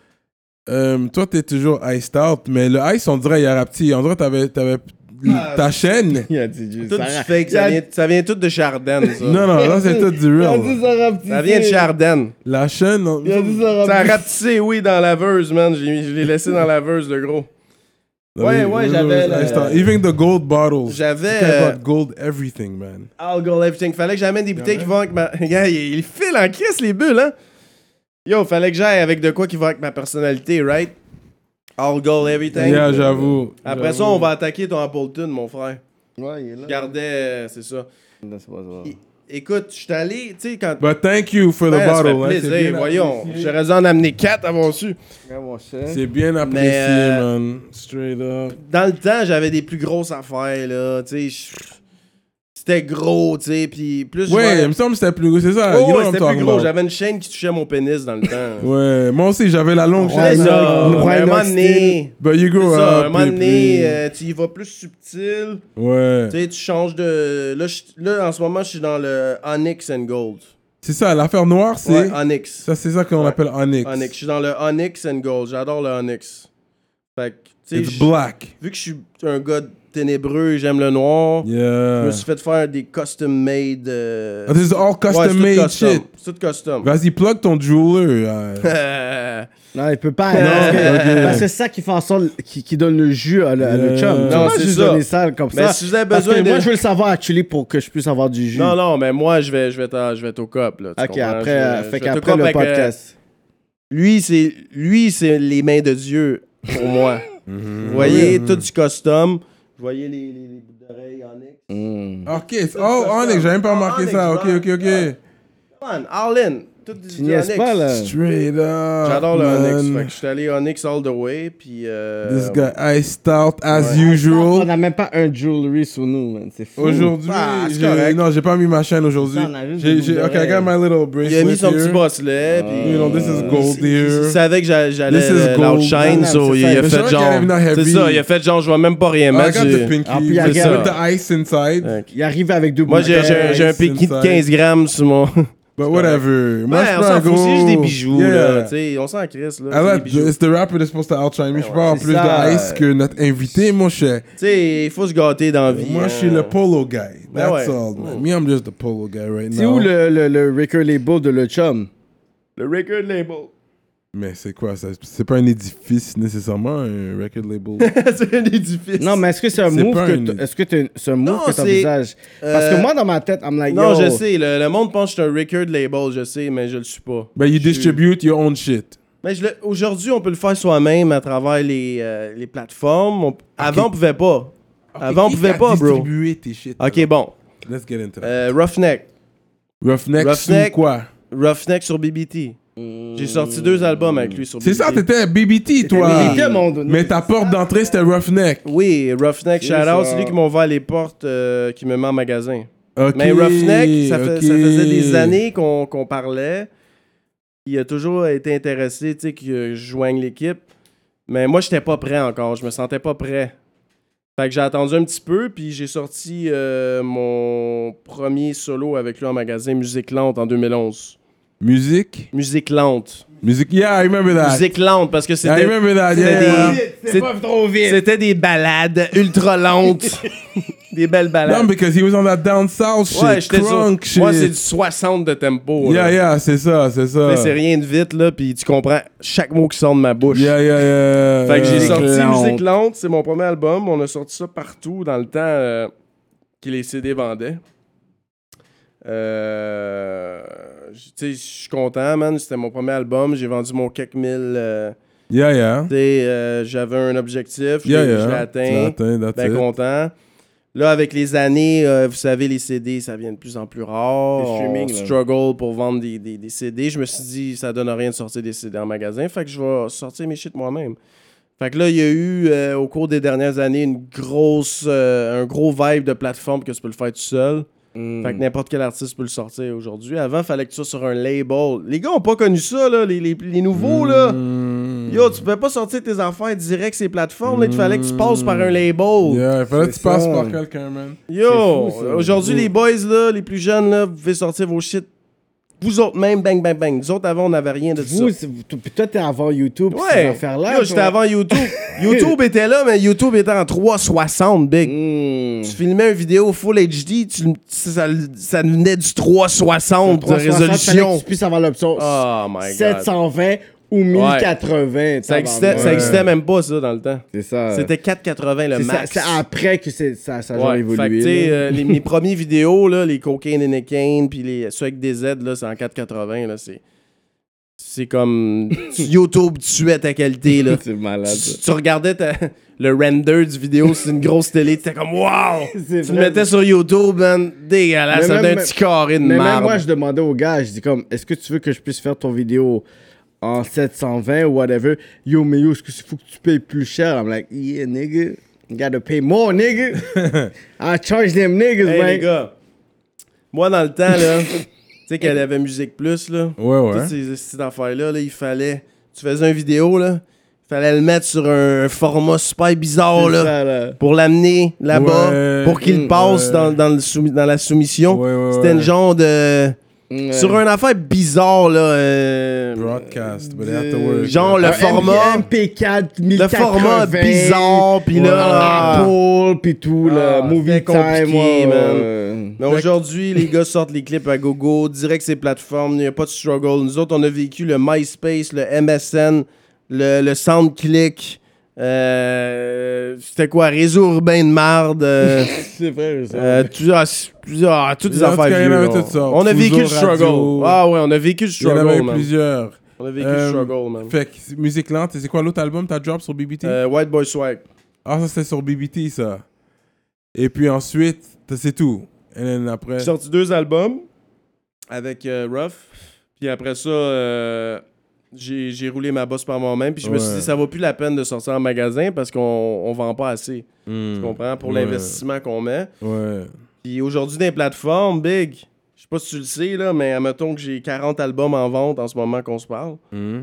Toi, t'es toujours iced out, mais le ice, on dirait, il y a un petit. On dirait que t'avais ta chaîne. Il a dit juste Tout du Sarah. fake, ça vient tout de Chardin, ça. Non, non, là, c'est tout du Il a dit real. ça rapetissé. Ça vient de Chardin. La chaîne, on- Il a dit ça Ça a rapetissé. rapetissé, oui, dans la laveuse, man. Je l'ai laissé dans la laveuse, le gros. Ouais, j'avais le- Iced out. Even the gold bottles. J'avais, This guy got gold everything, man. All gold everything. Fallait que j'amène des bouteilles qui vont avec ma. Gars, il file en crise, les bulles, hein? Yo, fallait que j'aille avec de quoi qui va avec ma personnalité, right? All gold everything. Yeah, j'avoue. Après ça, on va attaquer ton Appleton, mon frère. Ouais, il est là. Je gardais, c'est ça. C'est pas ça. Écoute, je suis allé, tu sais, quand. But thank you for the Ben, ça bottle. fait hein, c'est plaisir, bien voyons. apprécié. J'aurais dû en amener 4 avant su. C'est bien apprécié, Mais, man. Straight up. Dans le temps, j'avais des plus grosses affaires, là. Tu sais, c'était gros, tu sais. Puis plus je Ouais, vois- il me semble que c'était plus gros. C'est ça. Oh, you know ouais, what I'm c'était talking plus gros. about. J'avais une chaîne qui touchait mon pénis dans le temps. Ouais, moi aussi, j'avais la longue Ouais, chaîne. C'est ça. Une Mais à un moment Rhinox donné, But you c'est grow ça, up. un moment et donné, puis- tu y vas plus subtil. Ouais. Tu sais, tu changes de. Là, en ce moment, je suis dans le Onyx and Gold. C'est ça, l'affaire noire, c'est. Ouais, Onyx. Ça, c'est ça qu'on Ouais. appelle Onyx. Onyx. Je suis dans le Onyx and Gold. J'adore le Onyx. Fait que, tu It's sais, black. vu que je suis un gars ténébreux et j'aime le noir, je Yeah. me suis fait faire des custom made. Oh, this is all Ouais, c'est custom tout made custom. shit. C'est tout custom. Vas-y, plug ton jeweler. Non, il peut pas. Non, ok. Parce que c'est ça qui fait en sorte qui donne le jus à le chum. Tu peux Non, pas c'est juste ça. donner ça comme Mais ça. si vous avez Parce besoin que de. moi, je veux le savoir actually pour que je puisse avoir du jus. Non, non, mais moi, je vais être au cop. Là, tu Ok, comprends? après, Je fait vais être au qu'après cop le avec, podcast. lui, c'est les mains de Dieu pour moi. Vous voyez, tout du custom. Vous voyez les bouts d'oreilles Onyx. Ok, oh, Onyx, j'avais même pas remarqué Onyx, ça. Ok, man. ok, ok. Come on, all in. Tout du Tu niaises Onyx. pas, là. Straight up. J'adore le man. Onyx. Fait que je suis allé Onyx all the way. Puis. This guy iced out as Ouais. On usual. n'a même pas un jewelry sur nous, man. C'est fou. Aujourd'hui, Ah, c'est correct. non, j'ai pas mis ma chaîne aujourd'hui. Ça, on a juste des Ok, I got my little bracelet Il a mis son petit here. bracelet. Puis. You know, this is gold Il here. savait que j'allais This is gold. l'outshine, Non, so non, il c'est a ça. Mais fait c'est vrai genre. qu'il arrive dans C'est heavy. ça, il a fait genre, je vais même pas rien I mettre. got the j'ai- pinky Ah, puis il with regarde. the ice inside. Ouais. Il arrive avec deux Moi, bouteilles. j'ai un Ice pinky de inside. 15 grammes sur mon. But whatever. Moi, Ouais, je on prends s'en un fout, gros... c'est juste des bijoux, Yeah. là. Tu sais, on s'en crisse, là. I c'est like des bijoux. it's the rapper that's supposed to outshine me. Je prends c'est plus ça. de ice que notre invité, moi, je Tu sais, il faut se gâter dans la vie. Moi, hein. je suis le polo guy. Ben That's ouais. all, man. Me, I'm just the polo guy right C'est now. où le record label de le chum? Le record label. Mais c'est quoi ça? C'est pas un édifice nécessairement, un record label. C'est un édifice. Non, mais est-ce que c'est un C'est move pas que une- est-ce que c'est un move Non, que c'est- t'envisages? Parce que moi dans ma tête, I'm like Non, yo. je sais. Le monde pense que je suis un record label, je sais, mais je le suis pas. But you Je suis- distribute your own shit. Mais aujourd'hui, on peut le faire soi-même à travers les plateformes. Avant, on pouvait pas. Avant, on pouvait pas, bro. Distribuer tes shit. Ok, bon. Let's get into that. Roughneck. Roughneck, Roughneck. sous quoi? Roughneck sur BBT. J'ai sorti 2 albums avec lui sur BBT. C'est ça, t'étais BBT, toi. BBT, mon donné. Mais ta porte d'entrée, c'était Roughneck. Oui, Roughneck, C'est shout-out, ça. c'est lui qui m'a ouvert les portes, qui me met en magasin. Ok, Mais Roughneck, ça ok. faisait des années qu'on parlait. Il a toujours été intéressé, tu sais, que je joigne l'équipe. Mais moi, j'étais pas prêt encore. Je me sentais pas prêt. Fait que j'ai attendu un petit peu, puis j'ai sorti mon premier solo avec lui en magasin Musique Lente en 2011. Musique? Musique lente. Musique, yeah, I remember that. Musique lente, parce que I c'était... remember that, c'était yeah. C'est pas trop vite. C'était des balades ultra lentes. Des belles balades. Non, because he was on that down south shit, Ouais, j'étais crunk sur... shit. Moi, c'est du 60 de tempo. là. Yeah, c'est ça. Mais c'est rien de vite, là, puis tu comprends chaque mot qui sort de ma bouche. Yeah. Fait que j'ai sorti lente. Musique lente, c'est mon premier album. On a sorti ça partout dans le temps que les CD vendaient. Tu sais, je suis content, man. C'était mon premier album. J'ai vendu mon quelques mille. Yeah. Tu sais, j'avais un objectif. Je l'ai atteint. Ben content. Là, avec les années, vous savez, les CD, ça vient de plus en plus rare. Les streaming, On là. struggle pour vendre des CD. Je me suis dit, ça donne rien de sortir des CD en magasin. Fait que je vais sortir mes shit moi-même. Fait que là, il y a eu, au cours des dernières années, un gros vibe de plateforme que tu peux le faire tout seul. Fait que n'importe quel artiste peut le sortir aujourd'hui. Avant, il fallait que tu sois sur un label. Les gars ont pas connu ça, là, les nouveaux, là. Yo, tu pouvais pas sortir tes affaires direct sur les plateformes. Là, il fallait que tu passes par un label. Yeah, il fallait que tu C'est passes ça. par quelqu'un, man. Yo, fou, ça. aujourd'hui, les boys, là, les plus jeunes, là, vous pouvez sortir vos shit. Vous autres même, bang, bang, bang. Nous autres, avant, on n'avait rien de ça. Puis toi, t'es avant YouTube, ces Ouais, affaires-là. yo, j'étais avant YouTube. YouTube était là, mais YouTube était en 360, big. Tu filmais une vidéo Full HD, ça venait du 360 de résolution. Tu puisses avoir l'option Oh my god. 720 ou 1080. Ça existait même pas, ça, dans le temps. C'est ça. C'était 480 le C'est max. c'est après que ça a genre Ouais, évolué. fait que, tu sais, là. mes premières vidéos, là, les Cocaine and a Cane, puis ceux avec des Z, là, c'est en 480, là, c'est comme YouTube tuait ta qualité, là. C'est malade. ça. Tu regardais le render du vidéo sur une grosse télé, tu étais comme wow! C'est Tu le vrai. mettais sur YouTube, man, dégueulasse, Mais ça même- donne un petit carré de Mais même marbre. moi, je demandais au gars, je dis comme, est-ce que tu veux que je puisse faire ton vidéo en 720 ou whatever? Yo, mais yo, est-ce que faut que tu payes plus cher? I'm like, yeah, nigga. You gotta pay more, nigga. I charge them niggas, Hey, man. les gars, moi, dans le temps, là, tu sais qu'elle avait Musique Plus, là, Ouais. toutes ces petites affaires-là, là, il fallait... Tu faisais une vidéo, là, il fallait le mettre sur un format super bizarre, C'est là, ça, là. pour l'amener là-bas, Ouais. pour qu'il passe Ouais. dans la soumission. Ouais. C'était une genre de... Ouais. Sur une affaire bizarre, là. Broadcast, but they have to work. Genre le Un format... MP4 Le 1080. format bizarre, pis là... Apple, pis tout, là. Ah, Movie c'était compliqué, time, ouais, man. ouais. Mais aujourd'hui, les gars sortent les clips à gogo, direct ces plateformes, il n'y a pas de struggle. Nous autres, on a vécu le MySpace, le MSN, le SoundClick, c'était quoi, Réseau urbain de marde, C'est vrai, ça. toutes des En tout affaires cas, il y en avait vieux, toutes sortes. on a vécu le Fuso, struggle. radio. Ah ouais, on a vécu le Il y en struggle, avait man. plusieurs. On a vécu le struggle, man. Fait que musique lente, c'est quoi l'autre album t'as drop sur BBT? White Boy Swag. Ah, ça c'était sur BBT, ça. Et puis ensuite, c'est tout. Et then après... J'ai sorti 2 albums avec Ruff. Puis après ça, j'ai roulé ma bosse par moi-même. Puis je me suis dit, ça vaut plus la peine de sortir en magasin parce qu'on vend pas assez. Tu comprends? Pour l'investissement qu'on met. Ouais. Puis aujourd'hui, dans les plateformes, big. Je sais pas si tu le sais, là, mais admettons que j'ai 40 albums en vente en ce moment qu'on se parle.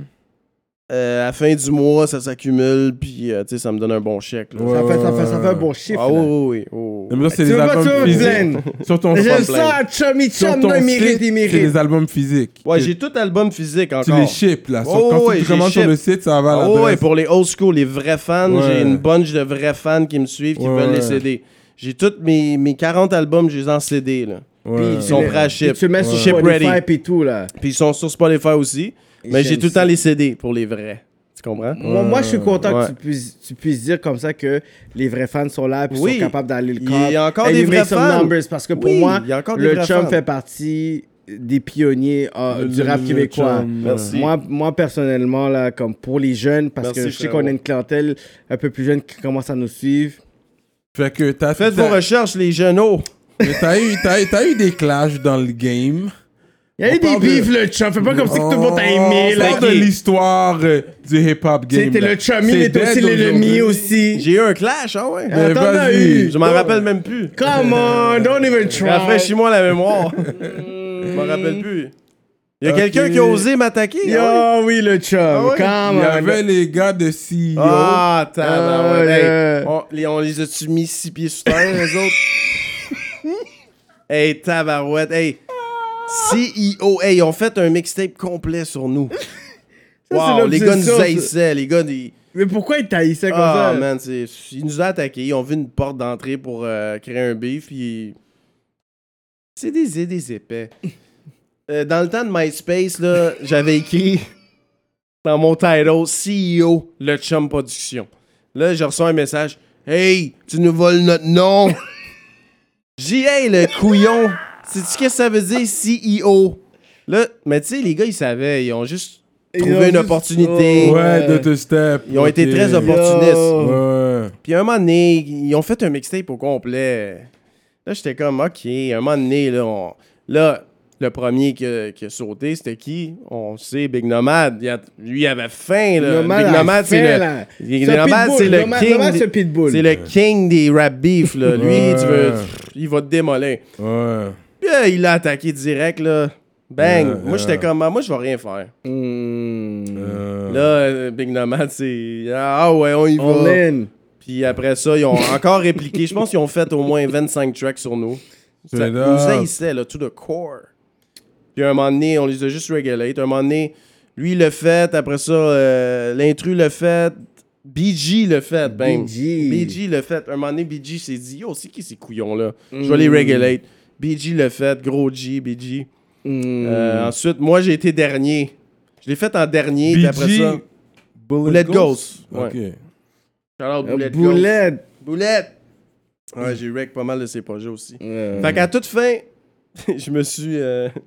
À la fin du mois, ça s'accumule. Puis, tu sais, ça me donne un bon chèque. Là. Ouais. Ça fait un bon chiffre. Ah là. oui. Mais là, c'est Tu des veux pas, tu albums veux physiques. pleine. Sur ton J'aime site, ça, chummy sur chum, ton non, il mérite, site, il c'est mérite. des albums physiques. Ouais, Que j'ai tout album physique encore. tu les ships, là. Oh, Quand ouais, tu commandes j'ai sur le ship. site, ça va à Ah l'adresse. ouais, pour les old school, les vrais fans, Ouais. j'ai une bunch de vrais fans qui me suivent, qui Ouais. veulent les CD. J'ai tous mes 40 albums, j'ai en CD, là. Ouais. Ils sont prêts à ship. Tu le mets sur Ship Spotify ready. pis tout, là. Puis ils sont sur Spotify aussi. Mais j'ai J'aime tout le temps les CD pour les vrais. Tu comprends? Moi, je suis content Ouais. que tu puisses dire comme ça que les vrais fans sont là et Oui. sont capables d'aller le Il y a encore And des you vrais make some fans. numbers, parce que pour Oui, moi, il y a encore des le vrais chum fans. fait partie des pionniers du rap Le québécois. chum, Merci. Moi, personnellement, là, comme pour les jeunes, parce Merci, que je sais frérot. qu'on a une clientèle un peu plus jeune qui commence à nous suivre. Fait que Faites vos recherches, les jeunes. t'as eu des clashs dans le game. Il y a eu des beefs, le chum. Fais pas comme si que tout le monde t'a aimé, On là. parle de l'histoire du hip-hop game. C'était là. le chummy, C'est mais t'es aussi dead l'ennemi aujourd'hui. aussi. J'ai eu un clash, ah ouais? Mais T'en as vas-y. eu. Je m'en rappelle même plus. Come on, don't even try. Rafraîchis-moi la mémoire. Je m'en rappelle plus. Il y a Ok. quelqu'un qui a osé m'attaquer? Yo, ah ouais? oui, le chum. ouais? Come Il y on. avait les gars de CEO. Ah, tabarouette. yeah. Hey, on les a-tu mis 6 pieds sur terre, les autres? Hey, tabarouette. Hey, CEO. Hey, ils ont fait un mixtape complet sur nous. Ça, Wow, les gars nous haïssaient. Les gars, Mais pourquoi ils t'haïssaient comme ça? Ah, man, ils nous ont attaqués. Ils ont vu une porte d'entrée pour créer un beef. Puis... C'est des épais. Dans le temps de MySpace, là, j'avais écrit dans mon title CEO, le Chum Production. Là, je reçois un message. Hey, tu nous voles notre nom. J'ai hey, le couillon. Sais-tu ce que ça veut dire, CEO? Là, mais tu sais, les gars, ils savaient. Ils ont juste trouvé une opportunité. Ouais, de te step. Ils ont été très opportunistes. Ouais. Puis un moment donné, ils ont fait un mixtape au complet. Là, j'étais comme, OK, un moment donné, là, le premier qui a sauté, c'était qui? On sait, Big Nomad. Lui, il avait faim, là. Big Nomad, c'est le king. C'est le king des rap beef, là. Lui, il va te démolir. Ouais. Puis il l'a attaqué direct, là. Bang! Moi, j'étais comme, moi, je vais rien faire. Là, Big Nomad, c'est, ah ouais, on y va. Puis après ça, ils ont encore répliqué. Je pense qu'ils ont fait au moins 25 tracks sur nous. Ils nous haïssaient, là, to the core. Puis un moment donné, on les a juste regulate. Un moment donné, lui, il l'a fait. Après ça, l'intrus l'a fait. BG l'a fait. BG l'a fait. Un moment donné, BG s'est dit, yo, c'est qui ces couillons-là? Je vais les regulate. BG l'a fait. Gros G, BG. Ensuite, moi, j'ai été dernier. Je l'ai fait en dernier. Puis après ça, Bullet Ghost. Ouais. OK. Boulette. Ouais, j'ai rec pas mal de ses projets aussi. Fait qu'à toute fin, je me suis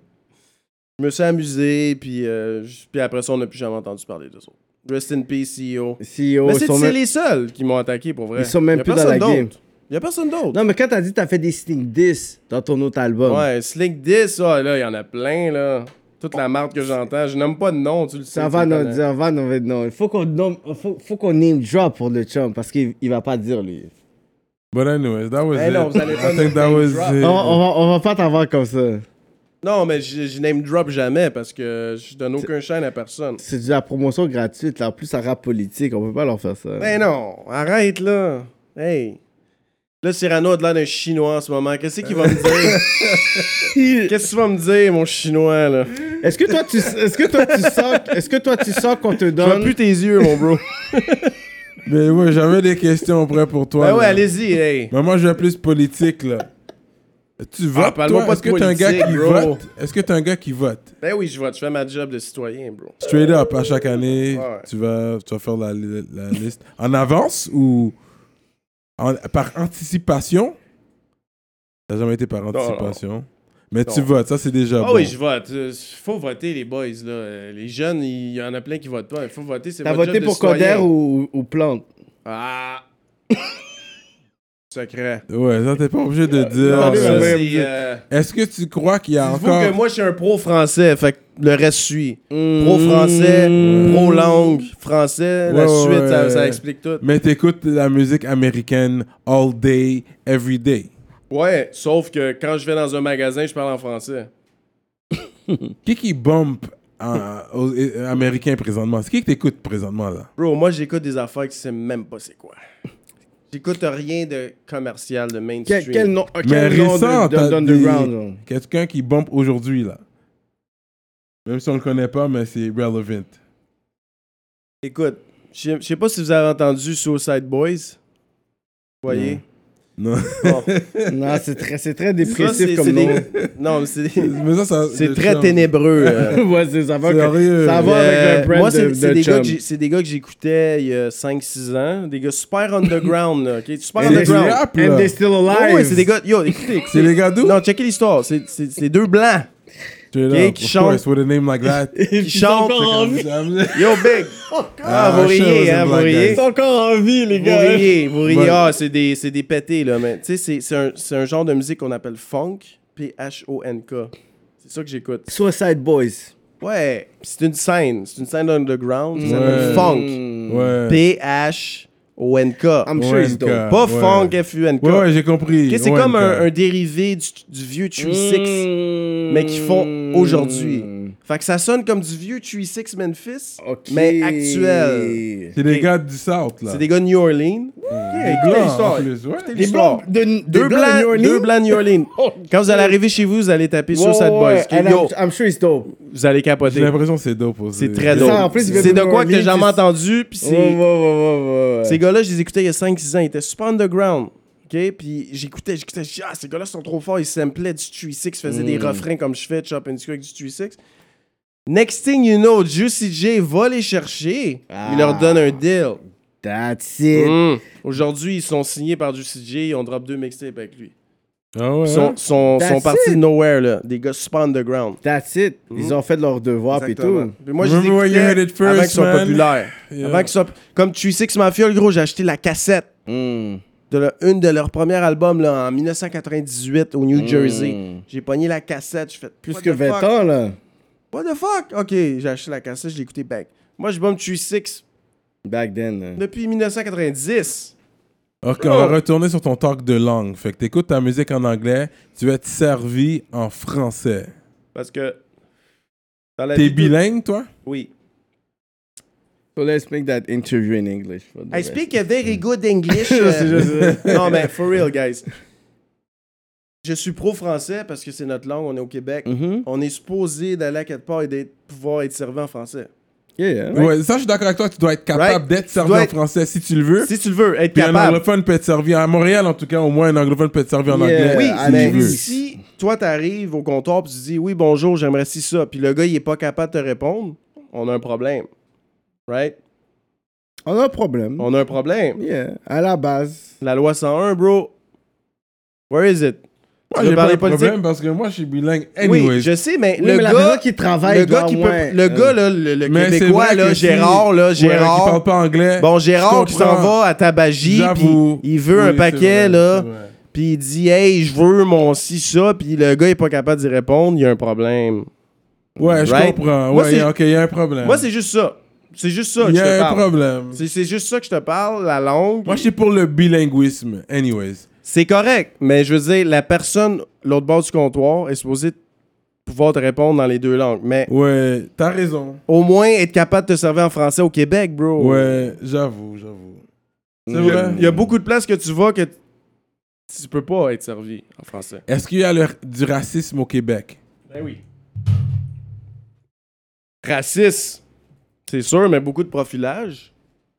amusé, puis après ça, on n'a plus jamais entendu parler d'eux autres. Rest in peace, CEO. Mais c'est les seuls qui m'ont attaqué, pour vrai. Ils sont même plus dans la game. Il y a personne d'autre. Non, mais quand t'as dit que t'as fait des sneak diss dans ton autre album. Ouais, sneak diss, là, il y en a plein, là. Toute la marque que j'entends, je nomme pas de nom, tu le sais. Ça va nommer de nom. Il faut qu'on name drop pour le chum, parce qu'il va pas dire, lui. But anyways, that was it. Non, vous allez pas I think that was it. On va pas t'avoir comme ça. Non, mais je name drop jamais, parce que je donne aucun chaîne à personne. C'est de la promotion gratuite, là. En plus, ça rap politique, on peut pas leur faire ça. Ben non, arrête, là. Hey. Là, Cyrano a de l'air d'un Chinois en ce moment. Qu'est-ce qu'il va me dire? Qu'est-ce que tu vas me dire, mon Chinois, là? Est-ce que toi, tu sens qu'on te donne... Je vois plus tes yeux, mon bro. Mais ouais, j'avais des questions prêtes pour toi. Ben ouais, là. allez-y, hey. Mais moi, je vais plus politique, là. Tu votes, parle-moi toi? pas Est-ce de que t'es un gars politique, qui bro. vote? Est-ce que t'es un gars qui vote? Ben oui, je vote. Je fais ma job de citoyen, bro. Straight up, à chaque année, Ouais. tu vas faire la liste. En avance ou par anticipation? Ça n'a jamais été par anticipation. Non. Mais tu votes, ça c'est déjà bon. Oui, je vote. Faut voter, les boys, là. Les jeunes, il y en a plein qui votent pas. Il faut voter, c'est T'as votre voté job de pour citoyen. Coder ou Plante? Ah! Secret. Ouais, ça t'es pas obligé de dire. Non, ça, euh, c'est... Est-ce que tu crois qu'il y a Dites-vous encore... que moi, je suis un pro-français, fait que le reste suit. Pro-français, pro-langue, français, la Ouais, suite, ouais. ça explique tout. Mais t'écoutes la musique américaine all day, every day. Ouais, sauf que quand je vais dans un magasin, je parle en français. Qui bump aux Américains présentement? C'est qui que t'écoutes présentement, là? Bro, moi, j'écoute des affaires qui sais même pas c'est quoi. J'écoute rien de commercial, de mainstream. Quel nom récent, d'underground, là? quelqu'un qui bump aujourd'hui, là. Même si on le connaît pas, mais c'est relevant. Écoute, je sais pas si vous avez entendu Suicide Boys. Vous voyez? Non. Bon. Non, c'est très dépressif Ça, c'est comme nom. Non, mais c'est Mais ça c'est très ténébreux. Ouais, ça va Sérieux? avec un brand moi, de chum. c'est des gars que j'écoutais il y a 5-6 ans. Des gars super underground. Là, okay? Super And underground. rap, And là. they still alive. Ouais, c'est des gars... Yo, écoutez. C'est les gars d'où? Non, checkez l'histoire. C'est deux blancs Straight Okay, up, qui of chantent. course, with a name like that. qui chantent. encore en vie. Yo, Big! Vous riez, hein, vous riez. Ils sont encore en vie, les Vous gars. riez, vous riez. Ouais. Ah, c'est des pétés, là. Mais tu sais, c'est un genre de musique qu'on appelle funk, P-H-O-N-K. C'est ça que j'écoute. Suicide Boys. Ouais, c'est une scène underground, ça Ouais. s'appelle funk. Ouais. P-H-O-N-K. I'm sure it's dope. Pas Ouais. funk, F-U-N-K. Ouais, j'ai compris. Ok, c'est Ouais, comme ok. un dérivé du vieux 3-6, mais qu'ils font aujourd'hui. Fait que ça sonne comme du vieux 3-6 Memphis, Ok. mais actuel. C'est des gars du South, là. C'est des gars de New Orleans. Écoutez Blancs, l'histoire. en plus, ouais. Écoutez Des l'histoire. blancs de Deux blancs de New Orleans. Quand vous allez arriver chez vous, vous allez taper Suicide Boys. And Yo, I'm sure it's dope. vous allez J'ai capoter. l'impression que c'est dope aussi. C'est très Ça, en dope. plus, ils viennent C'est de de quoi New que j'ai jamais Orleans, entendu. Puis c'est... Ouais. Ces gars-là, je les écoutais il y a 5-6 ans. Ils étaient super underground. OK? Puis j'écoutais. Je dis, ces gars-là sont trop forts. Ils samplaient du 3-6, faisaient des refrains comme je fais, Chop and Screw avec du 3-6. Next thing you know, Juicy J va les chercher. Il leur donne un deal. That's it. Aujourd'hui, ils sont signés par Juicy J. Ils ont drop 2 mixtapes avec lui. Ah ouais. Ils sont That's partis it. de nowhere, là. Des gars super underground. That's it. Ils ont fait leur devoir et Exactement. tout. Puis moi, je les Remember where you heard écoutais it first, avant qu'ils soient man. populaires. Yeah. Avant qu'ils soient... Comme 3-6 Mafia, le gros, j'ai acheté la cassette une de leurs premiers albums là, en 1998 au New Jersey. J'ai pogné la cassette. J'ai fait Plus what que the 20 fuck? ans, là. What the fuck? OK, j'ai acheté la cassette, je l'ai écouté back. Moi, je bombe 3-6 Back then. là. depuis 1990. Ok, on va retourner sur ton talk de langue. Fait que t'écoutes ta musique en anglais, tu vas être servi en français. Parce que... dans la T'es vie de- bilingue, toi? Oui. So let's make that interview in English. for the I rest. speak a very good English. Non, mais for real, guys. Je suis pro-français parce que c'est notre langue, on est au Québec. Mhm. On est supposé d'aller à quelque part et pouvoir être servi en français. Yeah. Ouais, ça, je suis d'accord avec toi. Tu dois être capable Right. d'être Tu servi dois en être- français si tu le veux. Si tu le veux, être Puis un capable. anglophone peut être servi. À Montréal, en tout cas, au moins, un anglophone peut être servi en Yeah. anglais. Oui, Ah, s'il mais veut. si toi t'arrives au comptoir et tu dis oui, bonjour, j'aimerais ci ça, puis le gars il est pas capable de te répondre, on a un problème. Right? On a un problème. On a un problème. Yeah. À la base. La loi 101, bro. Where is it? Moi, Tu veux j'ai pas parler de politique? problème parce que moi, je suis bilingue. Anyways. Oui, je sais, mais Oui, le mais la gars personne qui travaille le gars doit qui au moins, peut, le gars là, le Mais c'est Québécois vrai là, que si- Gérard là, Ouais, Gérard. qui parle pas anglais. Bon, je Gérard qui s'en comprends. va à Tabagie, J'avoue. puis il veut Oui, un c'est paquet vrai, là, c'est vrai. puis il dit hey, je veux mon ci ça, puis le gars est pas capable d'y répondre, il y a un problème. Ouais, je Right? comprends. Moi, Ouais, c'est- ok, il y a un problème. Moi, c'est juste ça. C'est juste ça que Il y je te a un parle. problème. C'est juste ça que je te parle, la langue. Moi, je suis pour le bilinguisme. Anyways. C'est correct, mais je veux dire, la personne, l'autre bord du comptoir, est supposée pouvoir te répondre dans les deux langues. Mais Ouais, t'as raison. au moins être capable de te servir en français au Québec, bro. Ouais, j'avoue. C'est Il y a- vrai. il y a beaucoup de places que tu vas que tu peux pas être servi en français. Est-ce qu'il y a du racisme au Québec? Ben oui. Raciste, c'est sûr, mais beaucoup de profilage.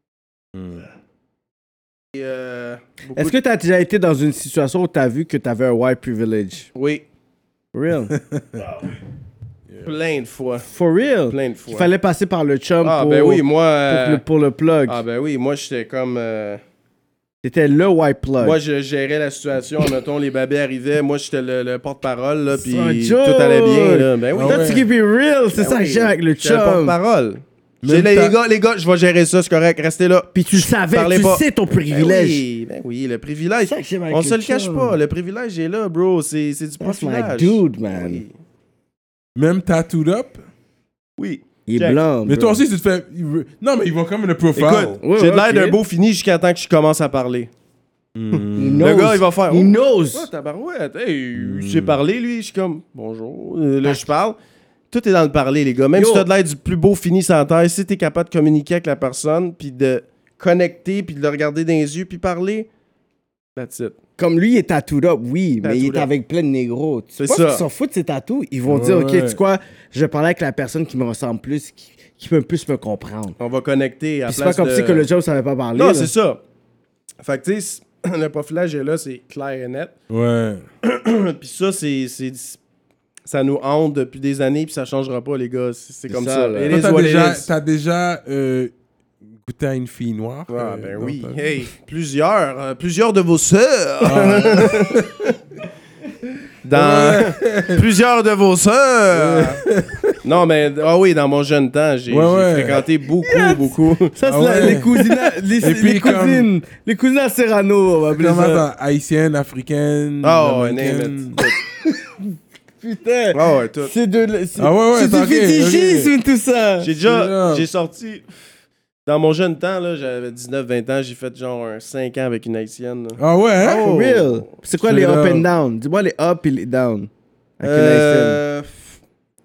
Et, beaucoup Est-ce que tu as déjà été dans une situation où tu as vu que tu avais un white privilege? Oui, Real? plein de fois. For real? Plein de fois. Il fallait passer par le chum Ah, pour, ben oui, moi... pour le plug. Ah, ben oui, moi, j'étais comme... C'était le white plug. Moi, je gérais la situation. Mettons, les babés arrivaient. Moi, j'étais le porte-parole, là, puis C'est un tout joke. allait bien, là. Ben oui. Ah Toi, ouais. tu keep it real, c'est Ben ça que oui. j'aime avec le J'étais le chum. porte-parole. Même J'ai les ta- gars, je vais gérer ça, c'est correct. Restez là. Puis tu le savais, Parlez tu pas. sais ton Ben privilège. oui, le privilège. C'est ça que j'aime avec On le se le cache chum. pas. Le privilège est là, bro. C'est du That's my profilage. dude, man. Oui. Même tattooed up? Oui. Il est Check. blanc. Mais bro. toi aussi, tu te fais... Non, mais ils vont comme le profile. Écoute, Ouais, j'ai de l'air ok. d'un beau fini jusqu'à temps que je commence à parler. He Le knows. gars, il va faire... He Oh, knows. oh, tabarouette. Hey, je sais parler, lui. Je suis comme, bonjour. Là, je parle. Tout est dans le parler, les gars. Même Yo. si t'as de l'air du plus beau fini sur la terre, si t'es capable de communiquer avec la personne, puis de connecter, puis de le regarder dans les yeux, puis parler, that's it. Comme lui, il est tattooed up, oui, mais il est Tattooed up. avec plein de négros. Tu C'est penses ça. qu'ils s'en foutent de ses tatous? Ils vont dire, OK, Ouais. tu sais quoi, je vais parler avec la personne qui me ressemble plus, qui peut plus me comprendre. On va connecter à Puis c'est place pas comme de... si que le job savait pas parler. Non, là. c'est ça. Fait que, tu sais, le profilage est là, c'est clair et net. Ouais. Puis ça, ça nous hante depuis des années, puis ça changera pas, les gars. C'est comme ça, ça. là. It Toi, is what it is. t'as déjà goûté à une fille noire? Ah, ben non, oui. t'as- Hey, plusieurs de vos sœurs. Plusieurs de vos sœurs. Non, mais, ah oui, dans mon jeune temps, j'ai Ouais. fréquenté beaucoup. Ça, c'est Ah ouais. les cousines, Et puis les cousines à Serrano, on va appeler Comment ça. ça? Haïtienne, africaine, Ah ouais, américaine. name it. Putain. Ah ouais, tout. C'est Ah ouais, c'est du ok, fétichisme, tout ça. déjà- J'ai sorti... Dans mon jeune temps, là, j'avais 19-20 ans, j'ai fait genre 5 ans avec une haïtienne. Là. Ah ouais, hein? For real. C'est quoi les Straight up up. and down? Dis-moi les up et les down. Avec une haïtienne. Euh,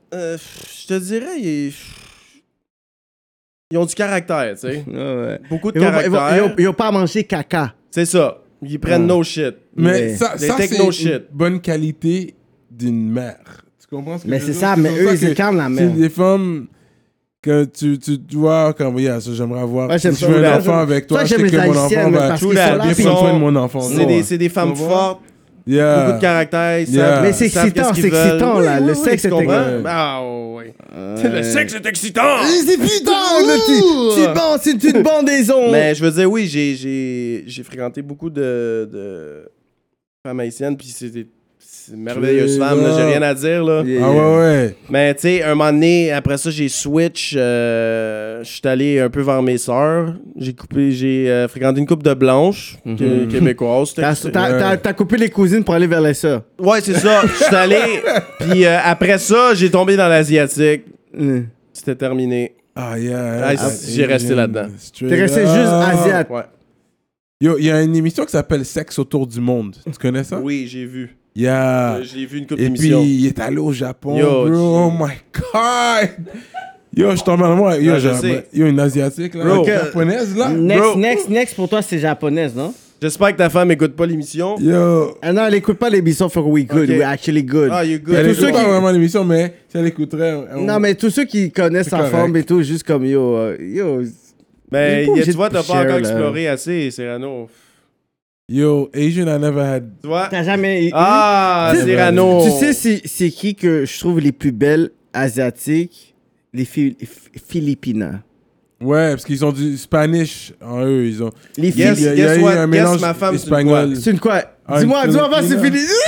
Je te dirais, ils ont du caractère, tu sais. Ouais. Beaucoup de Ils caractère. ont pas mangé caca. C'est ça. Ils prennent no shit. Mais Mais ça les c'est techno une shit. bonne qualité d'une mère. Tu comprends ce que Mais je c'est veux ça, dire? mais pour eux, ça ils que incarnent la C'est mère. des femmes que tu vois comme, yeah, ça j'aimerais avoir. Ouais, j'aime si ça, je veux un ouais. enfant avec toi, Ça, je sais j'aime que les mon Haïtiennes, enfant va parce qu'ils True sont that. là, bien puis prendre soin de mon enfant. C'est des femmes Tu vois? fortes, Yeah. beaucoup de caractère. Ils Yeah. savent- Mais c'est ils savent excitant, qu'est-ce c'est qu'ils veulent. excitant, là. Le sexe tu est comprends? excitant. Ah, ouais. Le sexe est excitant! C'est putain, c'est une bandaison. Mais je veux dire, oui, j'ai fréquenté beaucoup de femmes haïtiennes, puis c'est des merveilleuses femmes, là, j'ai rien à dire, là. Ah ouais. Mais tu sais, un moment donné, après ça, j'ai switch. Je suis allé un peu vers mes sœurs. J'ai fréquenté une couple de blanches québécoises. T'as coupé les cousines pour aller vers les sœurs. Ouais, c'est ça. Je suis allé. Puis après ça, j'ai tombé dans l'asiatique. C'était terminé. Ah yeah. Ah, j'ai resté là-dedans. Straight T'es resté up. juste asiate. Ouais. Yo, il y a une émission qui s'appelle Sexe autour du monde. Tu connais ça? Oui, j'ai vu. Yeah. J'ai vu une couple Et puis, d'émissions. il est allé au Japon, Yo, bro. Oh my God. Yo, je tombe en moi. Yo, Ouais, je sais. yo, une asiatique, là. Bro. Une japonaise, là. Bro. Next, pour toi, c'est japonaise, non? J'espère que ta femme écoute pas l'émission. Yo. Ah non, elle écoute pas l'émission for We Good, Ok. We Actually Good. Ah, you good. Elle tous écoute ceux pas qui- vraiment l'émission, mais si elle écouterait... Non, mais tous ceux qui connaissent C'est sa correct. forme et tout, juste comme yo, Mais Il est pas obligé tu vois, de t'as pas share, encore là. exploré assez, Cyrano. Yo, Asian, I never had... Tu vois? t'as jamais... Ah, Tu sais- Cyrano. Tu sais, c'est qui que je trouve les plus belles asiatiques? Les Philippinas. Ouais, parce qu'ils ont du Spanish en eux. Ils ont... Les Yes, il y a guess eu what? un Guess mélange ma femme, c'est une espagnol. quoi? C'est une quoi? Ah, Dis-moi, une pas, c'est Filipina. fini.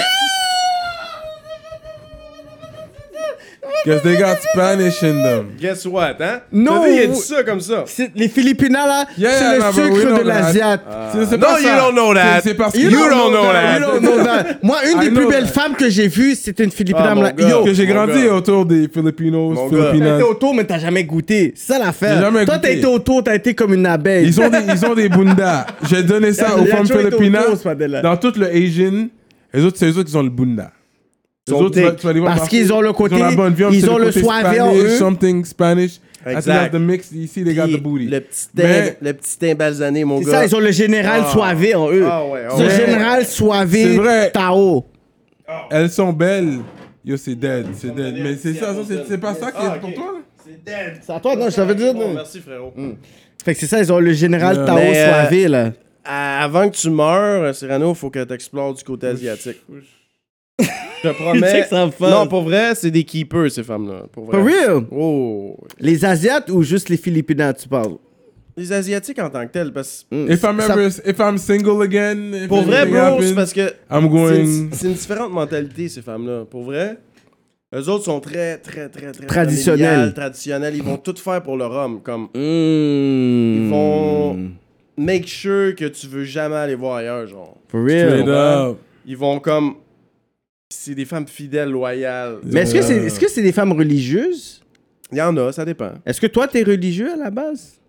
Because they got Spanish in them. Guess what, hein? Non. T'as vu, il a dit ça comme ça. Les Philippinas, là, Yeah, c'est yeah, le no, but we sucre know de that. l'Asiate. C'est No, pas you ça. don't know that. C'est parce que... You don't know that. You don't know that. Moi, une I des plus know belles that. femmes que j'ai vues, c'était une Filipina. Ah, mon gars. Yo, Que j'ai Mon grandi gars. autour des Filipinos, Mon gars. t'as Filipinas. été autour, mais t'as jamais goûté. C'est ça l'affaire. J'ai jamais Toi, t'as goûté. été autour, t'as été comme une abeille. Ils ont des bundas. J'ai donné ça aux Il a femmes toujours été philippinas. autour, ce modèle-là. Dans tout le Asian, les autres, c'est eux autres qui ont le bunda. Les Sont autres, tu vas- thick. tu vas les voir Parce marcher. qu'ils ont le côté- Ils ont la bonne viande, ils c'est ont le côté soivé en Spanish, eux. something Spanish. Exact. Exact. The mix, ici, they got Puis the booty. Le petit Mais- le petit teint balsané, mon C'est gars. ça, ils ont le général Ah. soivé en eux. Ah ouais, ah Le ouais. général C'est soivé vrai. Tao. Elles sont belles. Yo, c'est dead. C'est dead. Mais c'est ça, c'est pas ça qui est pour ok. toi, là? C'est dead. C'est à toi, non, je t'avais dit. Bon, non. merci, frérot. Fait que c'est ça, ils ont le général Yeah. Tao Mais, soivé, là. Avant que tu meurs, Cyrano, il faut que tu explores du côté asiatique. Je te promets. Check ça, fuck. Non, pour vrai, c'est des keepers, ces femmes-là. Pour vrai. For real? Oh. Les Asiates ou juste les Philippinas, tu parles? Les Asiatiques en tant que tels, parce If I'm single again, if pour vrai, anything bro, happens, c'est parce que I'm going... c'est une différente mentalité, ces femmes-là. Pour vrai, eux autres sont très Traditionnels. familiales, traditionnels. Ils vont tout faire pour leur homme. Comme, Ils ils vont make sure que tu veux jamais aller voir ailleurs, genre. For Straight real. up. Ils vont comme... C'est des femmes fidèles, loyales. Mais est-ce que c'est des femmes religieuses? Il y en a, ça dépend. Est-ce que toi, t'es religieux à la base?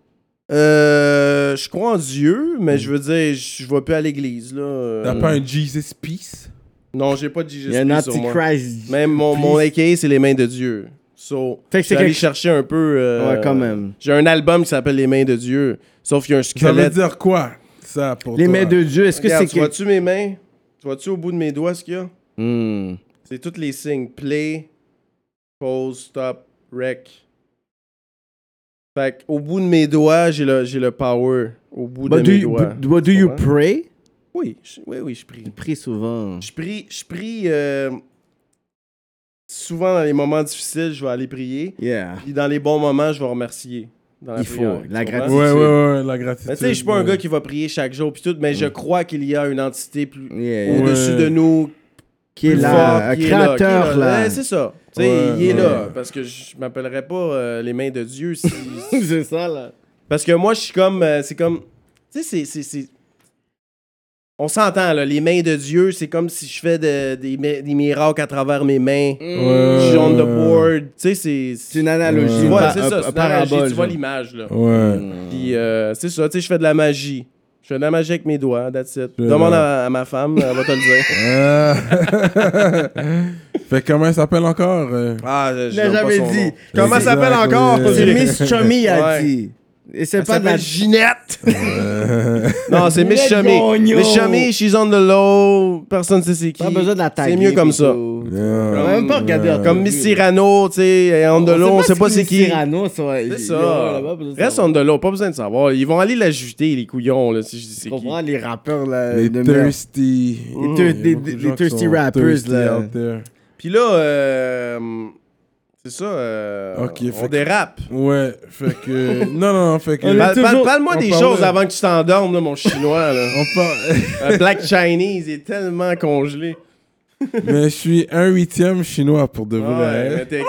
Je crois en Dieu, mais je veux dire, je vais plus à l'église, là. T'as pas un Jesus Peace? Non, j'ai pas de Jesus Il y a un Christ sur moi. antichrist. Même mon AKA, c'est les mains de Dieu. So, Fait que je c'est suis allé quelque- chercher un peu... Ouais, quand même. J'ai un album qui s'appelle Les mains de Dieu. Sauf qu'il y a un Ça veut squelette. dire quoi, ça, pour Les toi? mains de Dieu, est-ce que Regarde, c'est tu vois-tu mes mains? Tu vois-tu au bout de mes doigts ce qu'il y a? Hmm. C'est tous les signes. Play, pause, stop, rec. Fait qu'au bout de mes doigts, j'ai le power. Au bout But de mes doigts. do you comprends? pray? Oui, je prie. Je prie souvent. Je prie souvent dans les moments difficiles, je vais aller prier. Yeah. Puis dans les bons moments, je vais remercier. Dans la Il faut, prière, la tu comprends? gratitude. Ouais, la gratitude. Mais tu sais, je suis pas un gars qui va prier chaque jour puis tout, mais je crois qu'il y a une entité plus Yeah. au-dessus Ouais. de nous, Qui est plus là, fort, un qui est créateur, qui est là. Ouais, c'est ça. Tu sais, Ouais, il est ouais. là. Parce que je m'appellerais pas les mains de Dieu. C'est ça, là. Parce que moi, je suis comme. C'est comme. Tu sais, c'est. On s'entend, là. Les mains de Dieu, c'est comme si je fais des miracles à travers mes mains. Je suis on the board. Tu sais, C'est une analogie. Ouais. une Ouais, pa- c'est un- ça. un C'est une analogie, parabole, tu vois genre. l'image, là. Ouais. Puis c'est ça, tu sais, je fais de la magie. Je fais de la magie avec mes doigts, that's it. Je- Demande à ma femme, elle va te le dire. Fait que comment elle s'appelle encore? Ah, je Il l'a jamais dit. Comment ça s'appelle Exact, encore? ouais. C'est Miss Chummy, a Ouais. dit. Et c'est Elle pas de la s'appelle Ginette. Non, c'est Miss Ginette Chummy. Gagnon. Miss Chummy, she's on the low. Personne sait c'est qui. Pas besoin de la taguer. C'est mieux comme ça. On Yeah. va même pas regarder. Comme Miss Cyrano, tu sais, elle est on the low, on sait pas c'est qui. Cyrano, C'est ça. Reste on the low, pas besoin de savoir. Ils vont aller l'ajouter, les couillons, là, si je dis c'est Tu qui. comprends les rappeurs, là. Les de merde. thirsty. Les Beaucoup de gens qui thirsty sont rappers, thirsty là. out there. Puis là, c'est ça, Ok, on fait que- dérape. Ouais, fait que. Non, fait que. On est toujours- Parle-moi on des parlait- choses avant que tu t'endormes, là, mon chinois, là. On parle. Black Chinese est tellement congelé. Mais je suis 1/8 chinois pour de Ouais, vrai. mais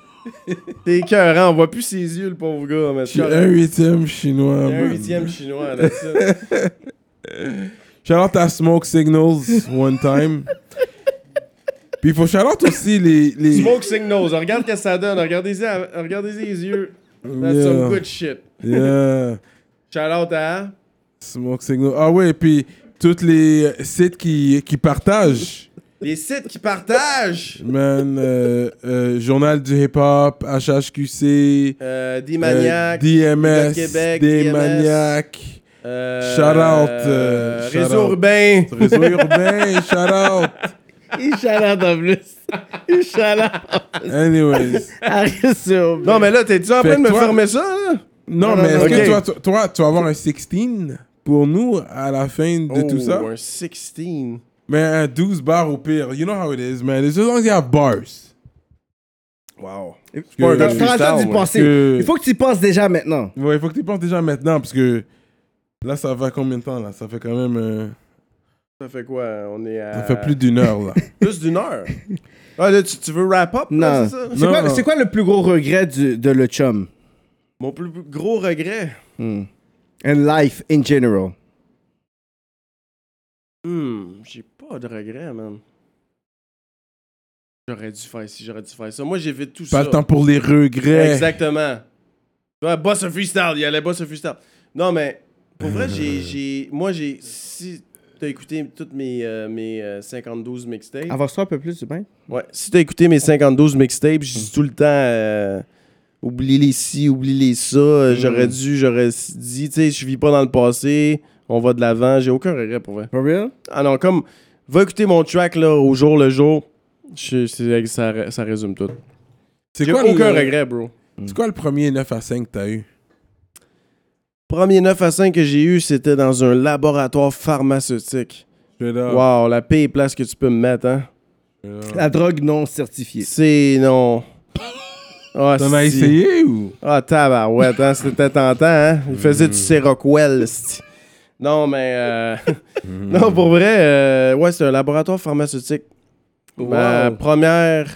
t'es écœurant, on voit plus ses yeux, le pauvre gars. Mais Je suis 1/8 chinois. un man. 8e chinois, là, ça. Shout out à Smoke Signals one time. Puis il faut shout out aussi les... Smoke Signals, regarde ce que ça donne, regardez les yeux. That's Yeah. some good shit. Yeah. Shout out à... Smoke Signals. Ah ouais, puis tous les sites qui partagent. Les sites qui partagent. Man, Journal du Hip-Hop, HHQC, D-Maniac. DMS, Québec, D-Maniac, shout out, Réseau urbain. Réseau urbain, shout out. Il chalade en plus. Il chalade. Anyways. Arrête ça. Non, mais là, t'es-tu en Fait train de que me toi- fermer ça, là? Non, Non, mais non, est-ce ok. que toi, tu vas avoir un 16 pour nous à la fin de tout ça? Un 16. Mais un 12 bars au pire. You know how it is, man. As long as you have bars. Wow. pas un T'as gars de le temps d'y penser. que- Il faut que tu y penses déjà maintenant. Ouais, il faut que tu y penses déjà maintenant, parce que là, ça va combien de temps, là? Ça fait quand même... Ça fait quoi? On est à... ça fait plus d'1 heure, là. Plus d'une heure. Ah, là, tu veux wrap up? là, Non. c'est ça? Non. C'est quoi le plus gros regret de le chum? Mon plus gros regret? And life in general. J'ai pas de regret, man. J'aurais dû faire ci, j'aurais dû faire ça. Moi, j'ai fait tout ça. Pas le temps pour les regrets. Exactement. Ouais, boss of freestyle, il y allait boss of freestyle. Non, mais pour vrai, si t'as écouté toutes mes 52 mixtapes. Avance-toi un peu plus, du bien. Ouais, si t'as écouté mes 52 mixtapes, je dis tout le temps oublie les ci, oublie les ça. J'aurais dit, tu sais, je vis pas dans le passé, on va de l'avant, j'ai aucun regret pour vrai. For real? Ah non, comme, va écouter mon track là, au jour le jour, ça résume tout. C'est J'ai quoi aucun le- regret, bro. C'est quoi le premier 9 à 5 que t'as eu? Premier 9 à 5 que j'ai eu, c'était dans un laboratoire pharmaceutique. Straight up. Wow, la pire place que tu peux me mettre, hein. La drogue non certifiée. C'est non. Ah, T'en as si. essayé ou? Ah, tabarouette, hein, c'était tentant, hein. Il faisait du Seroquel, c'ti. Non, mais... non, pour vrai, ouais, c'est un laboratoire pharmaceutique. Ma première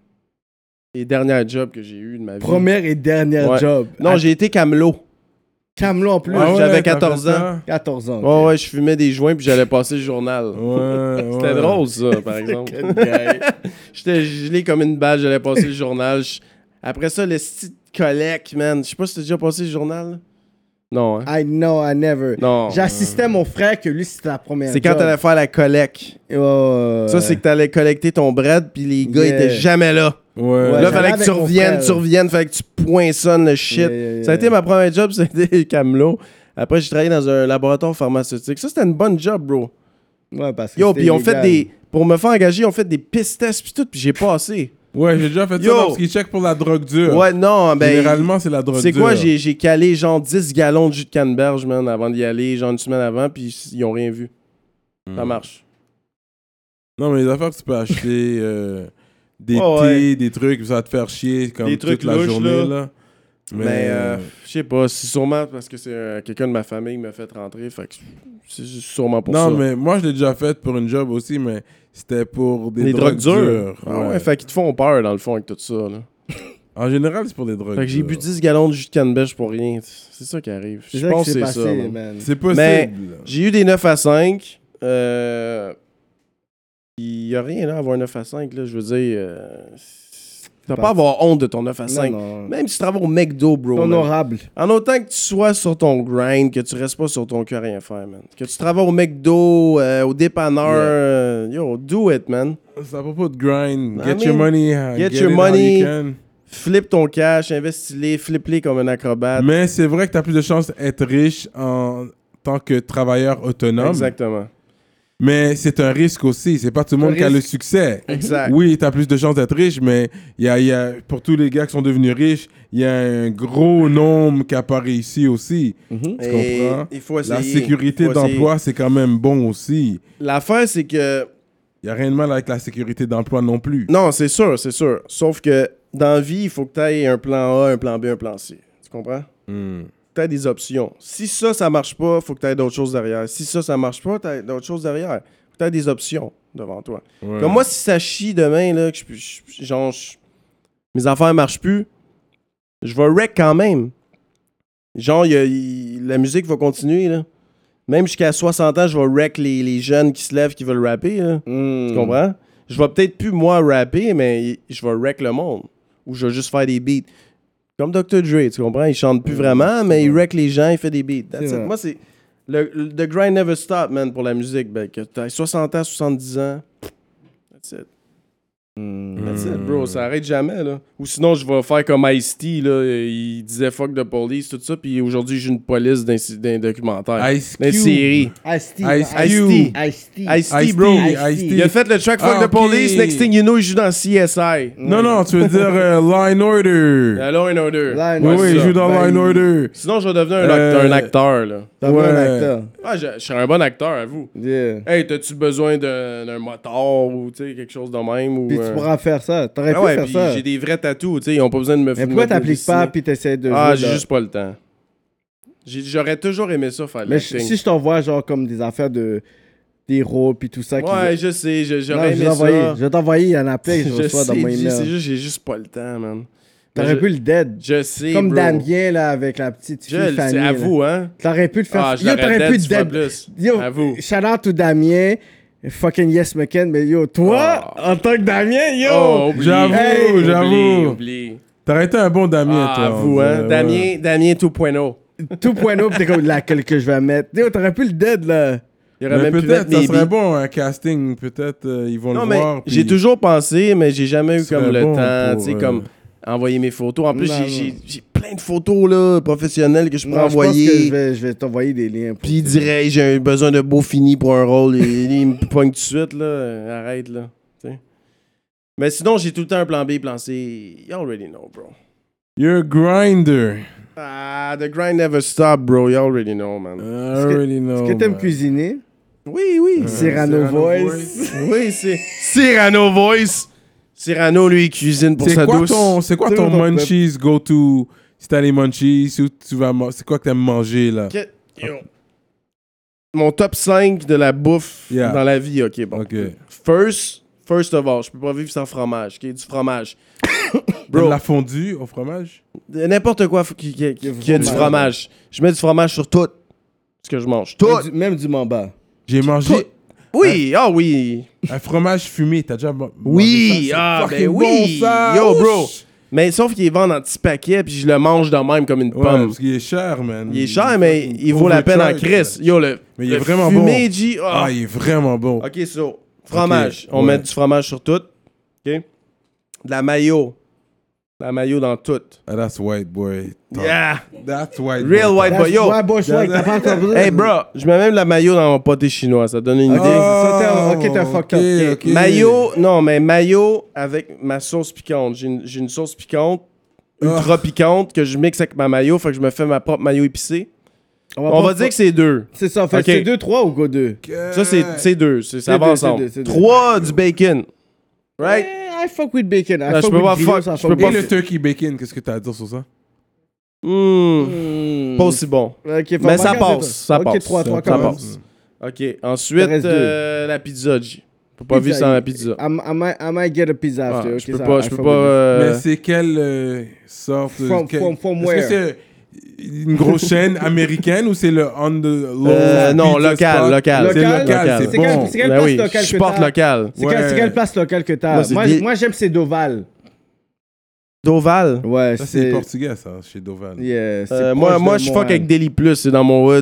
et dernière job que j'ai eu de ma vie. Première et dernière Ouais. job. Non, j'ai été camelot. Camelot en plus. Ouais, j'avais t'as 14 fait ans. ça? 14 ans. Ouais, ouais, je fumais des joints puis j'allais passer le journal. Ouais, C'était ouais. drôle, ça, par exemple. J'étais gelé comme une balle, j'allais passer le journal. Après ça, le style collecte, man. Je sais pas si t'as déjà passé le journal. Non, hein? I know, I never. Non. J'assistais mon frère que lui, c'était la première C'est quand job. t'allais faire la collecte. Ça, c'est que t'allais collecter ton bread puis les gars Yeah. étaient jamais là. Ouais. Ouais. Là, j'allais fallait que avec tu mon reviennes, frère. fallait que tu poinçonnes le shit. Yeah. Ça a été ma première job, c'était Camelot. Après, j'ai travaillé dans un laboratoire pharmaceutique. Ça, c'était une bonne job, bro. Ouais, parce que Yo, c'était puis on fait illégal. des... Pour me faire engager, on fait des piss tests puis tout, puis j'ai passé. Ouais, j'ai déjà fait Yo. ça parce qu'ils checkent pour la drogue dure. Ouais, non, ben... Généralement, c'est la drogue dure. C'est quoi, j'ai calé genre 10 gallons de jus de canneberge, man, avant d'y aller, genre une semaine avant, puis ils ont rien vu. Ça marche. Non, mais les affaires que tu peux acheter, des Oh, thés, ouais. des trucs, ça va te faire chier comme Des trucs toute la louches, journée, là. là. Mais, je sais pas, c'est sûrement parce que c'est quelqu'un de ma famille qui m'a fait rentrer, fait que c'est sûrement pour ça. non, mais moi, je l'ai déjà fait pour une job aussi, mais c'était pour des Les drogues drogues dures. dures. Ah ouais, fait qu'ils te font peur, dans le fond, avec tout ça, là. En général, c'est pour des drogues Fait que j'ai dures. bu 10 gallons de jus de canneberge pour rien. C'est ça qui arrive. C'est Je ça qui pense que s'est c'est passé, ça. man. man. C'est possible. Mais j'ai eu des 9 à 5. Il y a rien là, à avoir 9 à 5. Là, je veux dire, t'as pas à avoir honte de ton 9 à 5. Non. Même si tu travailles au McDo, bro. man. Honorable. En autant que tu sois sur ton grind, que tu restes pas sur ton cœur rien faire, man. Que tu travailles au McDo, au dépanneur, yo, do it, man. C'est à propos de grind. I Get your mean, money. get it your how money. you can. Flip ton cash, investis-les, flip-les comme un acrobate. Mais c'est vrai que tu as plus de chances d'être riche en tant que travailleur autonome. Exactement. Mais c'est un risque aussi. C'est pas tout le monde qui a le succès. Exact. Oui, tu as plus de chances d'être riche, mais il y a, pour tous les gars qui sont devenus riches, il y a un gros nombre qui n'a pas réussi aussi. Tu comprends? Il faut essayer. La sécurité d'emploi, c'est quand même bon aussi. L'affaire, c'est que... Il n'y a rien de mal avec la sécurité d'emploi non plus. Non, c'est sûr, c'est sûr. Sauf que dans la vie, il faut que tu aies un plan A, un plan B, un plan C. Tu comprends? Tu as des options. Si ça marche pas, il faut que tu aies d'autres choses derrière. Si ça marche pas, tu as d'autres choses derrière. Faut que tu aies des options devant toi. Ouais. Comme moi, si ça chie demain, là, que mes affaires marchent plus, je vais wreck quand même. Genre, la musique va continuer, là. Même jusqu'à 60 ans, je vais wreck les jeunes qui se lèvent, qui veulent rapper, là. Tu comprends? Je vais peut-être plus, moi, rapper, mais je vais wreck le monde. Ou je vais juste faire des beats. Comme Dr. Dre, tu comprends? Il chante plus vraiment, mais il wreck les gens, il fait des beats. That's it. Moi, c'est... The grind never stop, man, pour la musique. Ben, que t'as 60 ans, 70 ans. That's it. That's it, bro. Ça arrête jamais, là. Ou sinon, je vais faire comme Ice-T, là. Il disait fuck the police, tout ça. Puis aujourd'hui, j'ai une police d'un documentaire. Ice D'une Cube. série. Ice-T, bro. Ice-T. Il a fait le track fuck the police. Next thing you know, il joue dans CSI. Non, tu veux dire Line Order. Law and Order. Oui, il joue dans Ben, Line Order. Sinon, je vais devenir un acteur, là. T'as un acteur. Ah, je serais un bon acteur, à vous. Yeah. Hey, t'as-tu besoin d'un moteur ou quelque chose de même? Ou, Puis tu pourras faire ça. T'aurais pu ouais, faire puis ça. j'ai des vrais tatous, tu sais, ils ont pas besoin de me Mais faire. pourquoi t'appliques pas puis t'essaies de Ah, jouer j'ai là? juste pas le temps. J'aurais toujours aimé ça faire de Mais l'acting. si je t'envoie genre comme des affaires des rôles puis tout ça. Ouais, je sais, Non, j'aurais aimé je ça. vais t'envoyer, il y en a plein, je Je reçois dans sais, mon c'est email. juste, j'ai juste pas le temps, man. T'aurais pu le dead. Je sais, Comme bro. Damien là avec la petite fille Je le Fanny. sais, là. à vous, hein. T'aurais pu le faire. Ah, je Yo, l'aurais t'aurais pu dead 10 fois dead. plus. Yo, À vous. shout out to Damien. Fucking Yes McKen, mais yo, toi, en tant que Damien, yo! Oh, oublie. J'avoue, Hey, j'avoue. Oublie. T'aurais été un bon Damien, Ah, toi. à vous, hein. Ouais. Damien 2.0. Tout point up, t'es comme laquelle que je vais mettre. Yo, t'aurais pu le dead, là. Il y aurait Mais même pu mettre peut-être, ça des serait beats. bon, un casting. Peut-être, ils vont Non, le mais voir. puis- j'ai toujours pensé, mais j'ai jamais eu Ce comme serait le bon temps, pour, tu sais, comme envoyer mes photos. En plus, Non, j'ai plein de photos là, professionnelles que je peux Non, je pense envoyer. que je vais t'envoyer des liens. Puis il dirait, j'ai besoin de beau fini pour un rôle. Et il me pogne tout de suite, là. Arrête, là. T'sais. Mais sinon, j'ai tout le temps un plan B, plan C. You already know, bro. You're a grinder. Ah, the grind never stop, bro. You already know, man. I already know. Est-ce que t'aimes man. cuisiner? Oui, oui. Cyrano Voice. Oui, c'est Cyrano Voice. Cyrano, lui, il cuisine pour sa douce. C'est quoi C'est ton quoi ton munchies go-to? Si t'as les munchies, où tu vas c'est quoi que t'aimes manger, là? Yo. Mon top 5 de la bouffe Yeah. dans la vie, ok, bon. Ok. First of all, je peux pas vivre sans fromage, ok? Du fromage. Bro. La fondue au fromage? N'importe quoi qui a du fromage. Je mets du fromage sur tout ce que je mange. Tout! Même du mamba. J'ai mangé Oui, ah oui! un fromage fumé. T'as déjà mangé Oui! ça? Ah, C'est ben fucking oui! bon, ça! Yo, bro! Ouch! Mais sauf qu'il est vendu en petits paquets, puis je le mange de même comme une Ouais, pomme. parce qu'il est cher, man. Il est cher, mais il vaut la peine en crise. Yo, Mais il est le vraiment fumé, bon. G, Ah, il est vraiment bon. Ok, so, fromage. Ok, On ouais. met du fromage sur tout. Ok? De la mayo. De la mayo dans tout. Ah, that's white boy. talk. Yeah! That's white Real boy. white talk. boy. Yo! Ouais, bon, je vois que t'as pas encore besoin. Hey, bro, je mets même de la mayo dans mon pâté chinois. Ça donne une idée. Oh, Ok, t'es fucked up. ok. Mayo, non, mais mayo avec ma sauce piquante. J'ai une sauce piquante, ultra piquante, que je mixe avec ma mayo. Fait que je me fais ma propre mayo épicée. On va dire que c'est 2. C'est ça, fait Ok. c'est 2, 3 ou go 2? Ça, c'est 2. Ça va deux, ensemble. c'est deux. 3, du bacon. Right? I fuck with bacon. Non, je peux pas fuck, je peux Et pas le turkey bacon, qu'est-ce que t'as à dire sur ça? Pas aussi bon. Okay, Mais ça passe. Ça Ok, passe. 3, Ça 3, passe. Ok, ensuite, reste la pizza, G. Faut pas vivre sans la pizza. I might get a pizza Ah, after. je Okay, peux ça, pas, I je peux fuck pas. Mais c'est quelle sorte From est-ce where? que c'est une grosse chaîne américaine ou c'est le on the low non, pizza local, spot? local. C'est local, Local. c'est C'est bon. quelle- c'est quelle Ben place oui, locale je que porte t'as? local. C'est Ouais. quelle place locale que t'as? Moi, c'est des- Moi, j'aime c'est Doval. Doval. Ouais, Ça, c'est portugais, ça, chez Doval. Yeah, c'est Moi, proche de je fuck avec Deli Plus, c'est dans mon hood.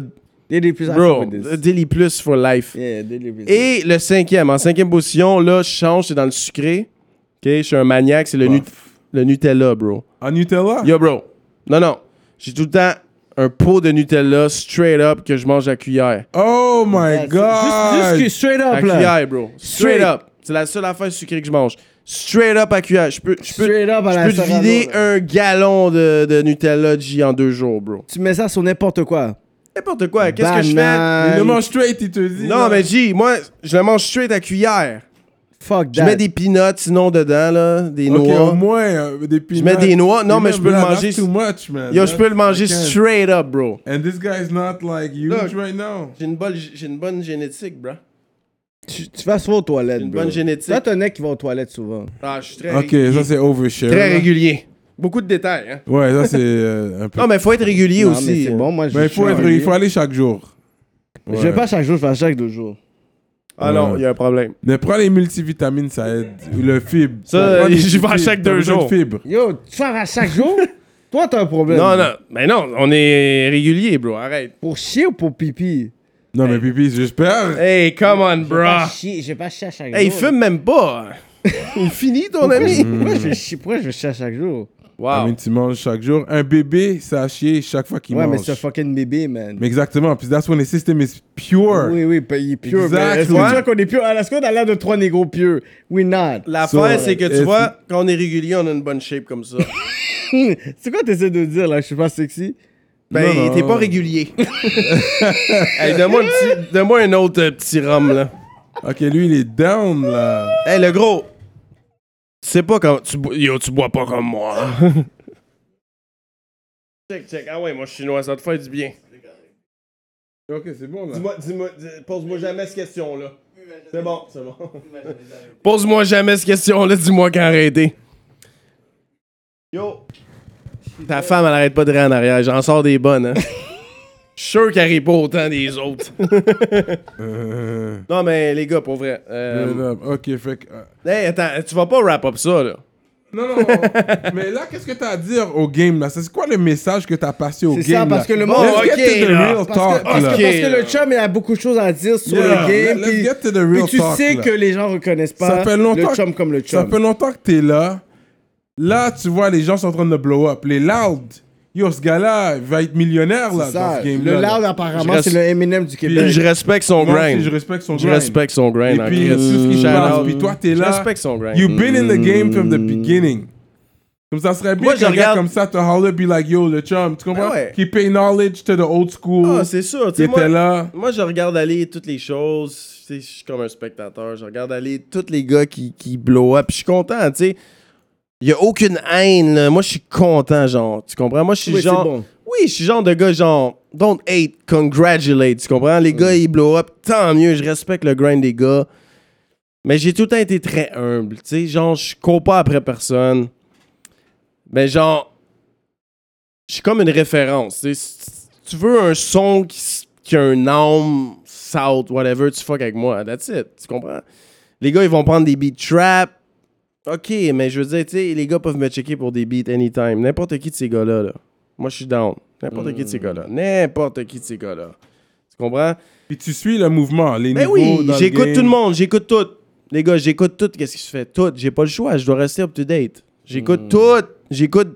Daily Plus, I Bro, fuck with this. Daily Plus for life. Yeah, Daily Plus. Et le 5e, en 5e position, là, je change, c'est dans le sucré. OK, je suis un maniaque, c'est le Nutella, bro. En Nutella? Yo, bro. Non. J'ai tout le temps un pot de Nutella straight up que je mange à cuillère. Oh my God! Juste straight up, À là. cuillère, bro. Straight Straight. up. C'est la seule affaire sucrée que je mange. Straight up à cuillère. Je peux Straight up à la te Serrano, vider là. un gallon de Nutella G en 2 jours, bro. Tu mets ça sur n'importe quoi. N'importe quoi. Qu'est-ce que je fais? Banane. Il le mange straight, il te dit. Non, là. mais G, moi, je le mange straight à cuillère. Fuck Je that. mets des peanuts sinon dedans, là. Des Ok, noix. au moins des peanuts. Je mets des noix. Non, mais je peux le That's manger. too much, man. Yo, je peux le manger I can't. straight up, bro. And this guy's not like huge Look. right now. J'ai une bonne génétique, bro. Tu vas souvent aux toilettes, Une bro. bonne génétique. Toi, t'es un mec qui va aux toilettes souvent. Ah, je suis très Ok, régulier. ça c'est overshare. Très là. régulier. Beaucoup de détails, hein. Ouais, ça c'est un peu. Non, mais faut être régulier Non, aussi. mais c'est bon, moi, je Mais suis il faut aller chaque jour. Je vais pas chaque jour, je vais chaque 2 jours. Ah non, il y a un problème. Mais prends les multivitamines, ça aide. Le fibre. Ça, Prends des j'y vais à fibres, chaque t'as 2 besoin de jours. fibres. Yo, tu vas à chaque jour? Toi, t'as un problème. Non, mais non, on est régulier, bro. Arrête. Pour chier ou pour pipi? Non, mais pipi, j'espère. Hey, come on, bro. J'ai pas chier à chaque Hey, il jour. fume même pas. Il finit, ton Pourquoi ami. pourquoi je vais chier à chaque jour? I Wow. mean, tu manges chaque jour. Un bébé, ça a chier chaque fois qu'il Ouais, mais mange. c'est un fucking bébé, man. Mais exactement. Puis that's when the system is pure. Oui, il est pure. Exact, mais Est-ce que ouais. tu vois qu'on est pure? Est-ce qu'on a l'air de 3 négros purs? We not. L'affaire, So, c'est que tu if- vois, quand on est régulier, on a une bonne shape comme ça. C'est quoi t'essaies de dire, là? Je suis pas sexy? Ben, Non, non. t'es pas régulier. Hey, donne-moi un autre petit rhum, là. Ok, lui, il est down, là. Hey, le gros. Tu sais pas quand. Yo, tu bois pas comme moi. check. Ah ouais, moi, je suis chinois, ça te fait du bien. Ok, c'est bon, là. Pose-moi jamais cette question-là. C'est bon. Pose-moi jamais cette question-là, dis-moi quand arrêter. Yo. Ta femme, elle arrête pas de rire en arrière. J'en sors des bonnes, hein. Je suis sûr qu'elle rit pas autant des autres. Non, mais les gars, pour vrai. Ok, fait que. Hey, attends, tu vas pas wrap up ça, là. Non. Mais là, qu'est-ce que t'as à dire au game, là? C'est quoi le message que t'as passé au game? C'est ça, parce que le monde. Let's ok, get to the là. real Parce talk, que, là. Ok. le chum, il a beaucoup de choses à dire sur Yeah, le game. let's puis- get to the real puis tu talk, sais là. que les gens reconnaissent pas Ça fait longtemps le chum comme le Ça chum. fait longtemps que t'es là. Là, tu vois, les gens sont en train de blow up. Les loud. Yo, ce gars-là, il va être millionnaire, là, C'est dans ça. ce game-là. Le là. loud, apparemment, Je reste- c'est le Eminem du Québec. Je respecte son Moi grind. aussi, je respecte son Je grind. respecte son grind. Et en puis, Christ. tout ce qui se Shout passe. out. Puis toi, t'es Je là. respecte son grind. You've been in the game from the beginning. Comme ça serait bien Moi, je qu'un gars regarde- comme ça te holler, be like, yo, le chum. Tu comprends? Ah ouais. Qui pay knowledge to the old school. Ah, c'est sûr. Qui Tu sais, était moi, là. moi, je regarde aller toutes les choses. Tu sais, je suis comme un spectateur. Je regarde aller tous les gars qui blow up. Puis je suis content, tu sais. Il y a aucune haine, là. Moi, je suis content, genre. Tu comprends? Moi, je suis Oui, c'est genre... bon. Oui, je suis genre de gars, genre... Don't hate, congratulate. Tu comprends? Les gars, ils blow up. Tant mieux. Je respecte le grind des gars. Mais j'ai tout le temps été très humble. Tu sais, genre, je cours pas après personne. Mais genre... Je suis comme une référence. Tu sais. Si tu veux un son qui a un âme, south, whatever, tu fuck avec moi. That's it. Tu comprends? Les gars, ils vont prendre des beats trap. OK, mais je veux dire, tu sais, les gars peuvent me checker pour des beats anytime. N'importe qui de ces gars-là, là. Moi, je suis down. N'importe qui de ces gars-là. N'importe qui de ces gars-là. Tu comprends? Puis tu suis le mouvement, les Ben niveaux oui, dans le j'écoute game. tout le monde. J'écoute tout. Les gars, j'écoute tout. Qu'est-ce qui se fait? Tout. J'ai pas le choix. Je dois rester up-to-date. J'écoute tout. J'écoute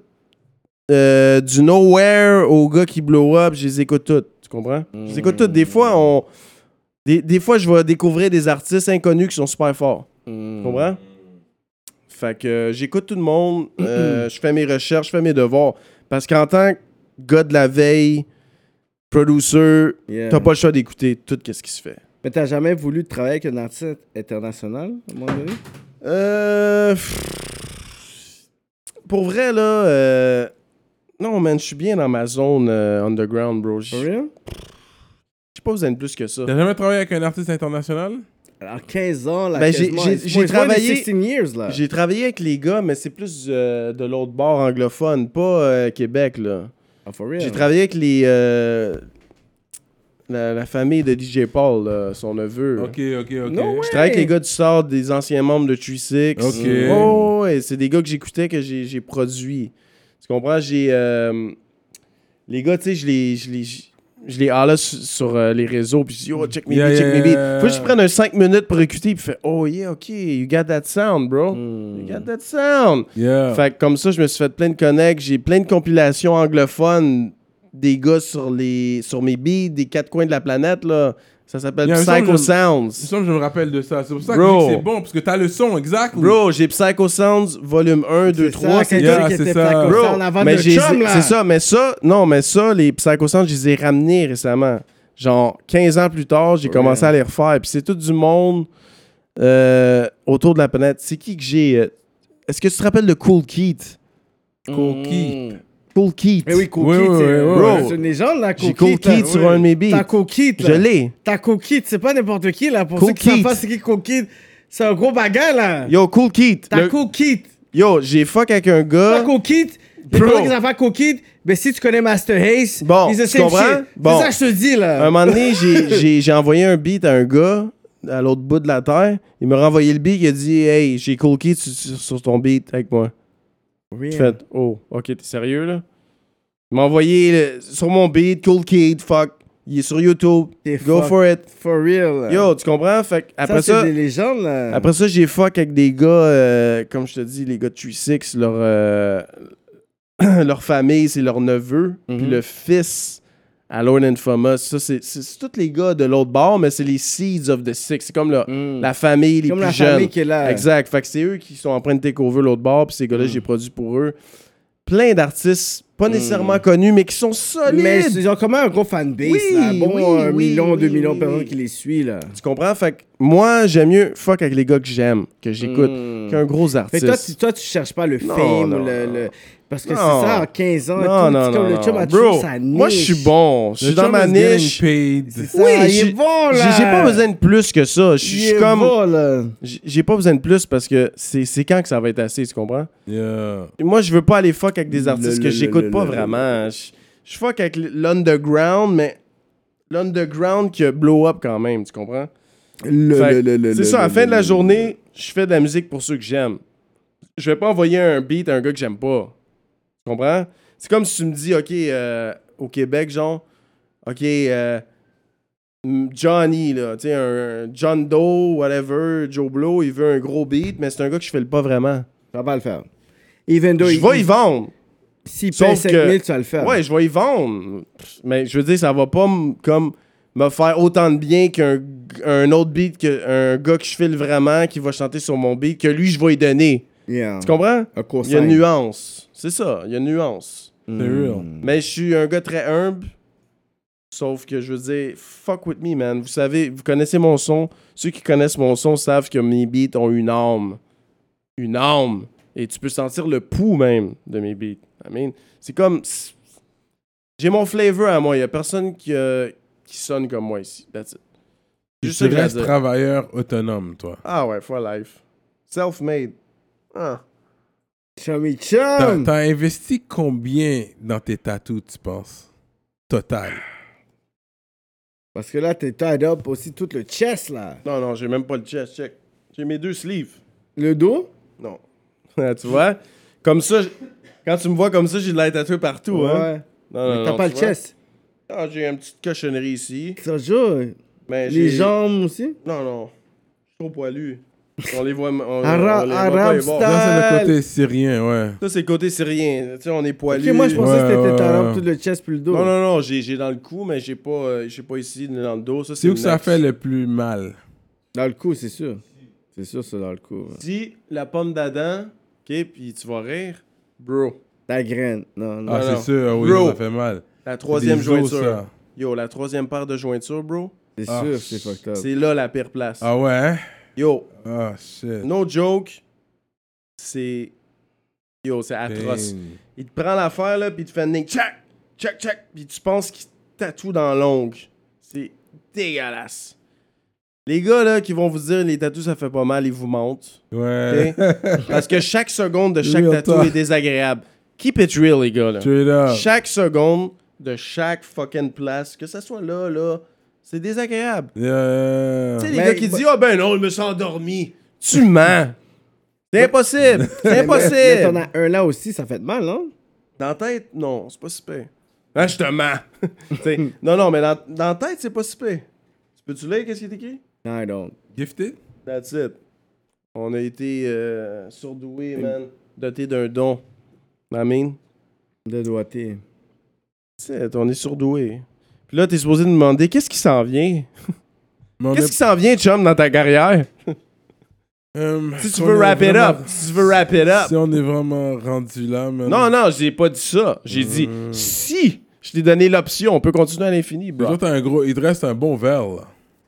du nowhere aux gars qui blow up. Je les écoute toutes. Tu comprends? Je les écoute toutes. Des fois, des fois, je vais découvrir des artistes inconnus qui sont super forts. Tu comprends? Fait que j'écoute tout le monde. Je fais mes recherches, je fais mes devoirs. Parce qu'en tant que gars de la veille, producer, Yeah. t'as pas le choix d'écouter tout ce qui se fait. Mais t'as jamais voulu travailler avec un artiste international, à un moment donné? Pour vrai, là, non, man, je suis bien dans ma zone underground, bro. Je For sais real? pas besoin de plus que ça. T'as jamais travaillé avec un artiste international? Alors, 15 ans, là, Ben, quasiment. j'ai It's more than travaillé- 16 years, là. J'ai travaillé avec les gars, mais c'est plus de l'autre bord anglophone, pas Québec, là. Ah, for real? J'ai travaillé avec la famille de DJ Paul, là, son neveu. Ok. No way. Je travaille avec les gars du Sort, des anciens membres de 36. Ok. Oh, ouais, c'est des gars que j'écoutais, que j'ai produits. Tu comprends? Les gars, tu sais, je les halas sur les réseaux, puis je dis, oh, check mes Yeah, beats, check mes beats. yeah. Faut que je prenne un 5 minutes pour écouter, puis fait, oh yeah, ok, you got that sound, bro. You got that sound. Yeah. Fait que comme ça, je me suis fait plein de connects. J'ai plein de compilations anglophones des gars sur mes beats, des quatre coins de la planète, là. Ça s'appelle Yeah, Psycho il me Sounds. semble que je me rappelle de ça. C'est pour ça Bro. que c'est bon, parce que t'as le son, exact. Bro, j'ai Psycho Sounds volume 1, 2, 3. C'est Yeah, ça qui c'est était ça. Psycho Bro, Sound avant mais de j'ai- chum, là. c'est ça, mais ça, les Psycho Sounds, je les ai ramenés récemment. Genre, 15 ans plus tard, j'ai commencé à les refaire. Puis c'est tout du monde autour de la planète. C'est qui que j'ai... est-ce que tu te rappelles de Cool Keith? Cool Keith. Cool Keith. Eh oui, Cool Oui, Keith, oui, c'est oui, oui. c'est une légende, là, Cool J'ai Cool Keith, là. Keith sur un de mes beats. T'as Cool Keith, Je là. l'ai. T'as Cool Keith, c'est pas n'importe qui, là. Pour Cool ceux qui savent Keith. pas c'est qui Cool Keith, c'est un gros bagage, là. Yo, Cool Keith. T'as Cool Keith. Yo, j'ai fuck avec un T'as gars... Cool Keith. Les Bro. personnes qui savent pas Cool Keith, ben si tu connais Master Ace, Bon, ils tu essaient de comprends? shit. Bon. C'est ça que je te dis, À là. un moment donné, j'ai envoyé un beat à un gars à l'autre bout de la terre. Il m'a renvoyé le beat. Il a dit, hey, j'ai Cool Keith sur ton beat avec moi. J'ai fait, oh, ok, t'es sérieux là? Il m'a envoyé sur mon beat, Cool Kid, fuck. Il est sur YouTube. T'es Go fuck. for it. For real. là. Yo, tu comprends? Fait que après ça, ça, c'est des légendes, là. après ça, j'ai fuck avec des gars, comme je te dis, les gars de 3-6, leur famille, c'est leur neveu. Puis le fils à Lord Infamous. Ça, c'est tous les gars de l'autre bord, mais c'est les Seeds of the Six. C'est comme la famille, les Comme plus la jeunes. famille qui est là. Exact. Fait que c'est eux qui sont en train de take over l'autre bord, puis ces gars-là, j'ai produit pour eux. Plein d'artistes, pas nécessairement connus, mais qui sont solides. Mais ils ont quand même un gros fanbase, Oui, là. Bon, oui, 1 oui, million, 2 oui, millions oui, de personnes oui. qui les suivent, là. Tu comprends? Fait que moi, j'aime mieux fuck avec les gars que j'aime, que j'écoute, qu'un gros Fait artiste. que toi, tu cherches pas le Non, fame non, ou le... Parce que Non. c'est ça, en 15 ans, non, tout, non, c'est comme non, le chum non. a Bro, toujours sa niche. moi, je suis bon. Je suis dans ma niche. Paid. C'est ça, Oui, il est j'ai- bon, là. J'ai pas besoin de plus que ça. Je Il suis est comme... bon, là. J'ai pas besoin de plus parce que c'est quand que ça va être assez, tu comprends? Yeah. Moi, je veux pas aller fuck avec des artistes que j'écoute pas le- vraiment. Je fuck avec l'underground, mais l'underground qui a blow up quand même, tu comprends? C'est ça, à la fin de la journée, je fais de la musique pour ceux que j'aime. Je vais pas envoyer un beat à un gars que j'aime pas. Tu comprends? C'est comme si tu me dis, OK, au Québec, genre, OK, Johnny, là, tu sais, un John Doe, whatever, Joe Blow, il veut un gros beat, mais c'est un gars que je fais le pas vraiment. Ça va le faire. Even though Je vais y vendre. S'il Sauf paye 5 que- 000, tu vas le faire. Ouais, je vais y vendre. Mais je veux dire, ça va pas comme me faire autant de bien qu'un autre beat, qu'un gars que je file vraiment, qui va chanter sur mon beat, que lui, je vais y donner. Yeah. Tu comprends? Un Il y a une nuance. C'est ça, il y a une nuance. C'est real. Mais je suis un gars très humble. Sauf que je veux dire, fuck with me, man. Vous savez, vous connaissez mon son. Ceux qui connaissent mon son savent que mes beats ont une âme. Une âme. Et tu peux sentir le pouls même de mes beats. I mean, c'est comme... J'ai mon flavor à moi. Il n'y a personne qui sonne comme moi ici. That's it. Juste ça Tu que j'ai à restes dire. travailleur autonome, toi. Ah ouais, for life. Self-made. Ah. Chummy T'as chum. t'as investi combien dans tes tatous, tu penses? Total. Parce que là, t'es tied up aussi tout le chest, là. Non, j'ai même pas le chest, check. J'ai mes 2 sleeves. Le dos? Non. Tu vois? Comme ça, quand tu me vois comme ça, j'ai de la tatouée partout, hein? Ouais. Non, Mais t'as pas tu le vois? chest. Ah, j'ai une petite cochonnerie ici. Ça joue. Mais Les j'ai- jambes aussi? Non. Je suis trop poilu. On les voit, on Arabe les voit pas les voir. style. Ça, c'est le côté syrien, ouais. Ça, c'est le côté syrien. Tu sais, on est poilu. Ok, moi, je pensais Ouais, que t'étais ouais, tied up ouais. tout le chest puis le dos. Non, j'ai dans le cou, mais j'ai pas ici dans le dos. Ça, C'est où le que ça neck. fait le plus mal? Dans le cou, c'est sûr. C'est sûr, c'est dans le cou. ouais. Si la pomme d'Adam, ok, puis tu vas rire, bro. Ta graine. Non, non. Ah, non. c'est sûr, oui, Bro. ça fait mal. La troisième Des os, jointure. ça. Yo, la troisième paire de jointures, bro. C'est Ah, sûr, c'est fucked up. C'est là la pire place. Ah ouais? hein? Yo, Ah, shit. no joke, c'est... Yo, c'est atroce. Dang. Il te prend l'affaire, là, puis il te fait un nez, check, puis tu penses qu'il tatoue dans l'ongle. C'est dégueulasse. Les gars, là, qui vont vous dire les tatous, ça fait pas mal, ils vous mentent. Ouais. OK? Parce que chaque seconde de chaque Real tatou talk. est désagréable. Keep it real, les gars, là. Straight up. Chaque seconde de chaque fucking place, que ça soit là, c'est désagréable. Yeah. Tu sais, les Mais- gars qui disent « Ah ben non, il me s'est endormi. » Tu mens. C'est impossible. C'est Mais impossible. t'en as un là aussi, ça fait mal, non? Dans la tête, non, c'est pas super. Ah, je te mens. T'sais, non, mais dans la tête, c'est pas si pire. Peux-tu lire qu'est-ce qui est écrit? Non, I don't. Gifted? That's it. On a été surdoués, man. Dotés d'un don. I mean? De doigté. On est surdoués. Puis là, t'es supposé nous demander qu'est-ce qui s'en vient? Qu'est-ce qui s'en vient, chum, dans ta carrière? Si tu veux wrap it up. Si tu veux wrap it up. Si on est vraiment rendu là, man. Non, j'ai pas dit ça. J'ai dit si je t'ai donné l'option, on peut continuer à l'infini, bro. Toi, t'as un gros... Il te reste un bon verre, là.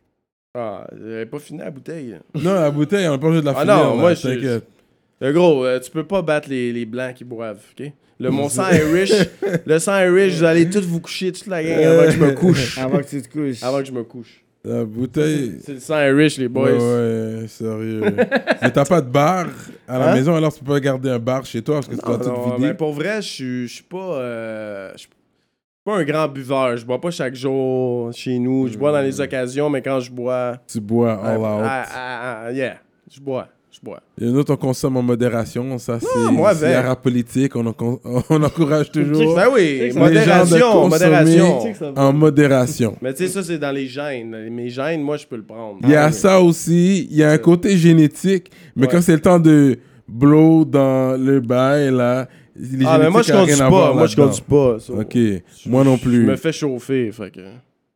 Ah, j'avais pas fini la bouteille. Non, la bouteille, on a pas besoin de la finir. Ah non, là, moi, t'inquiète. Le gros, tu peux pas battre les blancs qui boivent, OK? Mon sang Irish, le sang Irish, vous allez tous vous coucher toute la gang avant que je me couche. Avant que tu te couches. Avant que je me couche. La bouteille... C'est le sang Irish, les boys. Ouais, sérieux. Mais t'as pas de bar à la maison, alors tu peux pas garder un bar chez toi parce que tu dois tout vider. Mais pour vrai, je suis pas... je suis pas un grand buveur. Je bois pas chaque jour chez nous. Je bois dans les occasions, mais quand je bois... Tu bois all out. Yeah, je bois. Et nous, on consomme en modération. Ça, moi, c'est la rap politique. On encourage toujours. Ben oui, les gens de modération. En modération. Mais tu sais, ça, c'est dans les gènes. Mes gènes, moi, je peux le prendre. Il y a ça aussi. Il y a un côté génétique. Mais quand c'est le temps de blow dans le bail, là... mais moi, je conduis pas. Moi, je conduis pas. So. OK. Moi non plus. Je me fais chauffer, fait que...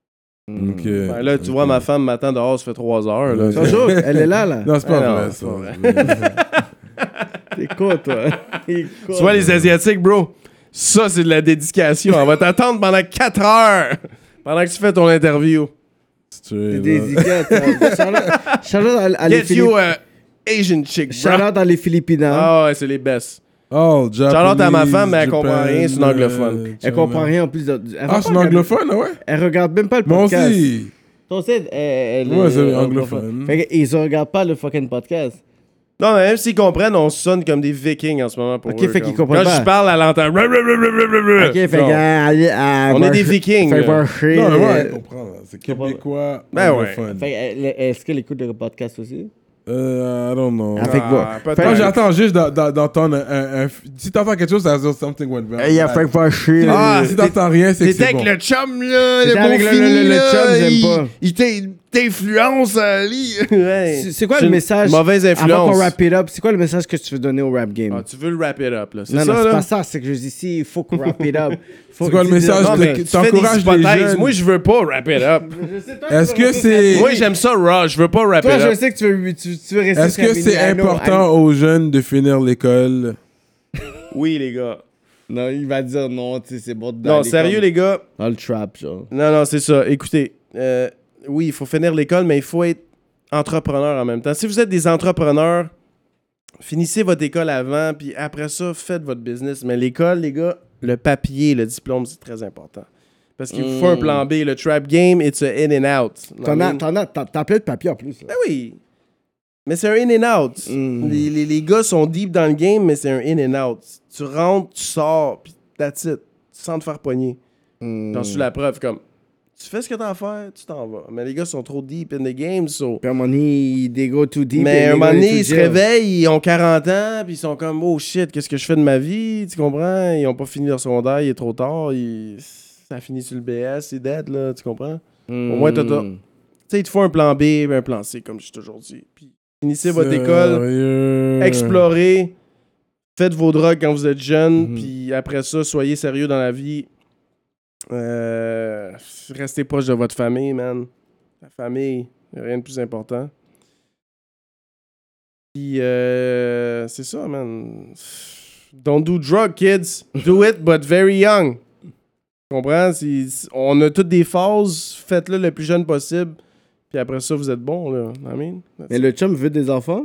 OK. Ben là, tu vois, ma femme m'attend dehors, ça fait 3 heures. Là. Bonjour, elle est là. Non, c'est pas non, vrai, c'est ça. pas vrai. T'es con, toi. Tu vois, les Asiatiques, bro, ça, c'est de la dédication. On va t'attendre pendant 4 heures pendant que tu fais ton interview. C'est dédicace. Shout-out à les Get you a Asian chick, bro. Shout-out à les Filipinas. Ah ouais, c'est les best. Oh, Japanese, Shout-out à ma femme, mais elle Japan, comprend rien, c'est une anglophone. Elle comprend rien en plus. Ah, c'est une anglophone, ouais? Elle regarde même pas le Moi podcast. aussi. Toi aussi, elle Ouais, est c'est anglophone. Fait qu'ils ne regardent pas le fucking podcast. Non, mais même s'ils comprennent, on sonne comme des vikings en ce moment pour Ok, eux. fait comme. qu'ils comprennent Quand pas. je parle, elle entend. Ok, fait que... On est des vikings, Fait là. que Non, mais ouais, je comprends. Là. C'est québécois, Ben ouais. anglophone. Est-ce qu'elle écoute le podcast aussi? I don't know. Avec peut-être. Moi, j'attends juste d'entendre un... Si t'entends quelque chose, ça veut dire something went wrong. Il a fait que va chier. Ah, Si t'entends rien, c'est que T'étais c'est avec bon. le chum, là, T'étais le avec beau le fini, chum, j'aime pas. Il t'influence, Ali. Ouais. C'est quoi le message? Mauvaise Avant influence. qu'on wrap it up, c'est quoi le message que tu veux donner au rap game? Ah, tu veux le wrap it up, là. C'est Non, ça, non, c'est là? pas ça. C'est que je dis ici, il faut qu'on wrap it up. C'est quoi le message? Non, mais Tu tu fais des t'encourages les hypothèses. jeunes. Moi, je veux pas wrap it up. Est-ce que c'est... Moi, j'aime ça raw. Je veux pas wrap Toi, it je up. sais que tu veux rester Est-ce que c'est important aux jeunes de finir l'école? Oui, les gars. Non, il va dire non, tu sais, c'est bon. Non, sérieux, les gars. Dans le trap, genre. Non, c'est ça. Écoutez, oui, il faut finir l'école, mais il faut être entrepreneur en même temps. Si vous êtes des entrepreneurs, finissez votre école avant, puis après ça, faites votre business. Mais l'école, les gars, le papier, le diplôme, c'est très important. Parce qu'il vous faut un plan B. Le trap game, it's a in and out. T'as plein de papiers en plus. Là. Ben oui. Mais c'est un in and out. Les gars sont deep dans le game, mais c'est un in and out. Tu rentres, tu sors, puis that's it. Sans te faire pogner. J'en suis la preuve, comme... Tu fais ce que t'as à faire, tu t'en vas. Mais les gars sont trop deep in the game, so... Puis à un moment donné, they go too deep. Mais à un moment donné, ils se réveillent, ils ont 40 ans, puis ils sont comme « Oh shit, qu'est-ce que je fais de ma vie? » Tu comprends? Ils ont pas fini leur secondaire, il est trop tard. Ça a fini sur le BS, c'est dead, là, tu comprends? Au moins, tu sais, il te faut un plan B et un plan C, comme j'ai toujours dit. Puis finissez votre école, explorez, faites vos drogues quand vous êtes jeune, puis après ça, soyez sérieux dans la vie. Restez proche de votre famille, man. La famille, rien de plus important. Puis, c'est ça, man. Don't do drugs, kids. Do it, but very young. Tu comprends? On a toutes des phases. Faites-le le plus jeune possible. Puis après ça, vous êtes bon, là. I mean, Mais le chum veut des enfants?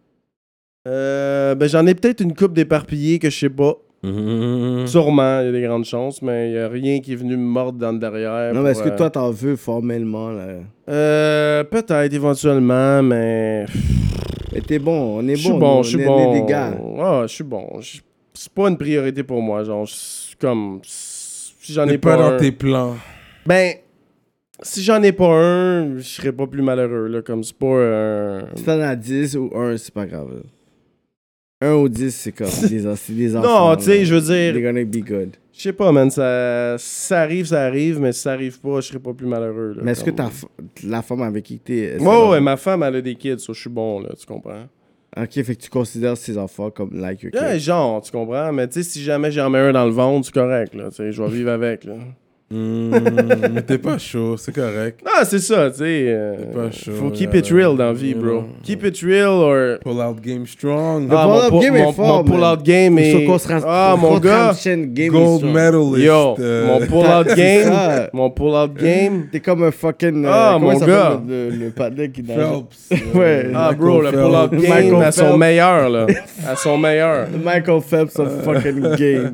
Ben, j'en ai peut-être une couple d'éparpillés que je sais pas. Sûrement, il y a des grandes chances, mais il n'y a rien qui est venu me mordre dans le derrière. Non, mais est-ce que toi, t'en veux formellement, là? Peut-être, éventuellement, mais... Mais t'es bon, on est Je suis bon. bon, nous, je suis on est bon. des gars. Ah, je suis bon. C'est pas une priorité pour moi, genre, comme... Si j'en ai C'est pas pas un... dans tes plans. Ben, si j'en ai pas un, je serais pas plus malheureux, là, comme c'est pas un... Si t'en as 10 ou 1, c'est pas grave. 1 ou 10, c'est comme des enfants. Non, tu sais, je veux dire... They're gonna be good. Je sais pas, man. Ça arrive, mais si ça arrive pas, je serais pas plus malheureux. Là, Mais est-ce que la femme avec qui t'es... Ouais, ma femme, elle a des kids, so je suis bon, là, tu comprends? Ok, fait que tu considères ses enfants comme like your Yeah, kids. genre, tu comprends? Mais tu sais, si jamais j'en mets un dans le ventre, c'est correct, là. Tu sais, je vais vivre avec, là. Mais t'es pas chaud, c'est correct. Ah, c'est ça, tu sais. pas chaud, Faut keep it real dans la vie, bro. Keep it real or... Pull out game strong. Ah, pull-out game est fort, mon pull-out game est... Ah, mon gars. Gold medalist. Yo, mon pull-out game. Mon pull-out game. T'es comme un fucking... Ah, comment mon ça gars. s'appelle le padlet qui nage? Phelps. Ouais. Ah, bro, le pull-out game Michael à son Phelps. meilleur, là. À son meilleur. The Michael Phelps of fucking game.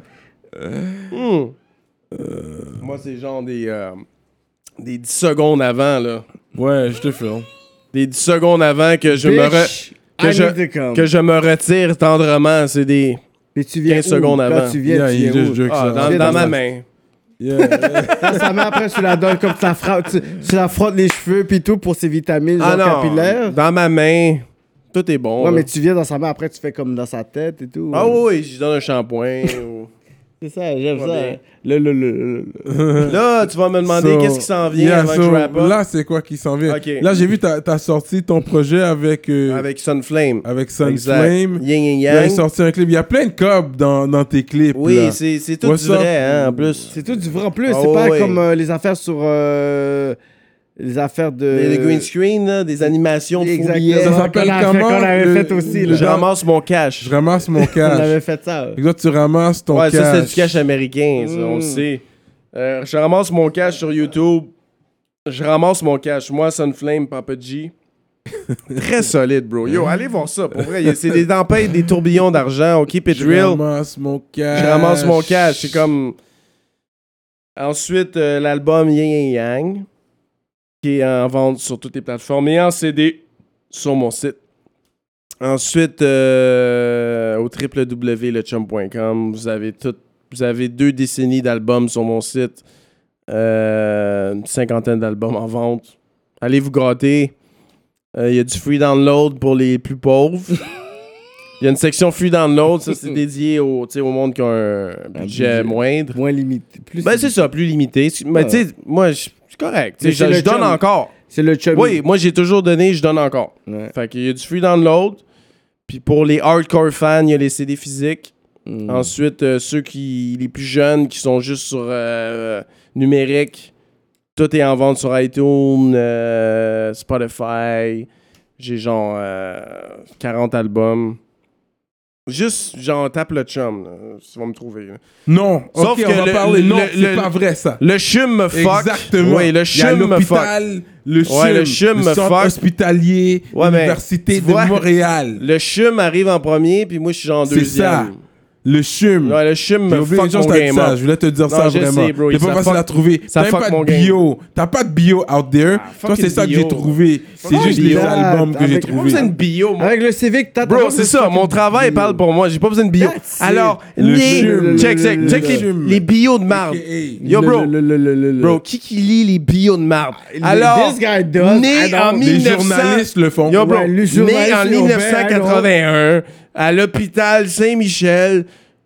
Moi, c'est genre des 10 secondes avant, là. Ouais, je te filme. Des 10 secondes avant que je Bitch, I need to come. que je me retire tendrement. C'est des Mais tu viens 15 où? secondes Là, avant. tu viens, Yeah, tu il viens just où? joke ça. dans dans ma sa- main. Yeah. Dans sa main, après, tu la donnes comme tu la frappes, tu la frottes les cheveux puis tout pour ses vitamines genre capillaires. Dans ma main. Tout est bon. Ouais, là. mais tu viens dans sa main, après, tu fais comme dans sa tête et tout. Ah oui, je donne un shampoing. ou- C'est ça, j'aime Pas ça. bien. Le. Là, tu vas me demander So, qu'est-ce qui s'en vient yeah, avant so, que je wrap up. là, c'est quoi qui s'en vient? Ok. Là, j'ai vu, t'as sorti ton projet avec Sunflame. Sunflame. Exact. Yin and Il a Yang. sorti un clip. Il y a plein de cobs dans tes clips. Oui, là. c'est tout What's du up? vrai, hein, en plus. C'est tout du vrai en plus. Ah C'est pas ouais. comme les affaires sur. Les affaires de. Les green screen, là, des animations de fou Exactement. billet. Ça s'appelle comment, Qu'on avait le- fait aussi. le- Je Là. ramasse mon cash. Je ramasse mon On cash. avait fait ça. Exact, tu ramasses ton Ouais, cash. ça, c'est du cash américain, ça, on le sait. Je ramasse mon cash sur YouTube. Je ramasse mon cash. Moi, Sunflame, Papa G. Très solide, bro. Yo, allez voir ça. Pour vrai, c'est des tempêtes, des tourbillons d'argent. On keep it Je real. ramasse mon cash. Je ramasse mon cash. C'est comme... Ensuite, l'album Yin and Yang, qui est en vente sur toutes les plateformes et en CD sur mon site. Ensuite, au www.lechum.com, vous avez 2 décennies d'albums sur mon site. Une 50aine d'albums en vente. Allez vous gratter. Il y a du free download pour les plus pauvres. Il y a une section free download, ça c'est dédié au monde qui a un budget moindre. Moins limité. Plus Ben c'est ça, plus limité. Mais tu sais, moi, c'est correct. Tu sais, Mais c'est je le donne chum. encore. C'est le chum. Oui, moi j'ai toujours donné, je donne encore. Ouais. Fait qu'il y a du free download. Puis pour les hardcore fans, il y a les CD physiques. Ensuite, les plus jeunes qui sont juste sur numérique, tout est en vente sur iTunes, Spotify. J'ai genre 40 albums. Juste, genre, tape le chum, là. Tu vas me trouver. Là. Non. Sauf Ok, que on va le- parler. Non, le- c'est le- pas vrai, ça. Le chum me fuck. Exactement. Oui, le Il y a chum me fuck. l'hôpital, le CHUM, Ouais, le CHUM me centre fuck. hospitalier, Ouais, mais l'université tu de vois, Montréal. Le chum arrive en premier, puis moi, je suis genre en C'est deuxième. ça. Le CHUM. Ouais, le chum J'ai me oublié, fuck genre, mon je t'ai dit game ça. up. Je voulais te dire Non, ça je vraiment. sais, bro, C'est ça pas facile fuck- à trouver. ça T'as même fuck pas mon de bio. T'as pas de bio out there. Toi, fucking c'est ça que bio. j'ai trouvé. C'est Fuck juste bio. les albums que j'ai Avec- J'ai pas trouvés. besoin de bio, moi. Avec le CV que t'as. Bro, c'est ça, mon travail parle pour moi, j'ai pas besoin de bio. That's it. Alors, Le check chum. check chum. les bios de marde. AKA. Yo, bro, qui lit les bios de marde? Alors, This guy does. né I en don't- Les 1900 journalistes le font. Yo, bro, Ouais, le né journaliste en urbain, 1981 à l'hôpital Saint-Michel.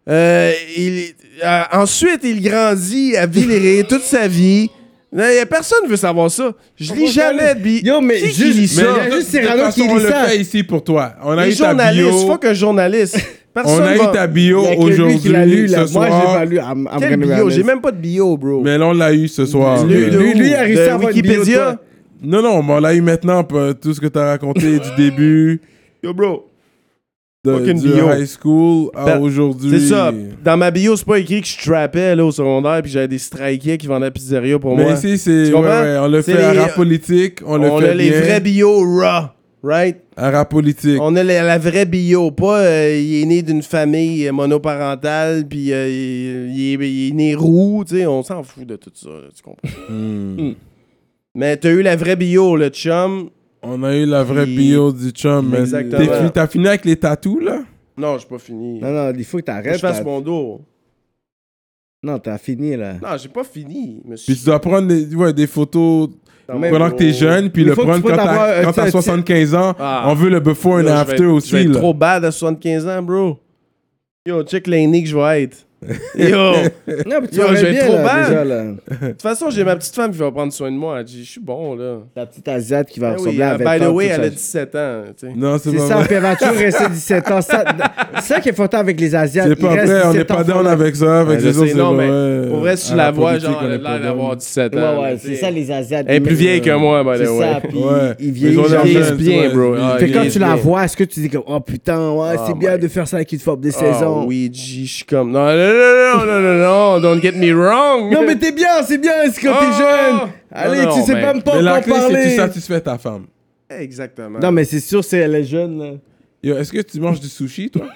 Ensuite, il grandit à Villeray toute sa vie. Personne ne veut savoir ça. Je lis jamais de bio. Yo, mais qui juste- lit Mais ça? il y a juste de toute Cyrano façon, qui on lit le ça. fait ici pour toi. On a Les eu ta journalistes, bio. fuck un journaliste. Personne On a va- eu ta bio Il y a que lui aujourd'hui, qui l'a lu, là. ce Moi, j'ai soir. pas lu. I'm Quel gonna be bio? honest. J'ai même pas de bio, bro. Mais là, on l'a eu ce soir. Lui, Euh, de où? lui a réussi De à avoir une bio de Wikipédia? toi. Non, non, mais on l'a eu maintenant, tout ce que t'as raconté du début Yo, bro. du Fucking bio. high school à Ben, aujourd'hui. C'est ça. Dans ma bio, c'est pas écrit que je trappais là, au secondaire puis j'avais des strikers qui vendaient à la pizzeria pour Mais moi. ici, c'est. Tu Ouais, comprends? ouais, on le C'est fait à les- rap politique. On le On fait a les bien. vrais bio raw, right? À rap politique. On a la vraie bio, pas il est né d'une famille monoparentale puis il est né roux, tu sais, on s'en fout de tout ça, là, tu comprends? Mais t'as eu la vraie bio, le chum. On a eu la vraie Puis- bio du chum. Mais Exactement. t'as fini avec les tatous, là? Non, j'ai pas fini. Non, non, il faut que Faut que t'arrêtes. je fasse t'as- mon dos. Non, t'as fini, là. Non, j'ai pas fini, monsieur. Puis tu dois prendre des photos Dans Mais- mon pendant que t'es dos. jeune, puis Il le faut que prendre tu peux quand avoir, t'as quand t'as 75 ans. Ah. On veut le before and Yo, after je vais aussi, être là. trop bad à 75 ans, bro. Yo, check l'aîné que je vais être. Yo! Non, mais tu Yo, vas je vais être bien, trop là, bad. déjà, là. De toute façon, j'ai ma petite femme qui va prendre soin de moi. Elle dit, je suis bon, là. La petite Asiate qui va Ben ressembler oui, à 20 ans. by the way, toute elle sa a vie. 17 ans. Tu sais. Non, c'est C'est pas ça, vrai. puis elle va toujours rester 17 ans. C'est ça qui est important avec les Asiates. C'est pas Ils restent vrai, on 17 n'est pas ans down for avec ça. Avec Je les sais, autres, c'est non, mais ouais, pour vrai, si tu à la vois, politique, genre, on elle a est pas l'air d'avoir down. 17 ans. Ouais, ouais, tu c'est sais. ça, les Asiates. Elle est plus vieille que moi, by the C'est way. ça, puis Ouais. ils Ils vieillissent. ont l'air Ils vieillissent jeunes, bien, ouais. bro. Ah, Fait que quand vieillissent tu la bien. vois, est-ce que tu dis que, oh putain, ouais, c'est Oh bien my- de faire ça avec une femme de 16 Oh, ans? oui, G, je suis comme... Non, non, don't get me wrong. Non, mais t'es bien, c'est bien, c'est quand t'es jeune. Allez, non, tu sais mais- pas me pas Mais la encore clé, c'est que tu parler. satisfais ta femme. Exactement. Non, mais c'est sûr, c'est elle est jeune, là. Yo, est-ce que tu manges du sushi, toi?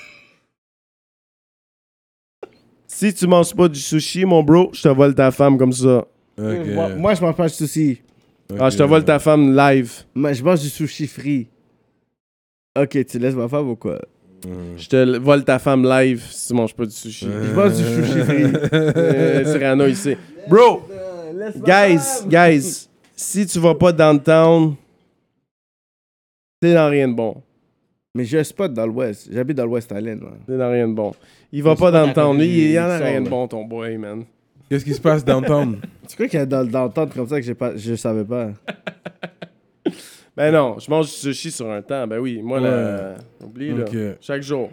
Si tu manges pas du sushi, mon bro, je te vole ta femme comme ça. Ok. Moi, je mange pas de sushi. Ah, je te vole ta femme live. Moi, je mange du sushi free. Ok, tu laisses ma femme ou quoi? Je te vole ta femme live si tu manges pas du sushi. Je mange du sushi free. Cyrano ici. Bro, guys, si tu vas pas downtown, t'es dans rien de bon. Mais j'ai un spot dans l'ouest. J'habite dans l'ouest Island, moi. T'es dans rien de bon. Il va Mais pas c'est pas downtown. Lui, d'accord, il y en a il sort, rien de là. bon, ton boy, man. Qu'est-ce qui se passe downtown? Tu crois qu'il y a dans le temps comme ça que je savais pas? Ben non, je mange du sushi sur un temps. Ben oui, moi, là, oublie, là. Ok. Chaque jour.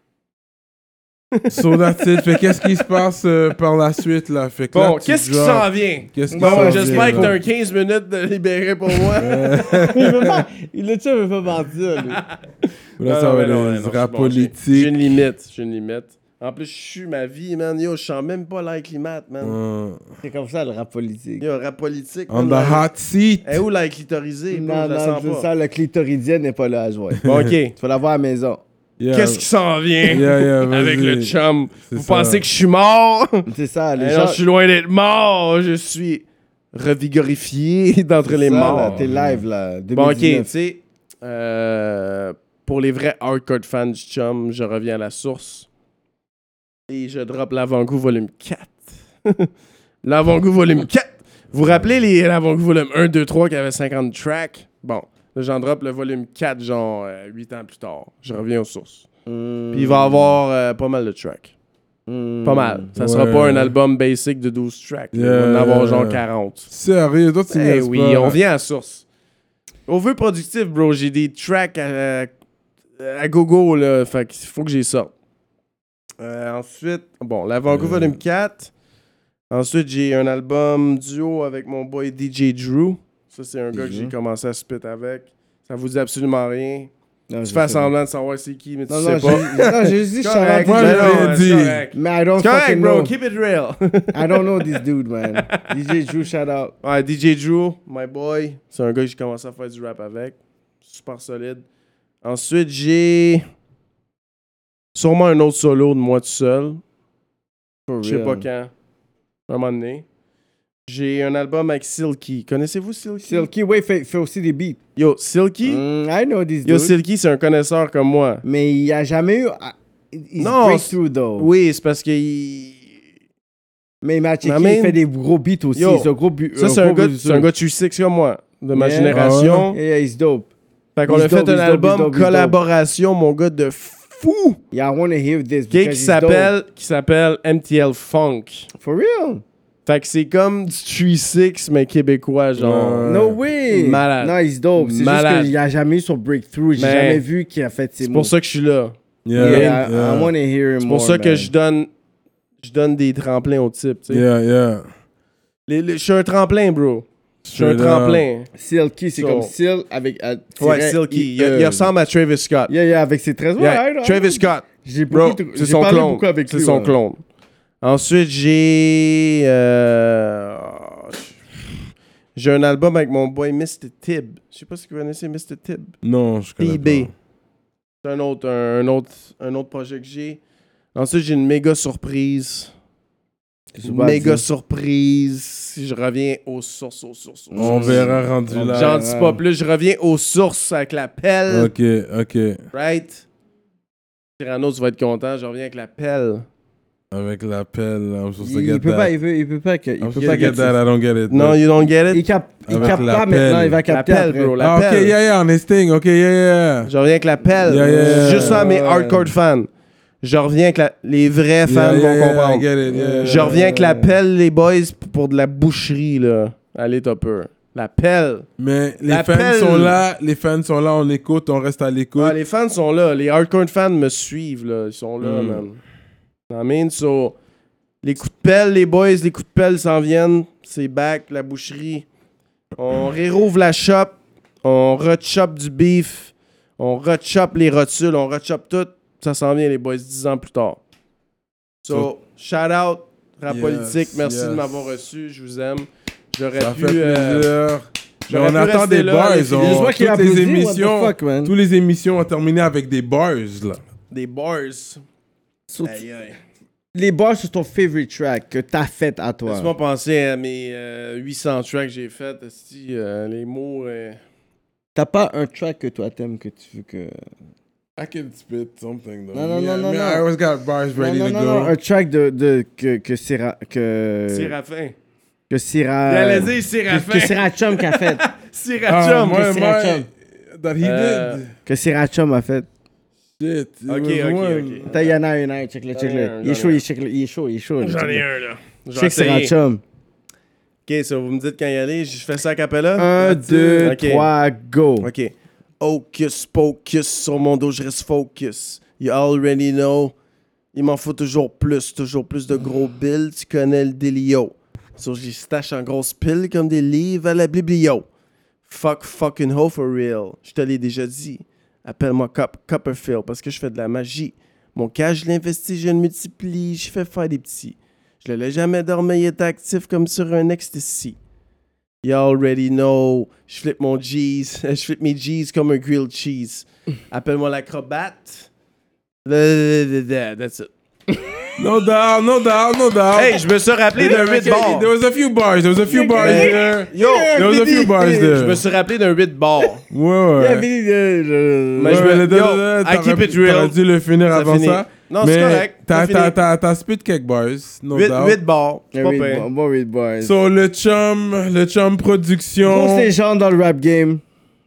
So that's it. Fait qu'est-ce qui se passe par la suite, là? Fait que Bon, là, tu qu'est-ce qui drops- s'en vient? Qu'est-ce qui Bon, s'en j'espère vient, que t'as là? un 15 minutes de libérer pour moi. Il le tient, veut pas mentir, lui. Là, ça va non, être non, des rap c'est bon, J'ai politiques. une limite, j'ai une limite. En plus, je suis ma vie, man. Yo, je sens même pas l'air climat, man. C'est comme ça, le rap politique. Yo, rap politique. On the man, hot seat. Eh où l'air clitorisé? bro? Non, Je la non, sens c'est pas. ça, le clitoridien n'est pas là à jouer. Bon, OK. Tu vas l'avoir à la maison. Yeah. Qu'est-ce qui s'en vient Yeah, vas-y. avec le chum? C'est Vous ça. pensez que je suis mort? C'est ça, les Eh gens... non, je suis loin d'être mort. Je suis revigorifié d'entre les ça, morts. là, t'es live, là. Bon, OK, 2019. tu sais, pour les vrais hardcore fans du chum, je reviens à la source. Et je drop l'Avant-Goût volume 4. L'Avant-Goût volume 4. Vous vous rappelez l'Avant-Goût volume 1, 2, 3 qui avait 50 tracks? Bon, là, j'en drop le volume 4, genre 8 ans plus tard. Je reviens aux sources. Puis il va y avoir pas mal de tracks. Pas mal. Ça sera Ouais. pas un album basic de 12 tracks. Il va Yeah. en avoir genre 40. Sérieux, toi, tu Eh niaises oui, pas. on vient à source. Au vœu productif, bro, j'ai des tracks à gogo, là. Fait qu'il faut que j'y sorte. Ensuite, bon, l'Avant-Goût volume 4. Ensuite, j'ai un album duo avec mon boy DJ Drew. Ça, c'est un gars que j'ai commencé à spit avec. Ça vous dit absolument rien. Non, Tu je fais sais semblant de savoir c'est qui, mais tu Non, sais non, pas. j'ai dit Correct, shout-out. Moi, ben j'ai non, rien c'est dit. correct. Mais I don't C'est correct, fucking bro. know. Keep it real. I don't know this dude, man. DJ Drew, shout out. Ouais, DJ Drew, my boy. C'est un gars que j'ai commencé à faire du rap avec. Super solide. Ensuite, j'ai sûrement un autre solo de moi tout seul. For Je sais pas real. quand. À un moment donné. J'ai un album avec Silky. Connaissez-vous Silky? Silky, ouais, fait aussi des beats. Yo, Silky? I know this Yo, dude. Silky, c'est un connaisseur comme moi. Mais il a jamais eu... He's Non, breakthrough, though. Oui, c'est parce qu'il... Mais il m'a checké, I mean- il fait des gros beats aussi. Yo, C'est un gros but. Ça, c'est un gars 3-6 comme moi. De ma Yeah. génération. Yeah, he's dope. Fait qu'on He's a fait dope, un he's dope, album he's dope, he's dope. collaboration, mon gars, de fou. Yeah, I wanna hear this. Qui because he's dope. s'appelle MTL Funk. For real? Fait que c'est comme du 3-6, mais québécois, genre. No way. Malade. Non, he's dope. C'est juste Malade. qu'il a jamais eu son breakthrough. J'ai Mais jamais vu qu'il a fait ses C'est mots. pour ça que je suis là. Yeah, I wanna hear him C'est pour more, ça que man. je donne des tremplins au type, tu sais. Yeah. Je suis un tremplin, bro. Je suis un Straight up. tremplin. Silky, c'est So- comme Sil avec... Ouais, Silky. Il ressemble à Travis Scott. Yeah, avec ses 13 Yeah, Travis Scott. J'ai Bro, beaucoup- c'est j'ai son parlé clone. beaucoup avec C'est lui, son ouais. clone. Ensuite, j'ai un album avec mon boy Mr. Tibb. Je sais pas si vous connaissez Mr. Tibb. Non, je connais TB. pas. C'est un autre projet que j'ai. Ensuite, j'ai une méga surprise. Méga surprise. Je reviens aux sources. On verra rendu là. J'en dis pas plus. Je reviens aux sources avec la pelle. Ok. Right? Cyrano, tu vas être content. Je reviens avec la pelle. Avec l'appel, I'm supposed to Il get peut that. pas, il peut pas que... Il I'm peut supposed pas to get que... that, I don't get it. Non, you don't get Il it? capte Avec pas l'appel. maintenant, il va La capter pelle, après. bro. La Ah, ok, pelle. yeah, on est sting. Ok, yeah. Je reviens avec la pelle. Yeah. Juste ça à mes hardcore fans. Je reviens avec les vrais fans vont comprendre. Je reviens avec la pelle, les boys, pour de la boucherie, là. Allez, topper. La pelle. Mais les fans sont là, on écoute, on reste à l'écoute. Ah, les fans sont là. Les hardcore fans me suivent, là. Ils sont là, man. I mean, so, les coups de pelle, les boys, les coups de pelle s'en viennent. C'est back, la boucherie. On réouvre la shop. On rechop du beef. On rechop les rotules. On rechop tout. Ça s'en vient, les boys, 10 ans plus tard. So, shout out, Rap Politique. Merci de m'avoir reçu. Je vous aime. J'aurais ça pu. Fait plaisir. Mais on pu attend des bars. Toutes les émissions ont terminé avec des bars, là. Des bars. Aïe, aïe. Les bars sur ton favorite track que t'as fait à toi. Laisse-moi penser à mes 800 tracks que j'ai fait. Les mots. T'as pas un track que toi t'aimes que tu veux que. I can spit something though. Non. I always got bars ready to go. Non, un track que Séraphin. Que Syrah. J'allais dire Séraphin. Que Syrah Chum a fait. Syrah Chum. That he did. Que Syrah Chum a fait. Shit. Ok. Il y en a un, check-le. Il est chaud. J'en ai un, là. Check Syrah Chum. Ok, ça, vous me dites quand y aller. Je fais ça à cappella? 1, 2, 3, go. Ok. Hocus pocus, sur mon dos, je reste focus. You already know. Il m'en faut toujours plus de gros bills. Tu connais le délio. So, je les stache en grosses piles comme des livres à la biblio. Fucking ho for real. Je te l'ai déjà dit. Appelle-moi Copperfield parce que je fais de la magie. Mon cash, je l'investis, je le multiplie, je fais faire des petits. Je le laisse jamais dormir, il est actif comme sur un ecstasy. You already know. Je flippe mon G's. Je flippe mes G's comme un grilled cheese. Appelle-moi l'acrobate. That's it. No doubt. Hey, je me suis rappelé d'un 8 bars. There was a few bars there. Yo, there was a few bars there. Je me suis rappelé d'un 8 bars. Ouais. Mais I keep it real. T'aurais dû le finir avant ça. Non, c'est correct. T'as spit quelques bars, no doubt. 8 bars. C'est pas pire. Bon, 8 bars. So, le chum production. Grosse légende dans le rap game.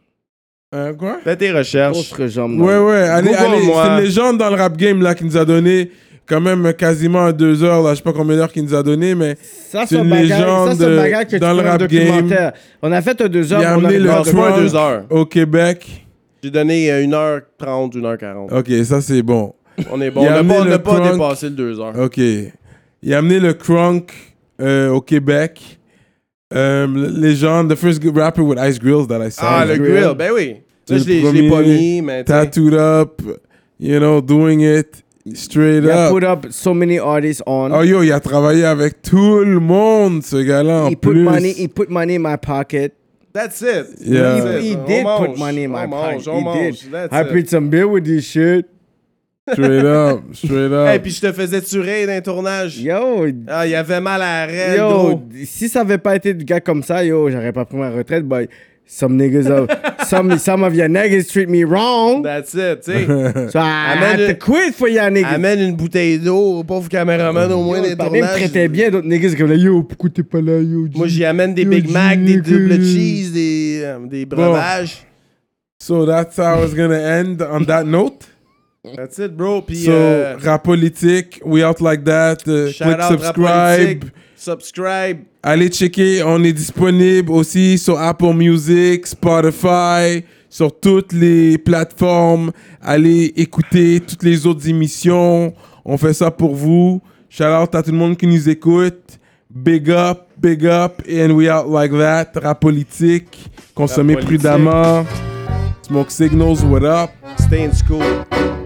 Quoi? Fais tes recherches. Grosse légende. Ouais. Allez. Google-moi. C'est une légende dans le rap game là qui nous a donné quand même quasiment 2 heures, là, je sais pas combien d'heures qu'il nous a donné, mais c'est une légende dans le rap game. On a fait un 2 heures. Il a amené le crunk 2 heures. Au Québec. J'ai donné 1h30, 1h40. Ok, ça c'est bon. On est bon. On n'a pas dépassé le 2 heures. Ok. Il a amené le crunk au Québec. Légende, the first rapper with ice grills that I saw. Ah, le grill, ben oui. Ça, je l'ai pas mis, mais tattooed up, doing it. Straight up. Il a put up so many artists on. Oh yo, il a travaillé avec tout le monde, ce gars-là, en plus. He put money in my pocket. That's it. Yeah. He did put money in my pocket. He did. That's I paid some bill with this shit. Straight up. Hey, puis je te faisais tuer d'un tournage. Yo. Ah, il avait mal à la raide, yo, gros. Si ça avait pas été de gars comme ça, yo, j'aurais pas pris ma retraite, but some niggas, some of your niggas treat me wrong. That's it, tu sais. So I had to quit for your niggas. Amène une bouteille d'eau au pauvre caméraman au moins des tournages. Même traitait bien d'autres niggas comme là, yo, pourquoi t'es pas là, yo? Moi, j'y amène des Big Mac, des double cheese, des breuvages. So that's how I was gonna end on that note. That's it, bro. Puis, so, Rap Politique, we out like that. Click subscribe. Subscribe. Allez checker, on est disponible aussi sur Apple Music, Spotify, sur toutes les plateformes. Allez écouter toutes les autres émissions. On fait ça pour vous. Shout out à tout le monde qui nous écoute. Big up, and we out like that. Rap Politique, consommez prudemment. Smoke Signals, what up? Stay in school.